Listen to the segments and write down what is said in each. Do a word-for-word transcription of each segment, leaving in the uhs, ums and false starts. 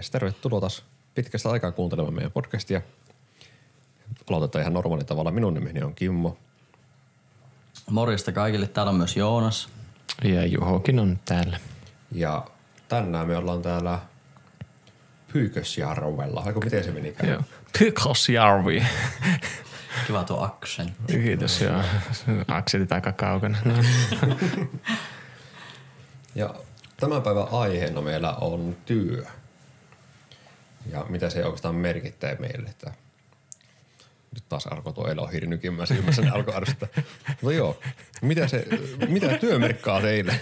Yes, tervetuloa taas pitkästä aikaa kuuntelemaan meidän podcastia. Aloitetaan ihan normaalilla tavalla. Minun nimeni on Kimmo. Morjesta kaikille. Täällä on myös Joonas. Ja Juhokin on täällä. Ja tänään me ollaan täällä Pyykösjärvellä. Aiku miten se menikään? Joo. Pyykösjärvi. Kiva tuo aksentti. Kiitos, joo. Aksentit aika kaukana. No. Ja tämän päivän aiheena meillä on työ. Ja mitä se oikeastaan merkittää meille, että nyt taas alkoi tuo elohiri nykimään silmässä, ne alkoi arvostaa. No joo, mitä, se, mitä työ merkkaa teille?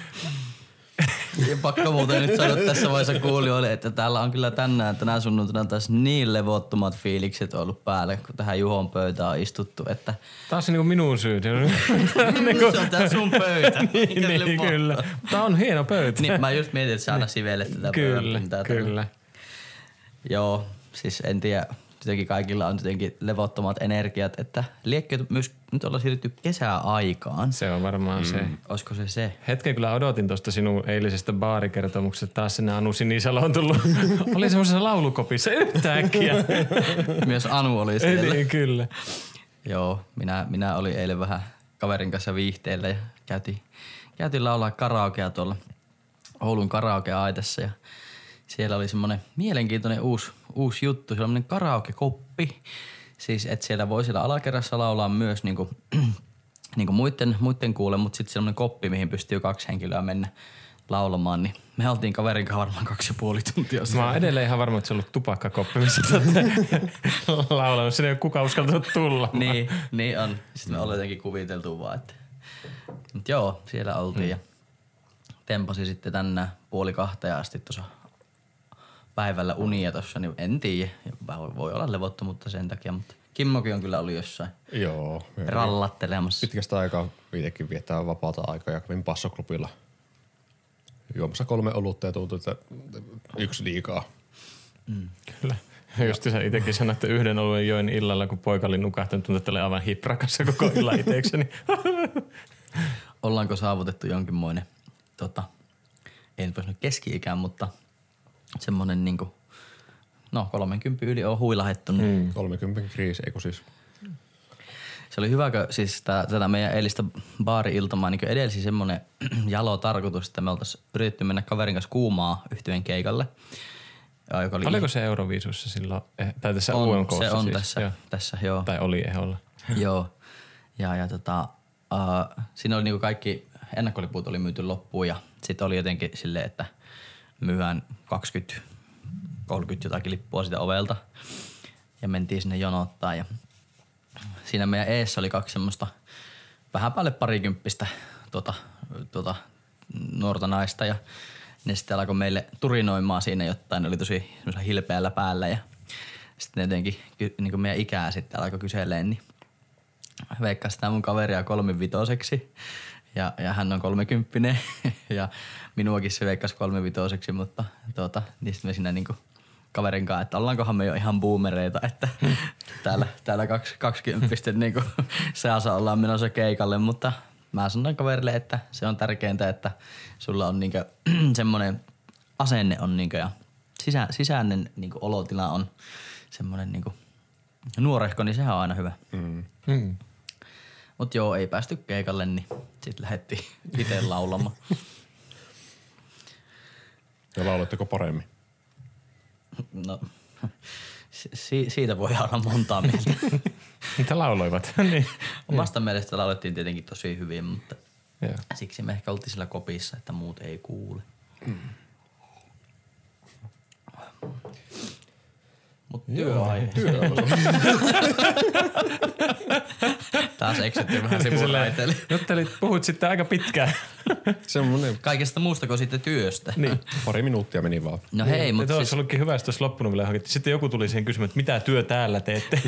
Ja pakko muuten nyt sanoa tässä vaiheessa kuulijoille, että täällä on kyllä tänään, tänään sunnuntaina taas niin levottomat fiilikset ollut päällä, kun tähän Juhon pöytään on istuttu, että... Taas se niinku minun syyt. Se on tää sun pöytä. niin, niin kyllä. Tää on hieno pöytä. Niin, mä just mietin, että sä aina sivelet tätä Kyllä, pöydän. kyllä. Joo, siis en tiedä. Jotenkin kaikilla on jotenkin levottomat energiat, että liekkö myös nyt ollaan siirrytty kesäaikaan. Se on varmaan mm. se. Olisiko se se? Hetken kyllä odotin tuosta sinun eilisestä baarikertomuksesta. Taas sinne Anu Sinisalo on tullut. Oli semmoisessa laulukopissa yhtäkkiä. Myös Anu oli siellä. Niin, kyllä. Joo, minä, minä olin eilen vähän kaverin kanssa viihteellä ja käytiin, käytiin laulaa karaokea tuolla Oulun karaoke-aitassa ja siellä oli semmoinen mielenkiintoinen uusi, uusi juttu, semmoinen karaoke-koppi. Siis, että siellä voi siellä alakerrassa laulaa myös niinku, niinku muiden, muiden kuule, mutta sitten semmoinen koppi, mihin pystyy kaksi henkilöä mennä laulamaan. Niin me oltiin kaverin kanssa varmaan kaksi ja puoli tuntia. Mä oon edelleen ihan varma, että se on ollut tupakkakoppi, missä olette laulanut. Sinne ei ole kukaan uskaltanut tulla. niin, niin on. Sitten me ollaan jotenkin kuviteltu vaan, että... Mut joo, siellä oltiin hmm. ja tempasi sitten tänään puoli kahteen asti tuossa päivällä unia tossa, niin en tiedä. Voi olla levottomuutta sen takia, mutta Kimmokin on kyllä ollut jossain Joo, rallattelemassa. Pitkästä aikaa itsekin viettää vapaata aikaa ja kävin passoklubilla juomassa kolme olutta ja tuntui, että yksi liikaa. Mm. Kyllä. Just sä itsekin sanoit, että yhden oluen join illalla, kun poika oli nukahtanut, tuntui, että oli aivan hiprakassa koko illan itsekseni. Ollaanko saavutettu jonkinmoinen, tota, ei nyt voisi keski-ikään, mutta semmoinen niinku, no kolmenkympin yli on huilahettu. Mm. kolmenkympin kriisi, eikö siis? Se oli hyvä, kun siis tää, tätä meidän eilistä baari-iltamaa niin edelsi semmoinen jalo tarkoitus, että me oltaisiin yritetty mennä kaverin kanssa Kuumaa yhtyeen keikalle. Joka oli Oliko se Euroviisussa silloin, tai tässä on, U M K:ssa se on siis? tässä, joo. tässä, joo. Tai oli eholla. Joo. Ja, ja tota, uh, siinä oli niinku kaikki ennakkoliput oli myyty loppuun ja sitten oli jotenkin silleen, että myydään kaksikymmentä kolmekymmentä jotakin lippua sitä ovelta. Ja mentiin sinne jonottaa ja siinä meidän eessä oli kaksi semmoista vähän päälle parikymppistä tuota, tuota, nuorta naista ja ne sitten alkoi meille turinoimaan siinä jotain. Ne oli tosi hilpeällä päällä ja sitten jotenkin niin kuin meidän ikää sitten alkoi kyseleen, niin veikkasi sitä mun kaveria kolmivitoseksi ja, ja hän on kolmekymppinen ja minuakin se veikkasi kolmivitoseksi, mutta tuota, niin sitten me siinä niinku kaverin kanssa, että ollaankohan me jo ihan boomereita, että täällä, täällä kaksi, kaksikymppisten niinku seassa ollaan menossa keikalle, mutta mä sanoin kaverille, että se on tärkeintä, että sulla on niinku semmoinen asenne on niinku ja sisä, sisäinen niinku olotila on semmoinen niinku nuorehko, niin sehän on aina hyvä. Mm. Mm. Mut joo, ei päästy keikalle, niin sit lähdettiin itse laulamaan. Ja lauletteko paremmin? No, si- siitä voi olla montaa mieltä. Mitä lauloivat? niin. Omasta mielestä laulettiin tietenkin tosi hyvin, mutta Joo. siksi me ehkä oltiin sillä kopissa, että muut ei kuule. Mm. Mut työaihe. Taas eksyttiin vähän sivuraiteille. Juttelit, puhut sitten aika pitkään. Semmoinen. Kaikesta muusta kuin sitten työstä. Niin. Pari minuuttia meni vaan. No hei, niin, mutta siis... siis... olisi ollutkin hyvä, jos olisi loppunut vielä hakettiin. Sitten joku tuli siihen kysymään, että mitä työ täällä teette?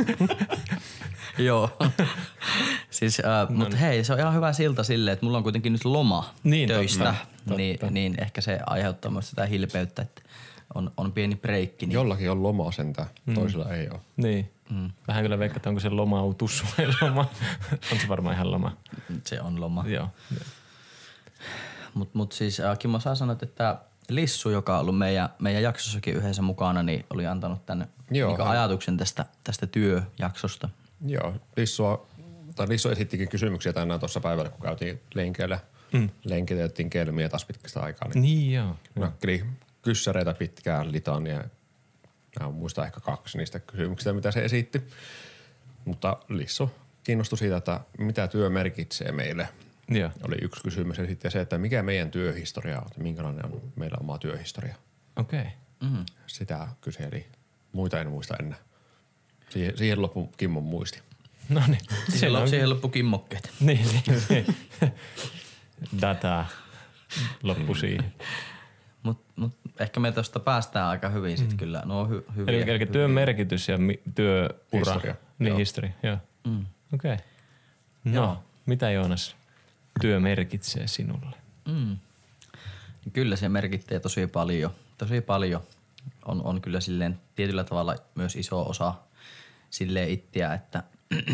Joo. siis, äh, no mutta niin. Hei, se on ihan hyvä silta silleen, että mulla on kuitenkin nyt loma niin, töistä. Totta, totta. Niin, niin ehkä se aiheuttaa myös sitä hilpeyttä, että on, on pieni breikki. Niin... Jollakin on loma sentään, mm. toisilla ei ole. Niin. Mm. Vähän kyllä veikkaa, että onko se lomautus vai loma. On se varmaan ihan loma. Se on loma. Joo. Mutta mut siis äh, Kimmo, sä sanoit, että Lissu, joka on ollut meidän, meidän jaksossakin yhdessä mukana, niin oli antanut tänne Joo, niin ajatuksen tästä, tästä työjaksosta. Joo, Lissua, tai Lissu esittikin kysymyksiä tänään tuossa päivällä, kun käytiin lenkeillä. Mm. Lenkiteltiin kelmiä taas pitkästä aikaa. Niin, Niin joo. nakkeli kyssäreitä pitkään litania. Mä muistan ehkä kaksi niistä kysymyksistä, mitä se esitti. Mutta Lissu kiinnostui siitä, että mitä työ merkitsee meille. Joo. Oli yksi kysymys ja sitten se, että mikä meidän työhistoria on, minkälainen on meillä oma työhistoria. Okei. Okay. Mm. Sitä kyseli. Muita en muista enää. Siihen, siihen loppui Kimmon muisti. No niin. Siihen, on... siihen loppu kimmokkeet. Niin, niin, niin. Data loppu siihen. Mutta mut ehkä me tuosta päästään aika hyvin sit mm. kyllä. No on hy, hyviä. Eli, eli työn merkitys ja mi, työura. Historia. Niin, Joo. historia. Joo. Mm. Okei. Okay. No, Joo. mitä Joonas työ merkitsee sinulle? Mm. Kyllä se merkittää tosi paljon. Tosi paljon. On, on kyllä silleen tietyllä tavalla myös iso osa silleen itseä, että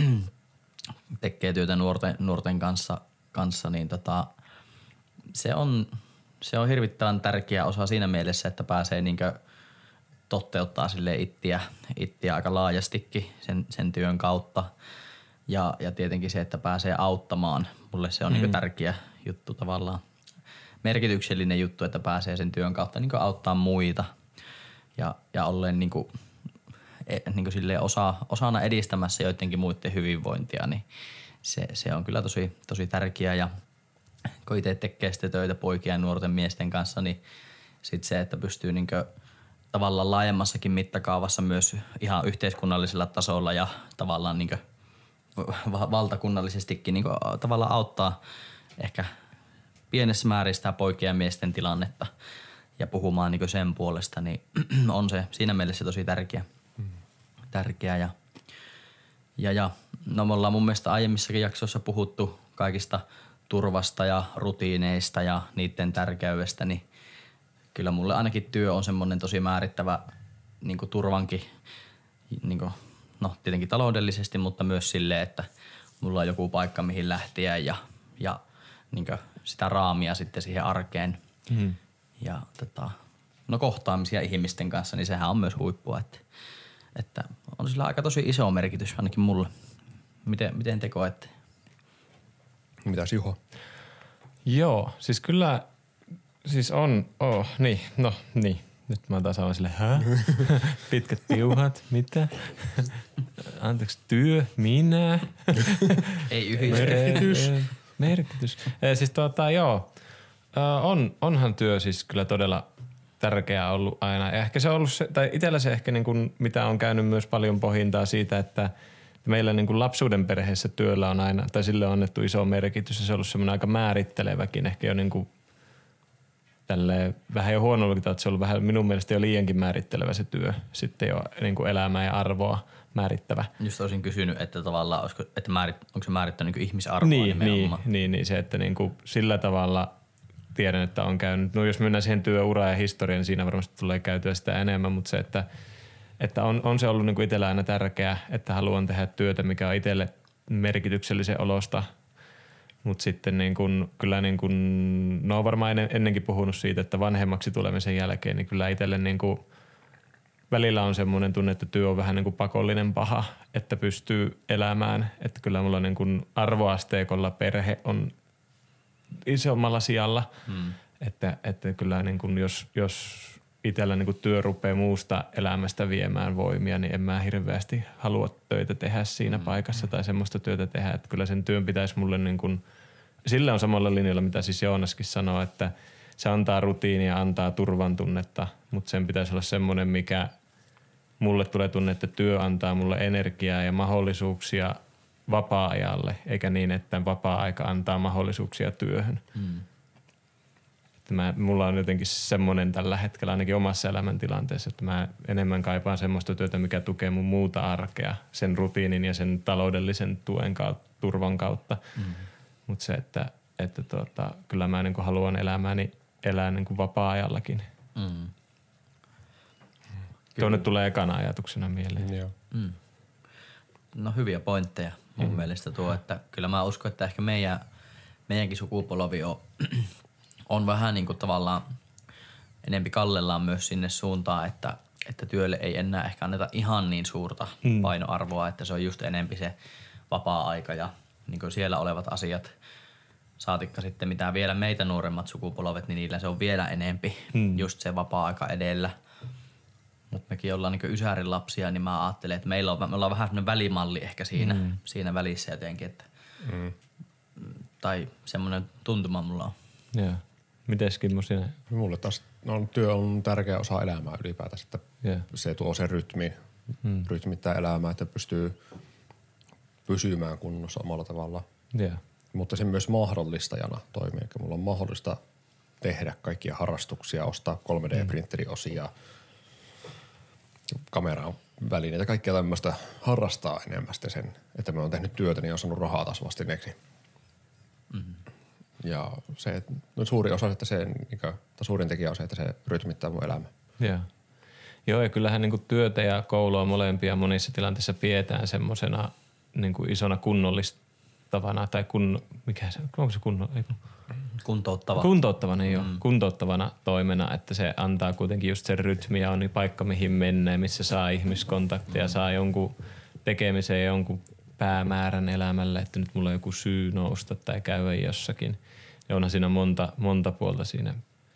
tekee työtä nuorten, nuorten kanssa, kanssa niin tota, se on, se on hirvittävän tärkeä osa siinä mielessä, että pääsee niinkö toteuttaa silleen ittiä, ittiä aika laajastikin sen, sen työn kautta. Ja, ja tietenkin se, että pääsee auttamaan. Mulle se on mm. niinkö tärkeä juttu tavallaan. Merkityksellinen juttu, että pääsee sen työn kautta niinkö auttaa muita. Ja, ja olleen niinkö, niinkö silleen osa, osana edistämässä joidenkin muiden hyvinvointia, niin se, se on kyllä tosi, tosi tärkeää. Ja kun itse tekee sitten töitä poikien ja nuorten miesten kanssa, niin sitten se, että pystyy niinkö tavallaan laajemmassakin mittakaavassa myös ihan yhteiskunnallisella tasolla ja tavallaan niinkö valtakunnallisestikin niinkö tavallaan auttaa ehkä pienessä määrin sitä poikien ja miesten tilannetta ja puhumaan niinkö sen puolesta, niin on se siinä mielessä tosi tärkeä. Mm. Tärkeä ja, ja, ja no me ollaan mun mielestä aiemmissakin jaksoissa puhuttu kaikista turvasta ja rutiineista ja niiden tärkeydestä, niin kyllä mulle ainakin työ on semmoinen tosi määrittävä niin kuin turvankin, niin kuin, no tietenkin taloudellisesti, mutta myös silleen, että mulla on joku paikka mihin lähteä ja, ja niin kuin sitä raamia sitten siihen arkeen. Mm. Ja tota, no kohtaamisia ihmisten kanssa, niin sehän on myös huippua, että, että on sillä aika tosi iso merkitys ainakin mulle. Miten, miten te koette? Mitäs Juho? Joo, siis kyllä, siis on, oh, niin, no niin. Nyt mä taas olen silleen, hä? Pitkät piuhat, mitä? Anteeksi, työ, minä? Ei yhdistä. Merkitys. Merkitys. E, siis tuota, joo, on, onhan työ siis kyllä todella tärkeää ollut aina. Ja ehkä se on ollut se, tai itsellä se ehkä niin kuin, mitä on käynyt myös paljon pohdintaa siitä, että meillä niin kuin lapsuuden perheessä työllä on aina, tai sille on annettu iso merkitys ja se on ollut semmoinen aika määritteleväkin ehkä jo niin kuin tälleen vähän jo huonollakin, että se on ollut vähän minun mielestä jo liiankin määrittelevä se työ, sitten jo niin kuin elämää ja arvoa määrittävä. Just olisin kysynyt, että tavallaan olisiko, että määrit, onko se määrittänyt niin ihmisarvoa niin, niin, niin, niin, niin, se, että niin kuin sillä tavalla tiedän, että on käynyt, no jos mennään siihen työuraan ja historiaan, niin siinä varmasti tulee käytyä sitä enemmän, mutta se, että Että on, on se ollut niinku itsellä aina tärkeää, että haluan tehdä työtä, mikä on itselle merkityksellisen olosta. Mutta sitten niin kun, kyllä niin kun, no on varmaan ennen, ennenkin puhunut siitä, että vanhemmaksi tulemisen jälkeen, niin kyllä itselle niin kun, välillä on semmoinen tunne, että työ on vähän niin kuin pakollinen paha, että pystyy elämään. Että kyllä mulla niin kun arvoasteikolla perhe on isommalla sijalla. Hmm. Että, että kyllä niin kun jos... jos itsellä niin työ rupeaa muusta elämästä viemään voimia, niin en mä hirveästi halua töitä tehdä siinä mm, paikassa mm. tai semmoista työtä tehdä. Että kyllä sen työn pitäisi mulle niin kuin, sillä on samalla linjalla, mitä siis Joonaskin sanoo, että se antaa rutiinia, antaa turvan tunnetta, mutta sen pitäisi olla semmoinen, mikä mulle tulee tunne, että työ antaa mulle energiaa ja mahdollisuuksia vapaa-ajalle, eikä niin, että vapaa-aika antaa mahdollisuuksia työhön. Mm. Mä, mulla on jotenkin semmoinen tällä hetkellä ainakin omassa elämäntilanteessa, että mä enemmän kaipaan semmoista työtä, mikä tukee mun muuta arkea sen rutiinin ja sen taloudellisen tuen kautta, turvan kautta. Mm-hmm. Mutta se, että, että tuota, kyllä mä niin kuin haluan elämääni elää niin kuin vapaa-ajallakin. Mm-hmm. Tuonne tulee ekana ajatuksena mieleen. Joo. Mm. No hyviä pointteja mun mm. mielestä tuo, että kyllä mä uskon, että ehkä meidän, meidänkin sukupolvi on on vähän niin kuin tavallaan enempi kallellaan myös sinne suuntaan, että, että työlle ei enää ehkä anneta ihan niin suurta mm. painoarvoa, että se on just enempi se vapaa-aika ja niin kuin siellä olevat asiat. Saatikka sitten mitä vielä meitä nuoremmat sukupolvet, niin niillä se on vielä enempi mm. just se vapaa-aika edellä. Mutta mekin ollaan niin ysärin lapsia, niin mä ajattelen, että meillä on, me ollaan vähän semmoinen välimalli ehkä siinä, mm. siinä välissä jotenkin. Että, mm. Tai semmoinen tuntuma mulla on. Joo. Mites Kimmo sinä? Mulle taas no, työ on tärkeä osa elämää ylipäätänsä, että yeah. se tuo sen rytmi, mm. rytmittää elämää, että pystyy pysymään kunnossa omalla tavalla. Yeah. Mutta se myös mahdollistajana toimii. Eli mulla on mahdollista tehdä kaikkia harrastuksia, ostaa kolme D-printeriosia, kameran välineitä, kaikkea tämmöistä harrastaa enemmän sen, että mä oon tehnyt työtä, niin on saanut rahaa taas vastineeksi. Mm-hmm. Ja se, no suuri osa, että se, niin kuin, suurin tekijä on se, että se rytmittää mun elämää. Yeah. Joo, ja kyllähän niin kuin työtä ja koulua molempia monissa tilanteissa pidetään semmoisena niin kuin isona kunnollistavana tai kun, mikä se, onko se kunno, ei kun, Kuntouttava. Kuntouttavana, mm. joo. Kuntouttavana toimena, että se antaa kuitenkin just sen rytmi ja on niin paikka mihin mennä, missä saa ihmiskontakteja, mm. saa jonkun tekemiseen jonkun päämäärän elämälle, että nyt mulla on joku syy nousta tai käydä jossakin. Ja onhan siinä monta, monta puolta siinä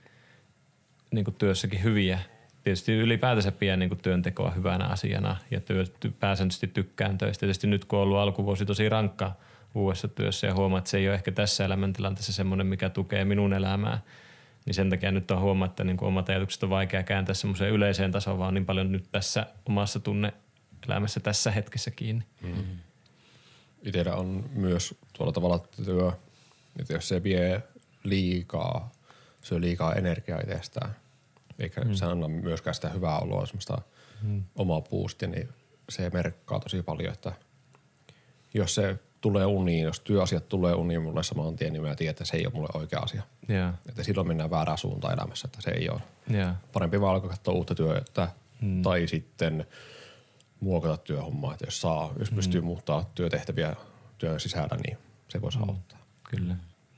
niin kuin työssäkin hyviä. Tietysti ylipäätänsä pidän niin kuin työntekoa hyvänä asiana ja työ, ty, pääsääntöisesti tykkään töistä. Tietysti nyt kun on ollut alkuvuosi tosi rankkaa uudessa työssä ja huomaa, että se ei ole ehkä tässä elämäntilanteessa semmoinen, mikä tukee minun elämää, niin sen takia nyt on huomaa, että niin kuin omat ajatukset on vaikea kääntää semmoiseen yleiseen tasoon, vaan niin paljon nyt tässä omassa tunne-elämässä tässä hetkessä kiinni. Mm. Itsellä on myös tuolla tavalla työ, että jos se vie liikaa, se on liikaa energiaa itsestään, eikä mm. se anna myöskään sitä hyvää oloa, semmoista mm. omaa boostia, niin se merkkaa tosi paljon, että jos se tulee uniin, jos työasiat tulee uniin mulle saman tien, niin mä tiedän, että se ei ole mulle oikea asia. Yeah. Että silloin mennään väärään suuntaan elämässä, että se ei ole. Yeah. Parempi vaan alkaa katsoa uutta työtä mm. tai sitten muokata työhommaa, että jos saa, jos mm. pystyy muuttaa työtehtäviä työn sisällä, niin se voisi mm. auttaa. Kyllä.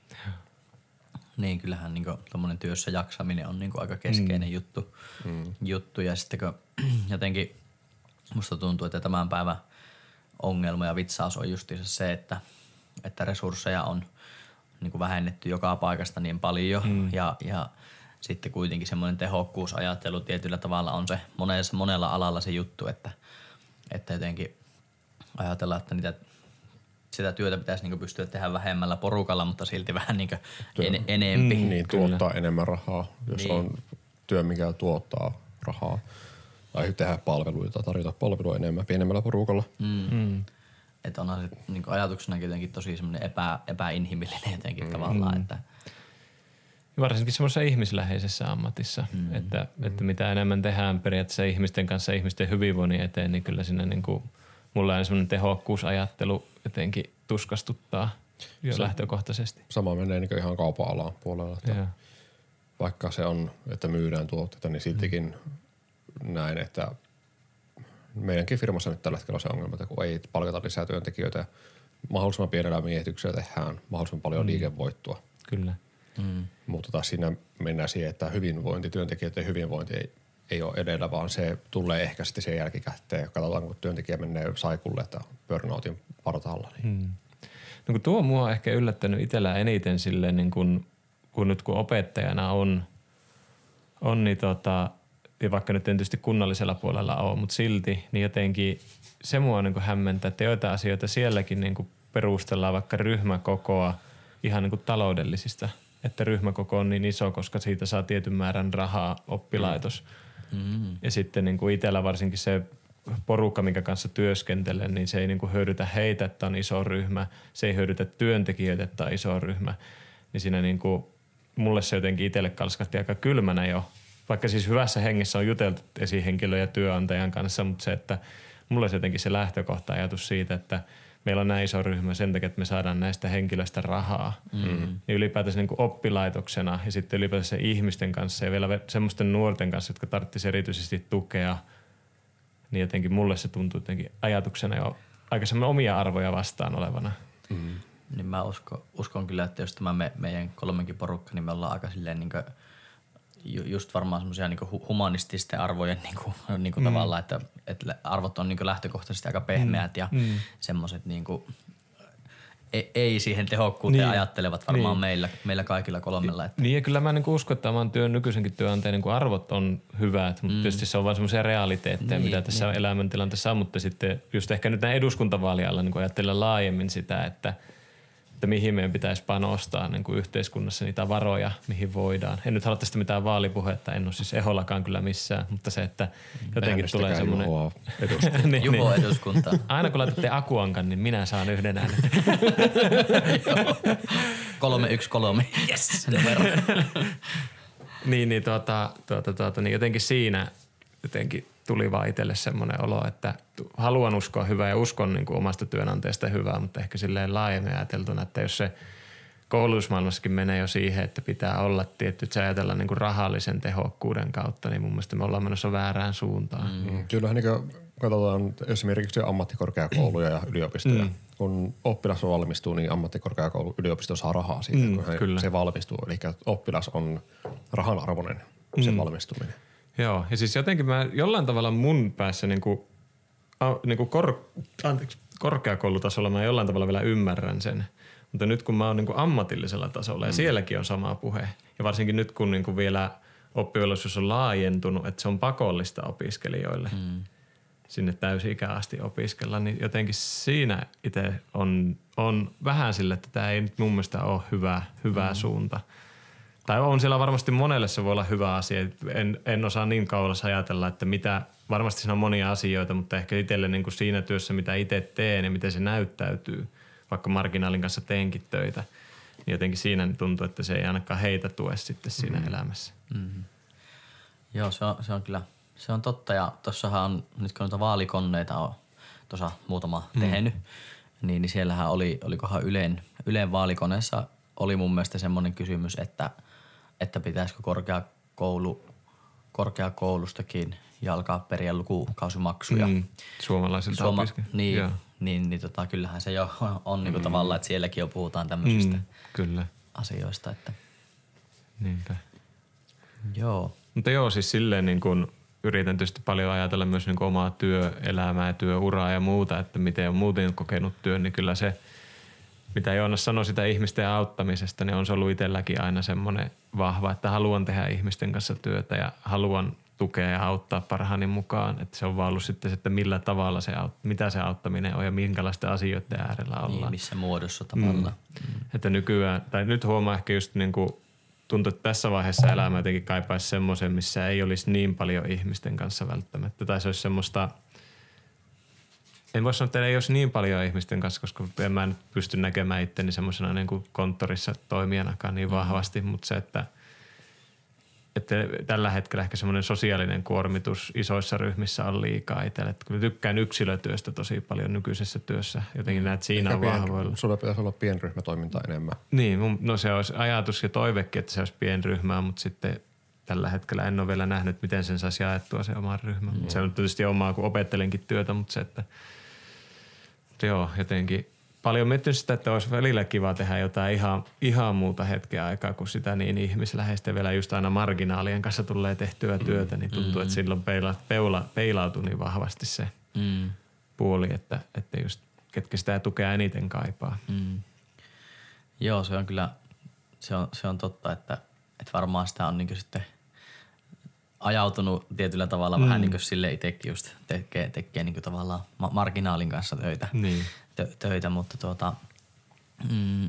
Niin, kyllähän niin tuommoinen työssä jaksaminen on niin aika keskeinen mm. juttu, mm. juttu. Ja sitten kun jotenkin musta tuntuu, että tämän päivän ongelma ja vitsaus on justiinsa se, että, että resursseja on niin kuin vähennetty joka paikasta niin paljon mm. ja, ja sitten kuitenkin semmoinen tehokkuusajattelu tietyllä tavalla on se monella, monella alalla se juttu, että, että jotenkin ajatellaan, että niitä, sitä työtä pitäisi niin kuin pystyä tehdä vähemmällä porukalla, mutta silti vähän niin kuin en, enempi. Mm, niin, tuottaa Kyllä. enemmän rahaa, jos niin. on työ, mikä tuottaa rahaa. Tai tehdä palveluita, tarjota palvelua enemmän pienemmällä porukalla. Mm. Mm. Että onhan se niin ajatuksena jotenkin tosi semmoinen epä, epäinhimillinen jotenkin mm. tavallaan. Että varsinkin semmoisessa ihmisläheisessä ammatissa, mm. että, että mitä enemmän tehdään periaatteessa ihmisten kanssa ihmisten hyvinvoinnin eteen, niin kyllä siinä niin kuin, mulla on semmoinen tehokkuusajattelu jotenkin tuskastuttaa jo se, lähtökohtaisesti. Sama menee niin ihan kaupan alan puolella. Että vaikka se on, että myydään tuotteita, niin siltikin mm. näin, että meidänkin firmassa nyt tällä hetkellä on se ongelma, että kun ei palkata lisää työntekijöitä, mahdollisimman pienellä miehityksellä tehdään mahdollisimman paljon mm. liikevoittoa. Kyllä. Mm. Mutta taas siinä mennään siihen, että hyvinvointi, työntekijöiden hyvinvointi ei, ei ole edellä, vaan se tulee ehkä sitten sen jälkikäteen. Katsotaan, kun työntekijä menee saikulle, että burnoutin partaalla. Niin. Mm. No kun tuo mua on ehkä yllättänyt itsellä eniten silleen, niin kun, kun nyt kun opettajana on, on niin tota, ja vaikka nyt en tietysti kunnallisella puolella ole, mutta silti, niin jotenkin se mua niin kuin hämmentää, että joitain asioita sielläkin niin kuin perustellaan vaikka ryhmäkokoa ihan niin kuin taloudellisista, että ryhmäkoko on niin iso, koska siitä saa tietyn määrän rahaa oppilaitos. Mm. Ja sitten niin kuin itsellä varsinkin se porukka, minkä kanssa työskentelen, niin se ei niin kuin hyödytä heitä, että on iso ryhmä. Se ei hyödytä työntekijöitä, että on iso ryhmä. Niin siinä niin kuin, mulle se jotenkin itselle kalskahti aika kylmänä jo. Vaikka siis hyvässä hengessä on juteltu esihenkilön ja työnantajan kanssa, mutta se, että mulla se jotenkin se lähtökohta-ajatus siitä, että meillä on näin iso ryhmä sen takia, että me saadaan näistä henkilöistä rahaa. Mm-hmm. Niin ylipäätänsä niin kuin oppilaitoksena ja sitten ylipäätänsä ihmisten kanssa ja vielä semmoisten nuorten kanssa, jotka tarvitsisi erityisesti tukea, niin jotenkin mulle se tuntuu jotenkin ajatuksena jo aika semmoinen omia arvoja vastaan olevana. Mm-hmm. Niin mä uskon, uskon kyllä, että jos tämä me, meidän kolmenkin porukka, niin me ollaan aika silleen niin kuin ju, just varmaan semmoisia niinku humanististen arvojen niinku, niinku mm. tavalla, että, että arvot on niinku lähtökohtaisesti aika pehmeät mm. ja mm. semmoiset niinku, ei, ei siihen tehokkuuteen niin. ajattelevat varmaan niin. meillä, meillä kaikilla kolmella. Että. Niin ja kyllä mä niinku uskon, että oman työn nykyisenkin työnantajan niinku arvot on hyvät, mutta mm. tietysti se on vaan semmoisia realiteetteja, niin, mitä tässä niin. elämäntilanteessa on, mutta sitten just ehkä nyt näin eduskuntavaalialla niin ajattelen laajemmin sitä, että että mihin meidän pitäisi panostaa niin kuin yhteiskunnassa niitä varoja, mihin voidaan. En nyt halua tästä mitään vaalipuhetta, en ole siis Eholakaan kyllä missään, mutta se, että jotenkin tulee semmoinen... Juho eduskunta. niin, Juho eduskunta. Aina kun laitatte Akuankan, niin minä saan yhden äänen. kolme, yksi, kolme. Yes! niin, niin, tuota, tuota, tuota, niin jotenkin siinä jotenkin tuli vaan itselle semmoinen olo, että haluan uskoa hyvää ja uskon niin kuin omasta työnantajasta hyvää, mutta ehkä silleen laajemmin ajateltuna, että jos se koulutusmaailmassakin menee jo siihen, että pitää olla tietty, että se ajatellaan niin kuin rahallisen tehokkuuden kautta, niin mun mielestä me ollaan menossa väärään suuntaan. Mm. Kyllähän niin kuin katsotaan esimerkiksi ammattikorkeakouluja ja yliopistoja. Mm. Kun oppilas valmistuu, niin ammattikorkeakoulu yliopisto saa rahaa siitä, mm, kun kyllä. se valmistuu. Eli oppilas on rahan arvoinen se mm. valmistuminen. Joo, ja siis jotenkin mä jollain tavalla mun päässä niinku, a, niinku kor, anteeksi, korkeakoulutasolla mä jollain tavalla vielä ymmärrän sen. Mutta nyt kun mä oon niinku ammatillisella tasolla ja mm. sielläkin on sama puhe. Ja varsinkin nyt kun niinku vielä oppivelvollisuus on laajentunut, että se on pakollista opiskelijoille. Mm. Sinne täysi-ikä asti opiskella, niin jotenkin siinä itse on, on vähän sille, että tämä ei nyt mun mielestä ole hyvä, hyvä mm. suunta. Tai on siellä varmasti monelle se voi olla hyvä asia. En, en osaa niin kaulassa ajatella, että mitä, varmasti siinä on monia asioita, mutta ehkä itselle niin kuin siinä työssä, mitä itse teen ja miten se näyttäytyy, vaikka marginaalin kanssa teenkin töitä, niin jotenkin siinä tuntuu, että se ei ainakaan heitä tue sitten siinä mm-hmm. elämässä. Mm-hmm. Joo, se on, se on kyllä, se on totta ja tossahan on, nyt kun noita vaalikonneita on tuossa muutama mm. tehnyt, niin, niin siellähän oli, olikohan Ylen, Ylen vaalikoneessa oli mun mielestä semmoinen kysymys, että että pitäisikö korkeakoulu, korkeakoulustakin ja alkaa periä lukukausimaksuja. Mm, suomalaisilta Suoma, opiskelijoilta. Niin, niin, niin, niin tota, kyllähän se jo on, on niin kuin mm. tavallaan, että sielläkin jo puhutaan tämmöisistä mm, kyllä. asioista. Että. Niinpä. Joo. Mutta joo, siis silleen niin kuin yritän tietysti paljon ajatella myös niin kuin omaa työelämää ja työuraa ja muuta, että miten on muuten kokenut työn, niin kyllä se mitä Joonas sanoi sitä ihmisten auttamisesta, niin on se ollut itselläkin aina semmoinen vahva, että haluan tehdä ihmisten kanssa työtä ja haluan tukea ja auttaa parhaani mukaan. Että se on vaan ollut sitten, että millä tavalla se, mitä se auttaminen on ja minkälaisten asioiden äärellä ollaan. Niin, missä muodossa tavalla. Mm. Mm. Että nykyään, tai nyt huomaa ehkä just niin kuin, tuntuu, että tässä vaiheessa elämä jotenkin kaipaisi semmoisen, missä ei olisi niin paljon ihmisten kanssa välttämättä. Tai se olisi semmoista... En voi sanoa, että ei olisi niin paljon ihmisten kanssa, koska en mä nyt pysty näkemään itteni semmoisena niin kuin konttorissa toimijanakaan niin vahvasti, mm. mutta se, että, että tällä hetkellä ehkä semmoinen sosiaalinen kuormitus isoissa ryhmissä on liikaa itselle. Että kyllä tykkään yksilötyöstä tosi paljon nykyisessä työssä. Jotenkin näet, siinä ehkä on pien, vahvoilla. Sulla pitäisi olla pienryhmätoimintaa enemmän. Niin, no se olisi ajatus ja toivekin, että se olisi pienryhmää, mutta sitten tällä hetkellä en ole vielä nähnyt, miten sen saisi jaettua se oma ryhmä. Mm. Se on tietysti omaa, kun opettelenkin työtä, mutta se, että joo, jotenkin paljon miettinyt sitä, että olisi välillä kiva tehdä jotain ihan, ihan muuta hetkeä aikaa kuin sitä niin ihmisläheistä. Vielä just aina marginaalien kanssa tulee tehtyä työtä, niin tuntuu, mm. että silloin peila, peula, peilautuu niin vahvasti se mm. puoli, että, että just ketkä sitä tukea eniten kaipaa. Mm. Joo, se on kyllä, se on, se on totta, että, että varmaan sitä on niin sitten ajautunut tietyllä tavalla mm. vähän niin kuin sille itsekin just tekee, tekee niin kuin tavallaan marginaalin kanssa töitä, niin. tö, töitä mutta tuota, mm,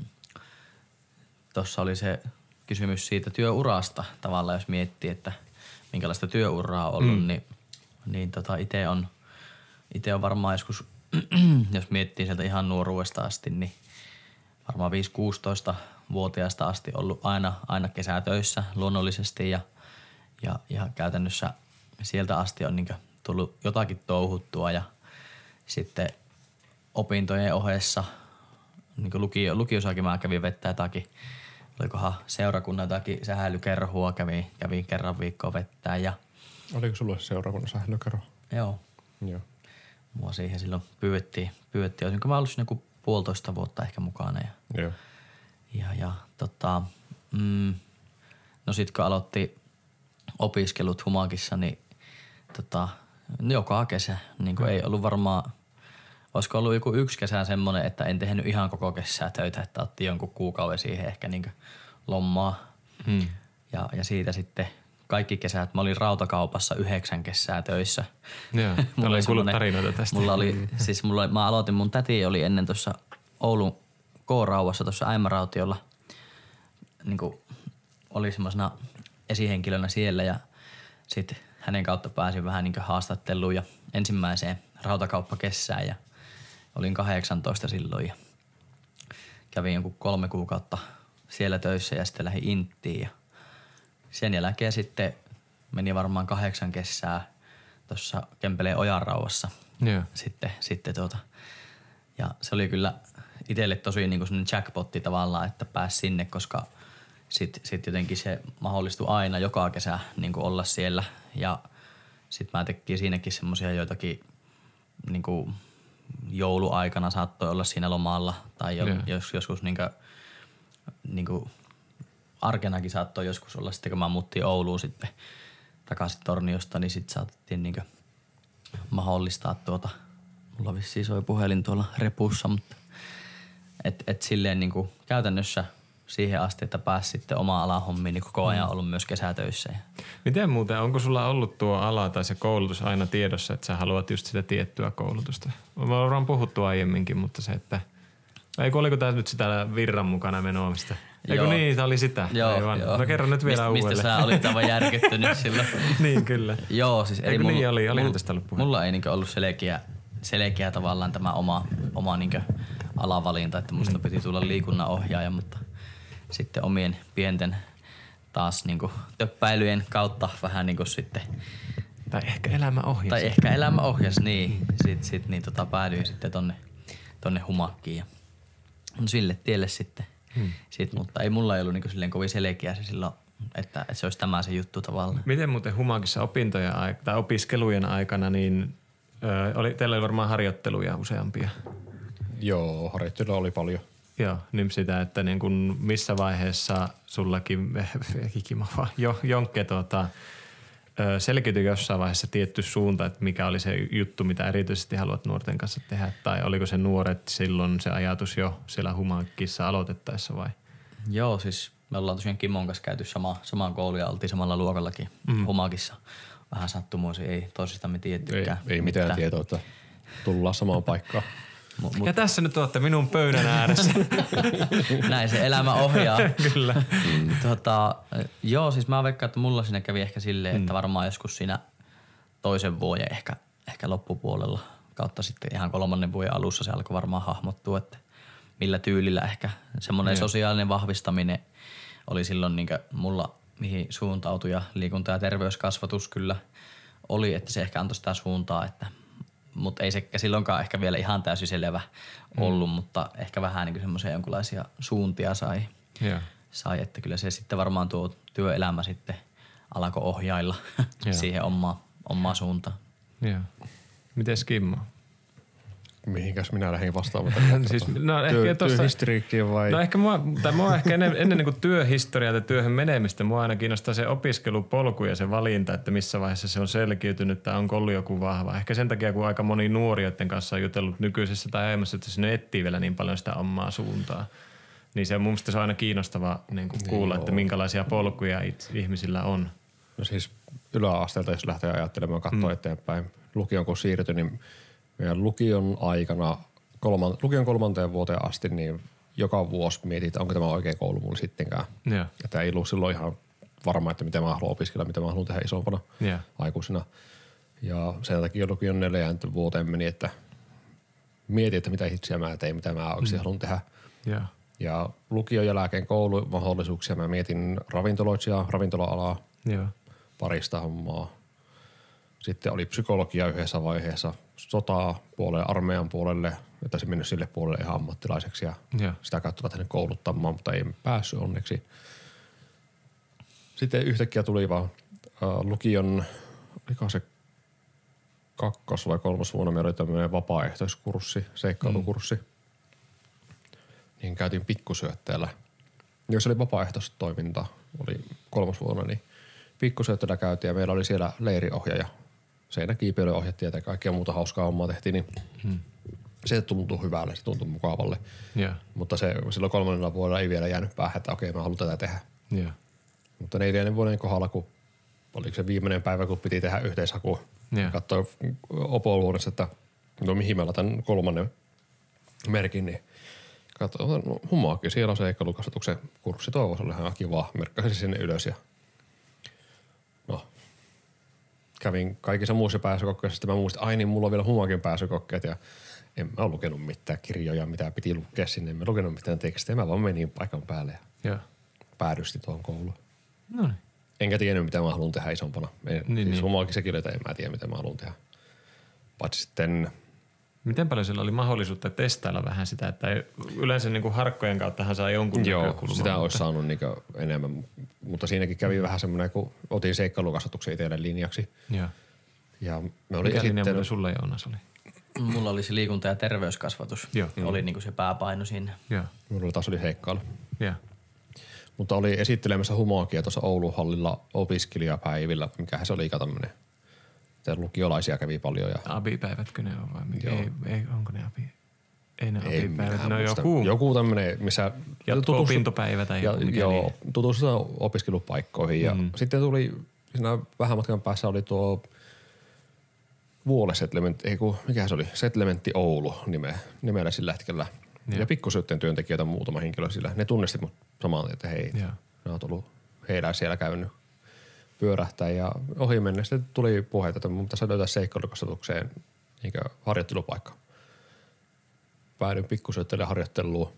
tuossa oli se kysymys siitä työurasta tavallaan, jos miettii, että minkälaista työuraa on ollut, mm. niin, niin tota itse on, ite on varmaan joskus, jos miettii sieltä ihan nuoruudesta asti, niin varmaan viisi kuusitoista vuotiaasta asti ollut aina, aina kesätöissä luonnollisesti ja Ja, ja käytännössä sieltä asti on niin tullut jotakin touhuttua ja sitten opintojen ohessa, niin lukio, lukiossakin mä kävin vettä jotakin, olikohan seurakunnan jotakin sähäilykerhua, kävin, kävin kerran viikkoa vettää ja... Oliko sulla seurakunnan sähäilykerho? Joo. Joo. Mua siihen silloin pyydettiin, pyydettiin. Olisinko mä ollut siinä joku puolitoista vuotta ehkä mukana ja... Joo. Ja, ja tota... Mm, no sit kun aloitti... opiskelut Humakissa, niin tota, joka kesä. Niin kuin ei ollut varmaan, olisiko ollut joku yksi kesä semmoinen, että en tehnyt ihan koko kesää töitä, että otti jonkun kuukauden siihen ehkä niin lommaa. Hmm. Ja, ja siitä sitten kaikki kesät. Mä olin rautakaupassa yhdeksän kesää töissä. Joo, mulla oli kuullut tarinoita tästä. Mulla oli, siis mulla oli, mä aloitin, mun täti oli ennen tuossa Oulun K-rauvassa tuossa Äimärautiolla. Niin kuin oli semmoisena esihenkilönä siellä ja sitten hänen kautta pääsin vähän niin kuin haastatteluun ja ensimmäiseen rautakauppakessään ja olin kahdeksantoista silloin ja kävin jonkun kolme kuukautta siellä töissä ja sitten lähdin Inttiin ja sen jälkeen sitten meni varmaan kahdeksan kesää tuossa Kempeleen Ojanrauvassa. Yeah. Sitten, sitten tuota. Ja se oli kyllä itselle tosi niin kuin semmoinen jackpotti tavallaan, että pääsi sinne, koska sitten sit jotenkin se mahdollistui aina joka kesä niin kuin olla siellä. Ja sitten mä tekin siinäkin semmoisia joitakin niin kuin jouluaikana saattoi olla siinä lomalla tai jo, yeah. jos, joskus niin kuin, niin kuin arkenakin saattoi joskus olla sitten, kun mä muuttiin Ouluun sitten takaisin Torniosta, niin sitten saatettiin niin kuin mahdollistaa tuota, mulla vissiin soi puhelin tuolla repussa, mutta et, et silleen niin kuin käytännössä siihen asti, että pääsi sitten omaan alahommiin, niin koko ajan ollut myös kesätöissä. Miten muuten, onko sulla ollut tuo ala tai se koulutus aina tiedossa, että sä haluat just sitä tiettyä koulutusta? Me ollaan puhuttu aiemminkin, mutta se, että eikö oliko tää nyt sitä virran mukana menoa, mistä? Eikö niin, tää oli sitä? Joo, aivan. joo. No kerro nyt vielä Mist, uudelleen. Mistä sä olit aivan järkyttynyt silloin? Niin, kyllä. Joo, siis eikö mulla, niin oli? Olihan mulla, tästä ollut puhe. Mulla ei niinku ollut selkeä, selkeä tavallaan tämä oma, oma niinku alavalinta, että musta mm. piti tulla liikunnanohjaaja, mutta sitten omien pienten taas niinku töppäilyjen kautta vähän niinku sitten. Tai ehkä elämä ohjasi. Tai ehkä elämä ohjasi, niin. Sitten sit, niin tota päädyin sitten tonne, tonne Humakkiin ja no sille tielle sitten. Hmm. Sit, mutta ei mulla ei ollut niinku silleen kovin selkeä se silloin, että, että se olisi tämä se juttu tavallaan. Miten muuten Humakissa opintojen aik- tai opiskelujen aikana, niin ö, oli, teillä oli varmaan harjoitteluja useampia? Joo, harjoittelua oli paljon. Joo, niin sitä, että niin kun missä vaiheessa sullakin, vaan, jo, jonkke tuota, selkiytyi jossain vaiheessa tietty suunta, että mikä oli se juttu, mitä erityisesti haluat nuorten kanssa tehdä, tai oliko se nuoret silloin se ajatus jo siellä Humakissa aloitettaessa vai? Joo, siis me ollaan tosiaan Kimon kanssa käyty sama, samaan kouluun ja oltiin samalla luokallakin mm. Humakissa. Vähän sattumoisin, ei toisistamme tiettykään. Ei, ei mitään, mitään tietoa, että tullaan samaan paikkaan. Mut, ja tässä nyt olette minun pöydän ääressä. Näin se elämä ohjaa. Kyllä. Tota, joo, siis mä veikkaan, että mulla siinä kävi ehkä silleen, mm. että varmaan joskus siinä toisen vuoden ehkä, ehkä loppupuolella kautta sitten ihan kolmannen vuoden alussa se alkoi varmaan hahmottua, että millä tyylillä ehkä semmoinen mm. sosiaalinen vahvistaminen oli silloin niin kuin mulla mihin suuntautui ja liikunta- ja terveyskasvatus kyllä oli, että se ehkä antoi sitä suuntaa, että mutta ei se silloinkaan ehkä vielä ihan täysin selvä ollut, mm. mutta ehkä vähän niin semmoisia jonkinlaisia suuntia sai, yeah. sai, että kyllä se sitten varmaan tuo työelämä sitten alkoi ohjailla yeah. siihen omaa, omaa suuntaan. Yeah. Mites Kimmo? Mihinkäs minä lähdin vastaamaan? siis, no, Työ, ehkä tossa, työhistoriikkiin vai? No ehkä mua, tai mua ehkä ennen, ennen niin kuin työhistoriaa ja työhön menemistä mua aina kiinnostaa se opiskelupolku ja se valinta, että missä vaiheessa se on selkiytynyt tai onko ollut joku vahva. Ehkä sen takia, kun aika moni nuori, joiden kanssa on jutellut nykyisessä tai aiemmassa, että sinne etsii vielä niin paljon sitä omaa suuntaa. Niin se mun mielestä se on aina kiinnostavaa niin kuin kuulla, Joo. että minkälaisia polkuja itse, ihmisillä on. No siis yläasteelta, jos lähtee ajattelemaan katsoa hmm. eteenpäin. Lukion kun siirtyi, niin meidän lukion aikana, kolman, lukion kolmanteen vuoteen asti, niin joka vuosi mietin, että onko tämä oikea koulu mulle sittenkään. Yeah. Että ei ollut silloin ihan varma, että mitä mä haluan opiskella, mitä mä haluan tehdä isompana yeah. aikuisena. Ja sen takia lukion neljänteen vuoteen meni, että mietin, että mitä itseä mä tein, mitä mä oikeasti mm. haluan tehdä. Yeah. Ja lukion jälkeen koulumahdollisuuksia mä mietin ravintoloitsia, ravintola-alaa, yeah. parista hommaa. Sitten oli psykologia yhdessä vaiheessa sotaa puolelle, armeijan puolelle, että se mennyt sille puolelle ihan ammattilaiseksi ja yeah. sitä kautta lähtenyt hänen kouluttamaan, mutta ei päässyt onneksi. Sitten yhtäkkiä tuli vaan äh, lukion, oliko se kakkos- vai kolmas vuonna, meillä oli tämmöinen vapaaehtoiskurssi, seikkailukurssi. Mm. Niin käytiin pikkusyötteellä. Jos oli vapaaehtoistoiminta, oli kolmas vuonna, niin pikkusyöttöllä käytiin ja meillä oli siellä leiriohjaaja. Seinäkiipeily ohjattiin ja kaikkea muuta hauskaa hommaa tehtiin, niin hmm. se tuntui hyvälle, se tuntui mukavalle. Yeah. Mutta se silloin kolmannella vuodella ei vielä jäänyt päähän, että okei, mä haluan tätä tehdä. Yeah. Mutta neljännen vuoden kohdalla, kun oliko se viimeinen päivä, kun piti tehdä yhteishaku, yeah. katsoa Opoluudessa, että no mihin mä laitan kolmannen merkin, niin katsoin, no humaakin, siellä on seikkailukasvatuksen kurssi, toivoisi oli ihan kiva, merkkasin sinne ylös ja no, kävin kaikissa muissa pääsykokkeissa, sitten mä muistin, ai niin, mulla on vielä humaakin pääsykokkeet ja en mä ole lukenut mitään kirjoja, mitä piti lukea sinne, en mä lukenut mitään tekstejä, mä vaan menin paikan päälle ja yeah. päädystin tuohon kouluun. No niin. Enkä tiennyt, mitä mä haluan tehdä isompana. En, niin, siis niin. humaakin sekin oli, että en mä tiedä, mitä mä haluan tehdä. Paitsi sitten miten paljon sillä oli mahdollisuutta testailla vähän sitä, että yleensä niin kuin harkkojen kauttahan saa jonkun joo, näkökulman. sitä mutta olisi saanut niin enemmän, mutta siinäkin kävi mm. vähän semmoinen, kun otin seikkailukasvatuksen itselle linjaksi. Joo. Ja me oli mikä linja esittänyt muuten sulle, Joonas, oli? Mulla oli se liikunta- ja terveyskasvatus. Joo. Oli niinku se pääpaino siinä. Joo. Mulla taas oli seikkailu. Joo. Mutta oli esittelemässä humaakia tuossa Oulun hallilla opiskelijapäivillä, mikä se oli tämmöinen. Lukiolaisia kävi paljon. Ja abipäivätkö ne on vai mikä? Ei, ei, onko ne abi? Ei ne ei abipäivät, ne on joku. Joku tämmöinen, missä jatko-opintopäivä tai joku. Ja, joo, tutustutaan opiskelupaikkoihin. Ja mm. sitten tuli, siinä vähän matkan päässä oli tuo Vuole Settlement, ei kun, mikä se oli? Settlementti Oulu nime, nimellä sillä hetkellä. Ja, ja pikkusyötteen työntekijöitä muutama henkilö sillä. Ne tunnisti mut samaan, että hei, ja. ne on tullut heillä siellä käynyt pyörähtää ja ohi mennä. Sitten tuli puheita, että mun pitäisi löytää seikkailukasvatukseen niin harjoittelupaikka. Päädyin pikkusyötteelle harjoitteluun.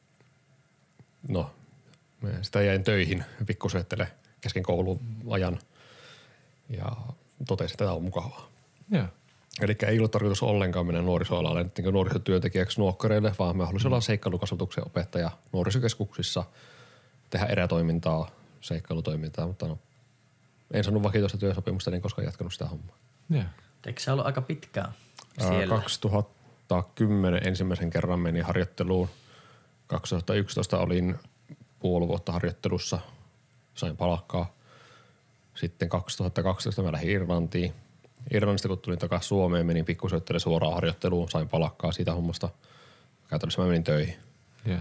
No, sitä jäin töihin pikkusyötteelle kesken koulun ajan ja totesin, että tämä on mukavaa. Yeah. Eli ei ollut tarkoitus ollenkaan mennä nuorisoalalle niin nuorisotyöntekijäksi nuokkareille, vaan mä haluaisin olla seikkailukasvatuksen opettaja nuorisokeskuksissa, tehdä erätoimintaa, seikkailutoimintaa, mutta no, en saanut vakituista työsopimusta, niin koskaan jatkanut sitä hommaa. Yeah. Eikö se ollut aika pitkään siellä? kaksituhattakymmenen ensimmäisen kerran menin harjoitteluun. kaksituhattayksitoista olin puoli vuotta harjoittelussa, sain palkkaa. Sitten kaksituhattakaksitoista mä lähdin Irlantiin. Irlannista kun tulin takaisin Suomeen, menin pikkusyötteelle suoraan harjoitteluun, sain palkkaa siitä hommasta. Käytännössä mä menin töihin. Yeah.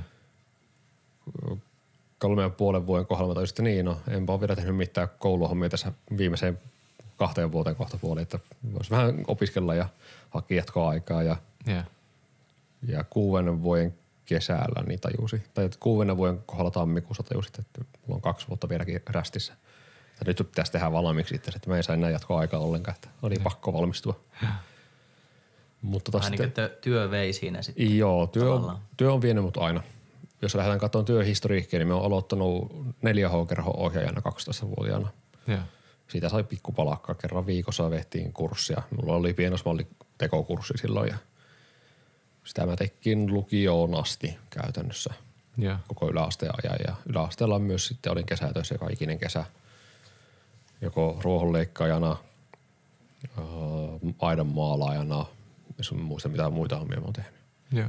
Kolme ja puolen vuoden kohdalla mä tajusin, että niin, no enpä ole vielä tehnyt mitään kouluhommia tässä viimeiseen kahteen vuoteen kohta puoliin, että voisi vähän opiskella ja hakea jatkoaikaa ja, yeah. ja kuuden vuoden kesällä niin tajusin. Tai kuuden vuoden kohdalla tammikuussa tajusin, että mulla on kaksi vuotta vieläkin rästissä. Ja nyt pitäisi tehdä valmiiksi itse, että mä en saa enää jatkoaikaa ollenkaan, että oli yeah. pakko valmistua. Yeah. Mutta vähän niin kuin työ vei siinä sitten. Joo, työ on, työ on vienyt mut aina. Jos lähdetään katsomaan työhistoriikkia, niin mä oon aloittanut neljä H-kerho-ohjaajana kaksitoistavuotiaana. Yeah. Siitä sai pikkupalakkaa. Kerran viikossa vehtiin kurssia. Mulla oli pienosmalli tekokurssi silloin ja sitä mä tekin lukioon asti käytännössä. Yeah. Koko yläasteen ajan. Ja yläasteella myös sitten olin kesätöissä joka ikinen kesä. Joko ruohonleikkaajana, aidan maalaajana, jos en muista mitä muita hommia mä oon tehnyt. Yeah.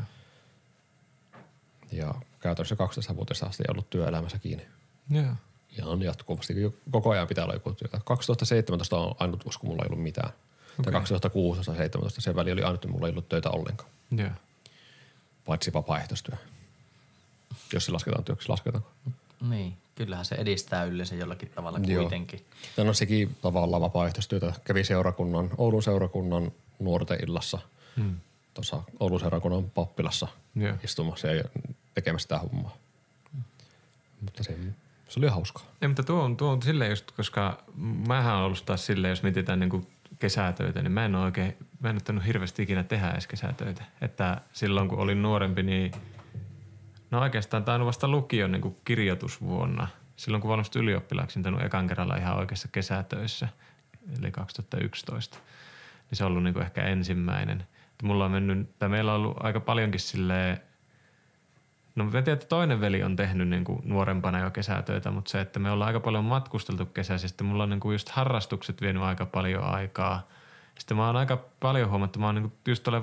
Ja käytännössä kaksitoistavuotiaasta asti ollut työelämässä kiinni. Yeah. Ihan jatkuvasti. Koko ajan pitää olla joku työtä. kaksituhattaseitsemäntoista on ainut vuosi, kun mulla ei ollut mitään. Okay. Tai kaksituhattakuusitoista seitsemäntoista sen väli oli ainut, että mulla ei ollut töitä ollenkaan. Yeah. Paitsi vapaaehtoistyö. Jos se lasketaan työksi, lasketaanko? Niin, kyllähän se edistää yleensä jollakin tavalla kuitenkin. Ja no sekin tavallaan vapaaehtoistyötä. Kävi seurakunnan, Oulun seurakunnan nuorten illassa. Hmm. Tuossa Oulun seurakunnan pappilassa yeah. istumassa ja tekemässä sitä hommaa. Hmm. Mutta se, se oli hauskaa. Ei, mutta tuo on, tuo on silleen just, koska mähän on ollut taas silleen, jos mietitään niin kuin kesätöitä, niin mä en ole oikein, mä en ottanut hirveästi ikinä tehdä edes kesätöitä. Että silloin kun olin nuorempi, niin no oikeastaan tainnut vasta lukion niin kuin kirjoitusvuonna. Silloin kun valmistuin ylioppilaaksi, niin tainnut ekan kerralla ihan oikeassa kesätöissä, eli kaksituhattayksitoista. Niin se on ollut niin kuin ehkä ensimmäinen. Mulla on mennyt, tai meillä on ollut aika paljonkin silleen, no mä tiedän, että toinen veli on tehnyt niin kuin nuorempana jo kesätöitä, mutta se, että me ollaan aika paljon matkusteltu kesässä, sitten mulla on niin kuin just harrastukset vienyt aika paljon aikaa. Sitten mä oon aika paljon huomattu, mä oon niin kuin just tuolle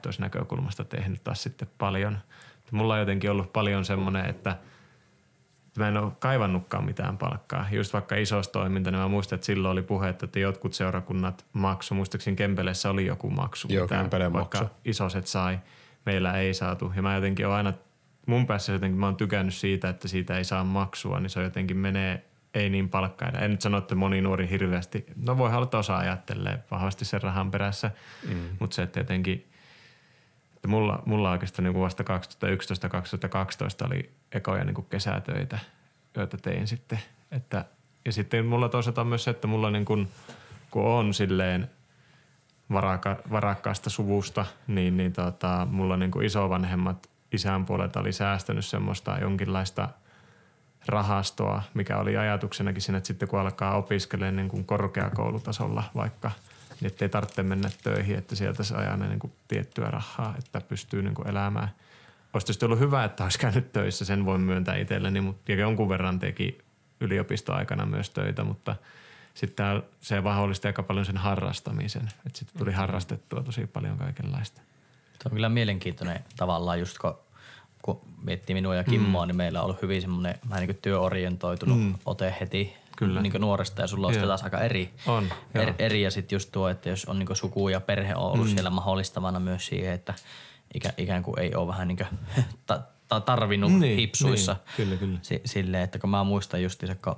vapaaehtoisnäkökulmasta tehnyt taas sitten paljon. Mulla on jotenkin ollut paljon semmoinen, että että mä en ole kaivannutkaan mitään palkkaa. Just vaikka isossa toiminta, niin mä muistan, että silloin oli puhe, että jotkut seurakunnat maksu. Muistaakseni Kempeleessä oli joku maksu, Joo, mitä Kempeleen vaikka maksu. isoset sai. Meillä ei saatu. Ja mä jotenkin olen aina, mun päässä jotenkin mä oon tykännyt siitä, että siitä ei saa maksua, niin se jotenkin menee ei niin palkkaida. En nyt sano, että moni nuori hirveästi, no voi olla, että osa ajattelee vahvasti sen rahan perässä, mm. mutta se, että jotenkin, että mulla, mulla oikeastaan niin kuin vasta kaksituhattayksitoista kaksituhattakaksitoista oli ekoja niin kuin kesätöitä, joita tein sitten. Että, ja sitten mulla toisaalta on myös se, että mulla niin kuin, kun on silleen varaka, varakkaasta suvusta, niin, niin tota, mulla niin kuin isovanhemmat isän puolelta oli säästänyt semmoista jonkinlaista rahastoa, mikä oli ajatuksenakin siinä, että sitten kun alkaa opiskelemaan niin kuin korkeakoulutasolla vaikka, niin ettei tarvitse mennä töihin, että sieltä saa aina niin kuin tiettyä rahaa, että pystyy niin kuin elämään. Olisi tietysti ollut hyvä, että olisi käynyt töissä, sen voin myöntää itselleni, mutta jonkun verran teki yliopistoaikana myös töitä, mutta sitten se mahdollisti aika paljon sen harrastamisen, että sitten tuli harrastettua tosi paljon kaikenlaista. Se on kyllä mielenkiintoinen tavallaan just kun, kun miettii minua ja Kimmoa, mm. niin meillä on ollut hyvin semmoinen vähän niin kuin työorientoitunut mm. ote heti kyllä. Niin kuin nuoresta ja sulla on sitten taas aika eri. On, er, eri ja sitten just tuo, että jos on niin kuin suku ja perhe on ollut mm. siellä mahdollistavana myös siihen, että ikä, ikään kuin ei ole vähän niin kuin ta, ta, tarvinnut niin, hipsuissa. Niin. Kyllä, kyllä. S- silleen, että kun mä muistan justiinsa, kun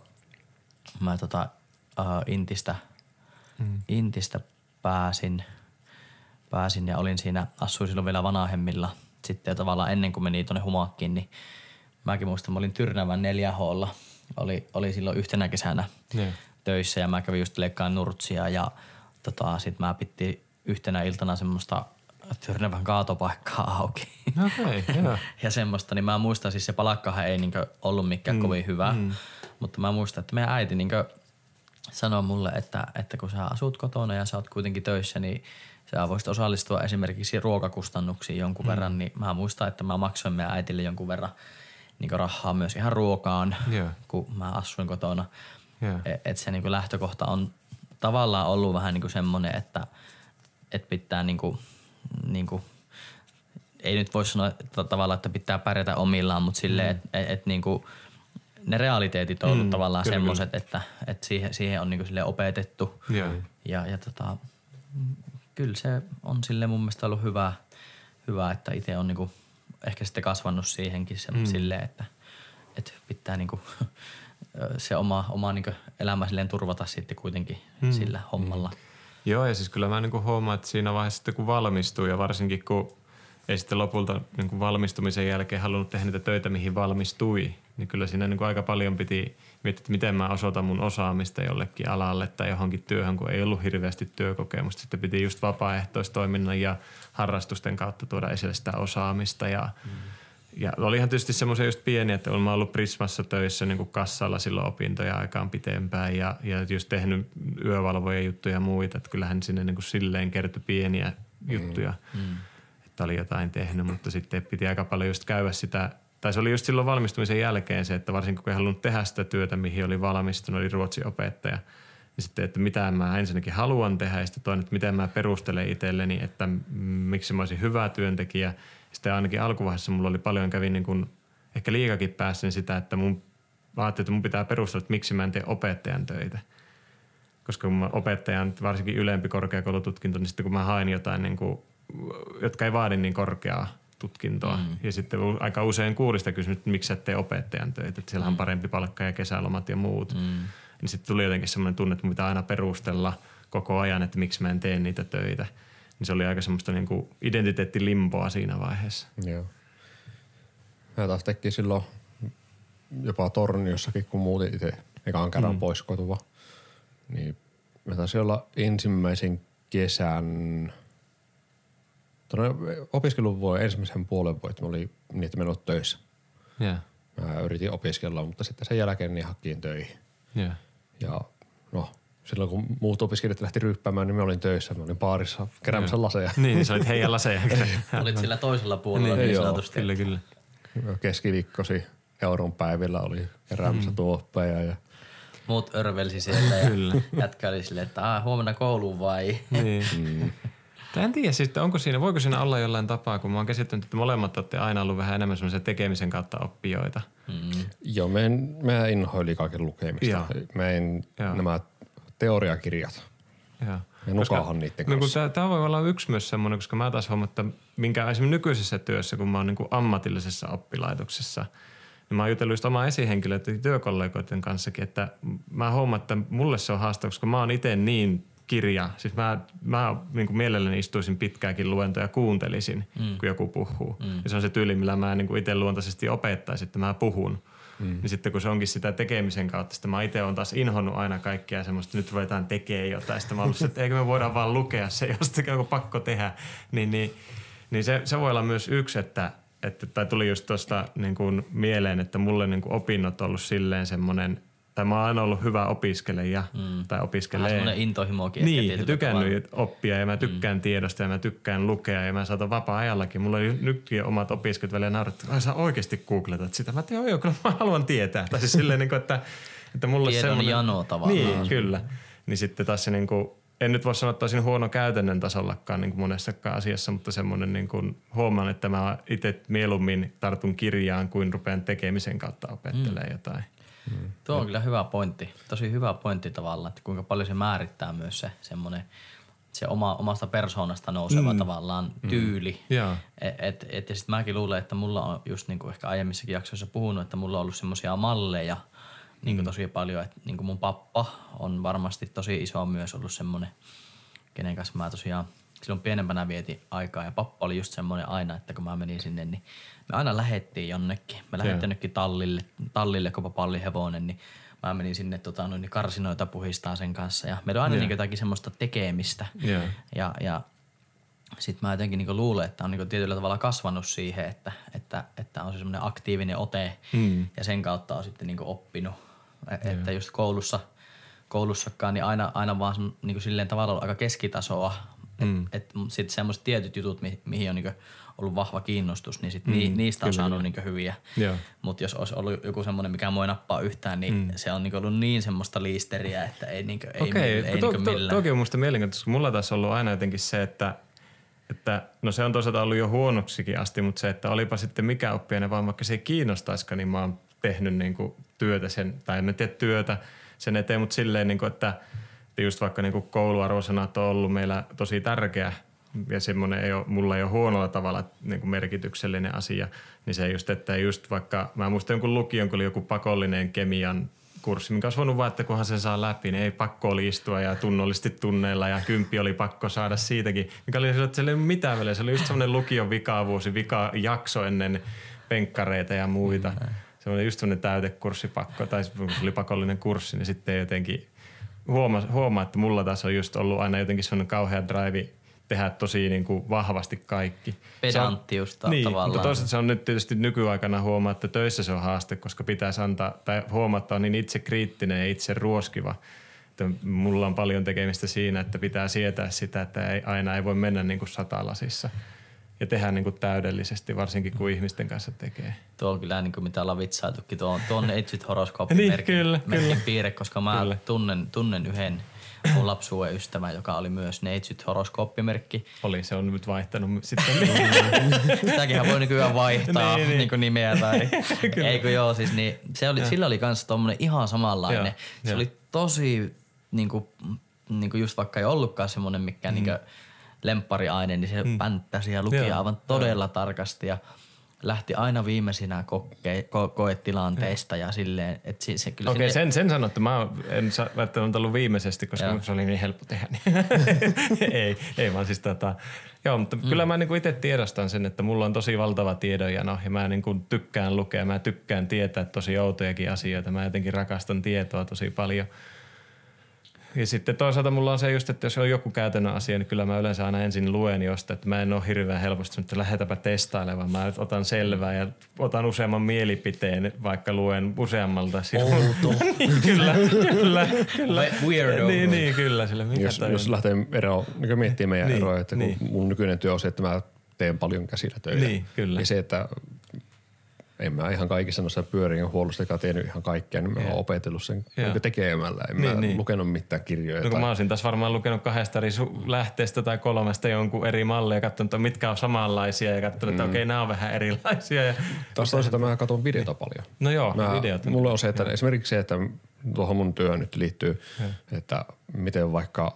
mä tota, uh, Intistä, mm. Intistä pääsin, pääsin ja olin siinä, asuin silloin vielä Vanahemmilla. Sitten tavallaan ennen kuin meni tuonne Humakkiin, niin mäkin muistan, mä olin Tyrnävän neljä H:lla. Oli, oli silloin yhtenä kesänä yeah. töissä ja mä kävin just leikkaan nurtsia ja tota, sit mä pitti yhtenä iltana semmoista Tyrnävän kaatopaikkaa auki. Okei, okay, yeah. Ja semmoista, niin mä muistan siis se palakkahan ei niinkö ollut mikään mm, kovin hyvä, mm. mutta mä muistan, että meidän äiti niinkö sanoi mulle, että, että kun sä asut kotona ja sä oot kuitenkin töissä, niin sä voisit osallistua esimerkiksi ruokakustannuksiin jonkun mm. verran, niin mä muistan, että mä maksoin meidän äitille jonkun verran niin rahaa myös ihan ruokaan, yeah. kun mä asuin kotona. Yeah. Että se niin lähtökohta on tavallaan ollut vähän niin semmoinen, että et pitää niin kuin, niin kuin, ei nyt voi sanoa että tavallaan, että pitää pärjätä omillaan, mutta silleen, mm. että et, niin kuin, ne realiteetit on ollut mm, tavallaan semmoiset, että et siihen, siihen on niin kuin opetettu. Yeah. Ja, ja tota, kyllä se on silleen mun mielestä ollut hyvä, hyvä että itse on niinku ehkä sitten kasvanut siihenkin se, mm. silleen, että, että pitää niinku se oma, oma niinku elämä silleen turvata sitten kuitenkin mm. sillä hommalla. Mm. Joo, ja siis kyllä mä niinku huomaan, että siinä vaiheessa sitten kun valmistuu ja varsinkin kun ei sitten lopulta niinku valmistumisen jälkeen halunnut tehdä niitä töitä, mihin valmistui, niin kyllä siinä niinku aika paljon piti miettiä, että miten mä osoitan mun osaamista jollekin alalle tai johonkin työhön, kun ei ollut hirveästi työkokemusta. Sitten piti just vapaaehtoistoiminnan ja harrastusten kautta tuoda esille sitä osaamista. Ja, mm. ja olihan tietysti semmoisia just pieniä, että olen ollut Prismassa töissä niin kuin kassalla silloin opintoja aikaan pitempään ja, ja just tehnyt yövalvoja juttuja ja muita. Että kyllähän sinne niin kuin silleen kertyi pieniä mm. juttuja, mm. että oli jotain tehnyt, mutta sitten piti aika paljon just käydä sitä. Tai se oli just silloin valmistumisen jälkeen se, että varsinkin kun ei halunnut tehdä sitä työtä, mihin oli valmistunut, oli ruotsin opettaja, niin sitten, että mitä mä ensinnäkin haluan tehdä ja sitten toinen, että miten mä perustelen itselleni, että miksi mä olisin hyvä työntekijä. Sitten ainakin alkuvaiheessa mulla oli paljon, kävin niin kuin ehkä liikakin päässä sitä, että mun, mä ajattelin, että mun pitää perustella, että miksi mä en tee opettajan töitä. Koska kun mä opettajan, varsinkin ylempi korkeakoulututkinto, niin sitten kun mä hain jotain, niin kuin, jotka ei vaadi niin korkeaa tutkintoa. Mm. Ja sitten aika usein kuulin sitä kysymystä, että miksi sä et tee opettajan töitä. Että siellä on mm. parempi palkka ja kesälomat ja muut. Mm. Niin sitten tuli jotenkin semmoinen tunne, että mun pitää aina perustella koko ajan, että miksi mä en tee niitä töitä. Niin se oli aika semmoista niinku identiteettilimpoa siinä vaiheessa. Joo. Mä taas tekin silloin jopa Torniossakin, kun muutin itse ekaan kerran mm. pois kotua. Niin mä taisin olla ensimmäisen kesän tuonne opiskelun vuoden ensimmäisen puolen vuoden, että mä olin niin, että mä en ollut töissä. Yeah. Mä yritin opiskella, mutta sitten sen jälkeen niin hakiin töihin. Yeah. Ja no, silloin kun muut opiskelijat lähti ryppäämään, niin mä olin töissä. Mä olin baarissa keräämässä yeah. laseja. Niin, niin sä olit heidän laseja. Olit sillä toisella puolella niin, niin sanotusti. Kyllä, kyllä. Keskiviikkosi euron päivillä oli keräämässä mm. tuoppeja ja muut örvelsi sieltä ja jätkä oli silleen, että ah, huomenna kouluun vai? Niin. Mm. En tiedä siis, onko siinä, voiko siinä olla jollain tapaa, kun mä oon käsittänyt, että molemmat olette aina ollut vähän enemmän semmoisia tekemisen kautta oppijoita. Mm. Joo, mä en, mä inhoili kaiken lukemista. Joo. Mä en, Joo. nämä teoriakirjat. Joo. Ja nukahan niiden kanssa. No, tämä voi olla yksi myös semmoinen, koska mä taas huomaan, että minkä esimerkiksi nykyisessä työssä, kun mä oon niin kuin ammatillisessa oppilaitoksessa, niin mä oon jutellut just omaa esihenkilöitä työkollegoiden kanssakin, että mä huomaan, että mulle se on haastava, koska mä oon itse niin kirja. Siis mä, mä niin kuin mielelläni istuisin pitkääkin luentoja ja kuuntelisin, mm. kun joku puhuu. Mm. Ja se on se tyyli, millä mä niin kuin itse luontaisesti opettaisin, että mä puhun. Mm. Niin sitten kun se onkin sitä tekemisen kautta, sitten mä itse olen taas inhonnut aina kaikkea semmoista, nyt ruvetaan tekemään jotain. Sitten mä ollut, että eikö me voida vaan lukea se, jos se on pakko tehdä. Niin, niin, niin se, se voi olla myös yksi, että, että tai tuli just tuosta niin kuin mieleen, että mulle niin kuin opinnot on ollut silleen semmoinen, tai mä oon aina ollut hyvä opiskelija mm. tai opiskelee. Vähän semmoinen intohimokin. Niin, ja tykännyt oppia ja mä tykkään mm. tiedosta ja mä tykkään lukea ja mä saatan vapaa-ajallakin. Mulla oli nytkin omat opiskelijat välillä naurattu, että sä oikeasti googletat sitä. Mä tein, joo, kyllä mä haluan tietää. Tai siis silleen, että, että mulle tiedon semmoinen... jano tavallaan. Niin, kyllä. Niin sitten taas se niin kuin, en nyt voi sanoa, että olisin huono käytännön tasollakaan niin kuin monessakaan asiassa, mutta semmoinen niin kuin, huomaan, että mä itse mieluummin tartun kirjaan kuin rupean tekemisen kautta opettelemaan mm. jotain. Mm. Tuo on kyllä hyvä pointti. Tosi hyvä pointti tavallaan, että kuinka paljon se määrittää myös se semmoinen se oma, omasta persoonasta nouseva mm. tavallaan tyyli. Mm. Yeah. Et, et, et, ja sitten mäkin luulen, että mulla on just niin kuin ehkä aiemmissakin jaksoissa puhunut, että mulla on ollut semmoisia malleja niin kuin mm. tosi paljon, että niin kuin mun pappa on varmasti tosi iso myös ollut semmoinen, kenen kanssa mä tosiaan silloin pienempänä vietin aikaa ja pappa oli just semmoinen aina, että kun mä menin sinne, niin me aina lähettiin jonnekin. Me lähdettiin jonnekin tallille, tallille kun pappa oli hevonen, niin mä menin sinne tota, noin, karsinoita puhistaa sen kanssa. Ja meillä on aina yeah. niin jotakin semmoista tekemistä. Yeah. Ja, ja sit mä jotenkin niin luulen, että on niin tietyllä tavalla kasvanut siihen, että, että, että on se semmoinen aktiivinen ote. Mm. Ja sen kautta on sitten niin oppinut. Yeah. Että just koulussa, koulussakaan niin aina, aina vaan niin silleen tavallaan ollut aika keskitasoa. Mm. Että et sitten semmoiset tietyt jutut, mi- mihin on niinku ollut vahva kiinnostus, niin sit mm, ni- niistä on saanut niinku hyviä. Mutta jos olisi ollut joku semmoinen, mikä mua ei nappaa yhtään, niin mm. se on niinku ollut niin semmoista liisteriä, että ei, niinku, ei, Okei, ei, ei to, niinku to, millään. Toki on musta mielenkiintoista, kun mulla taas on ollut aina jotenkin se, että, että no se on toisaalta ollut jo huonoksikin asti, mutta se, että olipa sitten mikä oppijana, vaan vaikka se ei kiinnostaisikaan, niin mä oon tehnyt niinku työtä sen, tai en tiedä työtä sen eteen, mutta silleen, niinku, että just vaikka niinku kouluarvosanat on ollut meillä tosi tärkeä ja semmoinen ei ole, mulla ei ole huonolla tavalla niinku merkityksellinen asia, niin se just, että just vaikka, mä muistan jonkun lukion, kun oli joku pakollinen kemian kurssi, minkä olisi voinut vaan, että kunhan sen saa läpi, niin ei pakko oli istua ja tunnollisesti tunneilla ja kymppi oli pakko saada siitäkin, mikä oli se, että se ei ole mitään väliä, se oli just semmoinen lukion vikavuosi, vikajakso ennen penkkareita ja muita, mm. semmoinen just semmoinen täytekurssipakko tai se oli pakollinen kurssi, niin sitten jotenkin Huomaa, huomaa, että mulla taas on just ollut aina jotenkin sellainen kauhea drive tehdä tosi niin kuin vahvasti kaikki. Pedanttius niin, tavallaan. Mutta toisaalta se on nyt tietysti nykyaikana huomaa, että töissä se on haaste, koska pitäisi antaa, tai huomaa, että on niin itse kriittinen ja itse ruoskiva. Että mulla on paljon tekemistä siinä, että pitää sietää sitä, että ei, aina ei voi mennä niin kuin satalasissa. Ja tehdä niin kuin täydellisesti, varsinkin kun ihmisten kanssa tekee. Tuo on kyllä niin kuin mitä ollaan vitsailtukin. Tuo, tuo on Exit horoskooppimerkin niin, merkin piirre, koska mä tunnen, tunnen yhden mun lapsuuden ystävän, joka oli myös Exit horoskooppimerkki. Oli, se on nyt vaihtanut sitten. Sitäkinhän voi nykyään vaihtaa niin, niin. Niin nimeä tai eikö joo. Siis niin, se oli, sillä oli kans tommonen ihan samanlainen. Ja, se ja. oli tosi niinku, niinku just vaikka ei ollutkaan semmonen mikä mm. niinku lemppariaine, niin se mm. pänttäsi ja luki yeah. aivan todella yeah. tarkasti ja lähti aina viimeisinä koke- ko- koetilanteista yeah. ja silleen, että se, se kyllä... Okei, okay, sinne... sen, sen sanon, että mä en välttämättä ollut viimeisesti, koska yeah. se oli niin helppo tehdä. ei, ei vaan siis tota... Joo, mutta mm. kyllä mä niinku itse tiedostan sen, että mulla on tosi valtava tiedonjano ja mä niinku tykkään lukea, mä tykkään tietää tosi outojakin asioita. Mä jotenkin rakastan tietoa tosi paljon. Ja sitten toisaalta mulla on se just, että jos on joku käytännön asia, niin kyllä mä yleensä aina ensin luen josta, että mä en ole hirveän helposti, että lähetäpä testailemaan. Mä otan selvää ja otan useamman mielipiteen, vaikka luen useammalta. Outo. niin, kyllä, kyllä, kyllä. Weirdo. Niin, niin, kyllä. Sillä mikä jos, jos lähtee ero, niin miettii meidän niin, eroja, että niin. kun mun nykyinen työ on se, että mä teen paljon käsillä töitä. Niin, kyllä. Ja se, että en mä ihan kaikissa noissa pyörien huollostakaan tiennyt ihan kaikkea, niin mä oon opetellut sen niin tekemällä. En niin, mä niin. lukenut mitään kirjoja. No, kun mä olisin taas varmaan lukenut kahdesta eri lähteestä tai kolmesta jonkun eri mallia ja katsonut, että mitkä on samanlaisia ja katsonut, että mm. okei, nämä on vähän erilaisia. Ja taas toisaalta mä katson videota paljon. No joo, mä, videot. Mulla on se, että esimerkiksi se, että tuohon mun työhön nyt liittyy, ja. että miten vaikka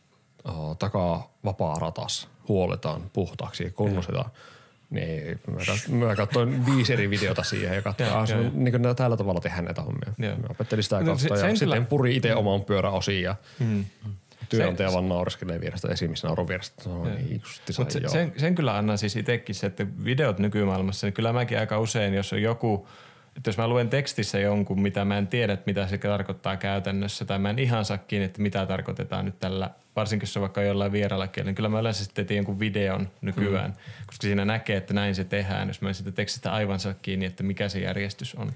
oh, takaa vapaa ratas huoletaan puhtaaksi ja kunnostetaan. Niin, mä, mä katsoin viisi eri videota siihen ja katsoin, että niin kuin tällä tavalla tehdään näitä hommia. Ja. Mä opettelin sitä kautta no, se, ja sitten kyllä puri itse oman pyörän osiin ja mm. työnantaja se, vaan naureskelee vierestä esimies naurun vierestä. No, niin, se, sen, sen kyllä annan siis itsekin se, että videot nykymaailmassa, niin kyllä mäkin aika usein, jos on joku, että jos mä luen tekstissä jonkun, mitä mä en tiedä, että mitä se tarkoittaa käytännössä, tai mä en ihan saa kiinni, että mitä tarkoitetaan nyt tällä, varsinkin jos on vaikka jollain vieraalla kielellä, niin kyllä mä yleensä sitten teen jonkun videon nykyään, mm. koska siinä näkee, että näin se tehdään, jos mä en sitä tekstistä aivan saa kiinni, että mikä se järjestys on.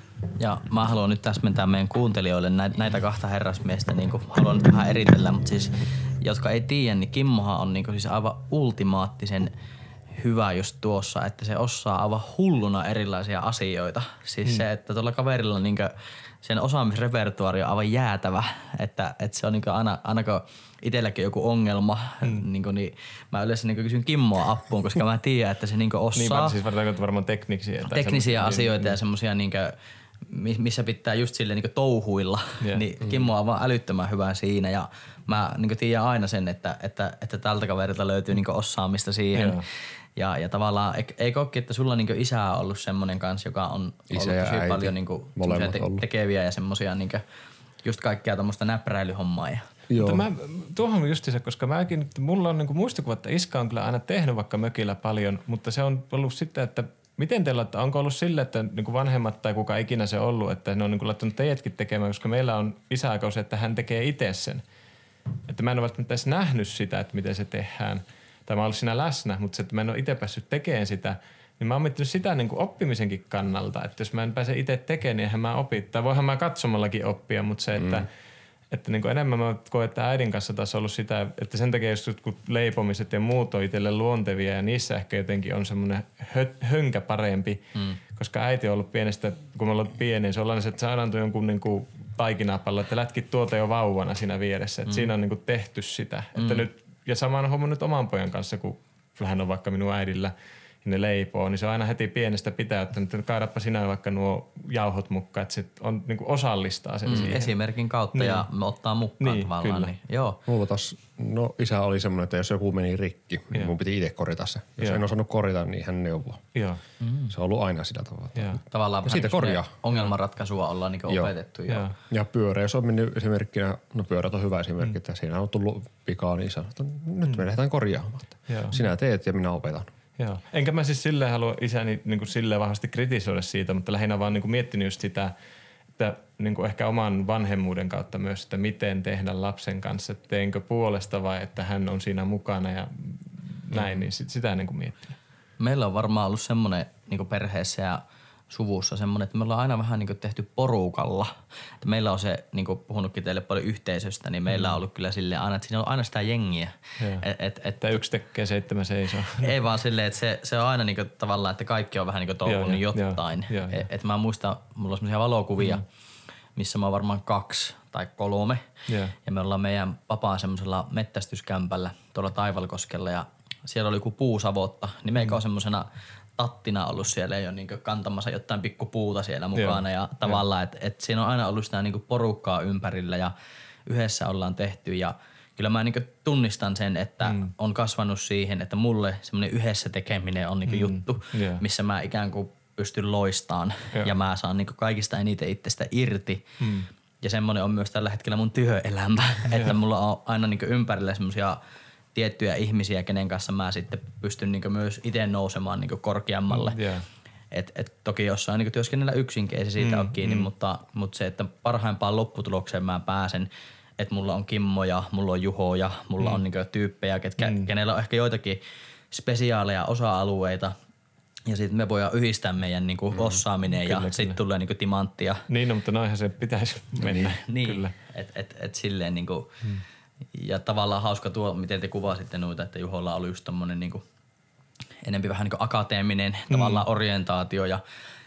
Ja mä haluan nyt täsmentää meidän kuuntelijoille näitä, näitä kahta herrasmiestä, niin kuin haluan nyt vähän eritellä, mutta siis, jotka ei tiedä, niin Kimmohan on niin kuin siis aivan ultimaattisen hyvä just tuossa, että se osaa aivan hulluna erilaisia asioita. Siis hmm. se, että tuolla kaverilla niinkö sen osaamisrepertuaari on aivan jäätävä, että, että se on niinkö aina, aina kun itselläkin joku ongelma, hmm. niinkö, niin mä yleensä niinkö kysyn Kimmoa appuun, koska mä tiedän, että se niinkö osaa. Niin, siis varmaan teknisiä. Teknisiä asioita ja semmosia niinkö, missä pitää just silleen niinkö touhuilla, yeah. niin mm. Kimmo on vaan älyttömän hyvä siinä ja mä niinkö tiedän aina sen, että, että, että tältä kaverilta löytyy niinkö osaamista siihen. Yeah. Ja, ja tavallaan, eikö olekin, että sulla niinku isä on ollut semmoinen kanssa, joka on ollut tosi äiti. paljon niinku te- tekeviä ja semmosia niinku just kaikkea tommoista näppäräilyhommaa. Ja. Mutta mä, tuohon justiinsa, koska mäkin, mulla on niinku muistikuva, että iskä on kyllä aina tehnyt vaikka mökillä paljon, mutta se on ollut sitten, että miten teillä, että onko ollut sille, että niinku vanhemmat tai kuka ikinä se ollut, että ne on niinku laittanut teidätkin tekemään, koska meillä on isä aika usein, että hän tekee itse sen. Että mä en ole välttämättä edes nähnyt sitä, että miten se tehdään. Tai mä oon ollut siinä läsnä, mutta se, että mä en ole itse päässyt tekemään sitä, niin mä oon miettinyt sitä niin kuin oppimisenkin kannalta, että jos mä en pääse itse tekemään, niin eihän mä opi. Tai voihan mä katsomallakin oppia, mutta se, että, mm. että niin kuin enemmän mä koen, että äidin kanssa taas on ollut sitä, että sen takia just kun leipomiset ja muut on itselle luontevia ja niissä ehkä jotenkin on semmoinen hö- hönkä parempi, mm. koska äiti on ollut pienestä, kun mä ollut pieni, niin se on ollut, että saadaan jonkun niin kuin taikinapallo, että lätkit tuota jo vauvana siinä vieressä, että mm. siinä on niin kuin tehty sitä, että mm. nyt ja samaan homma nyt oman pojan kanssa, kun hän on vaikka minun äidillä ja ne leipoo, niin se on aina heti pienestä pitää, että nyt kaadappa sinä vaikka nuo jauhot mukaan, että se on, niin kuin osallistaa sen mm, siihen. Esimerkin kautta niin. Ja ottaa mukaan niin, tavallaan. Kyllä. Niin, joo. Mulla taas, no isä oli semmoinen, että jos joku meni rikki, niin yeah. mun piti itse korjata se. Jos yeah. en osannut korjata, niin hän neuvoo. Yeah. Mm. Se on ollut aina sillä tavalla. Yeah. Tavallaan siitä korjaa. Ongelmanratkaisua ollaan niin opetettu. Joo. Joo. Ja pyörä, jos on mennyt esimerkkinä, no pyörät on hyvä esimerkki, mm. että siinä on tullut vikaa, niin sanoo, että nyt mm. me lähdetään korjaamaan. Yeah. Sinä teet ja minä opetan. Joo. Enkä mä siis silleen halua isäni niin kuin silleen vahvasti kritisoida siitä, mutta lähinnä vaan niin kuin miettinyt just sitä, että niin kuin ehkä oman vanhemmuuden kautta myös, että miten tehdä lapsen kanssa, että teenkö puolesta vai että hän on siinä mukana ja näin, mm. niin sit, sitä niin kuin miettinyt. Meillä on varmaan ollut semmoinen niin kuin perheessä ja suvussa semmoinen, että me ollaan aina vähän niin kuin tehty porukalla. Että meillä on se, niin kuin puhunutkin teille paljon yhteisöstä, niin meillä on ollut kyllä silleen aina, että siinä on aina sitä jengiä. Et, et, et, että yksi tekee, seitsemän seisoo. Ei vaan silleen, että se, se on aina niin kuin tavallaan, että kaikki on vähän niin kuin touhunut jotain. Että et mä muistan, mulla on semmoisia valokuvia, mm. missä mä oon varmaan kaksi tai kolme. Yeah. Ja me ollaan meidän papaan semmoisella mettästyskämpällä tuolla Taivalkoskella ja siellä oli joku puusavotta, niin meikä mm. on semmosena tattina ollut siellä jo niinku kantamassa jotain pikkupuuta siellä mukana yeah. ja tavallaan, että et siinä on aina ollut sitä niinku porukkaa ympärillä ja yhdessä ollaan tehty ja kyllä mä niinku tunnistan sen, että mm. on kasvanut siihen, että mulle semmoinen yhdessä tekeminen on niinku mm. juttu, yeah. missä mä ikään kuin pystyn loistaan yeah. ja mä saan niinku kaikista eniten itsestä irti. Mm. Ja semmoinen on myös tällä hetkellä mun työelämä, yeah. että mulla on aina niinku ympärillä semmoisia tiettyjä ihmisiä, kenen kanssa mä sitten pystyn niinku myös itse nousemaan niinku korkeammalle. Yeah. Et, et toki jossain niinku työskennellä yksinkin, ei se siitä mm, ole kiinni, mm. mutta, mutta se, että parhaimpaan lopputulokseen mä pääsen, että mulla on Kimmo ja mulla on Juho ja mulla mm. on niinku tyyppejä, ketkä, mm. kenellä on ehkä joitakin spesiaaleja osa-alueita ja sitten me voidaan yhdistää meidän niinku mm. osaaminen kyllä, ja sitten tulee niinku timanttia. Niin, no, mutta noihän se pitäisi mennä. Niin, kyllä. että et, et silleen niinku mm. ja tavallaan hauska tuo, miten te kuvasitte noita, että Juholla oli just tommonen niinku enempi vähän niinku akateeminen mm. tavallaan orientaatio ja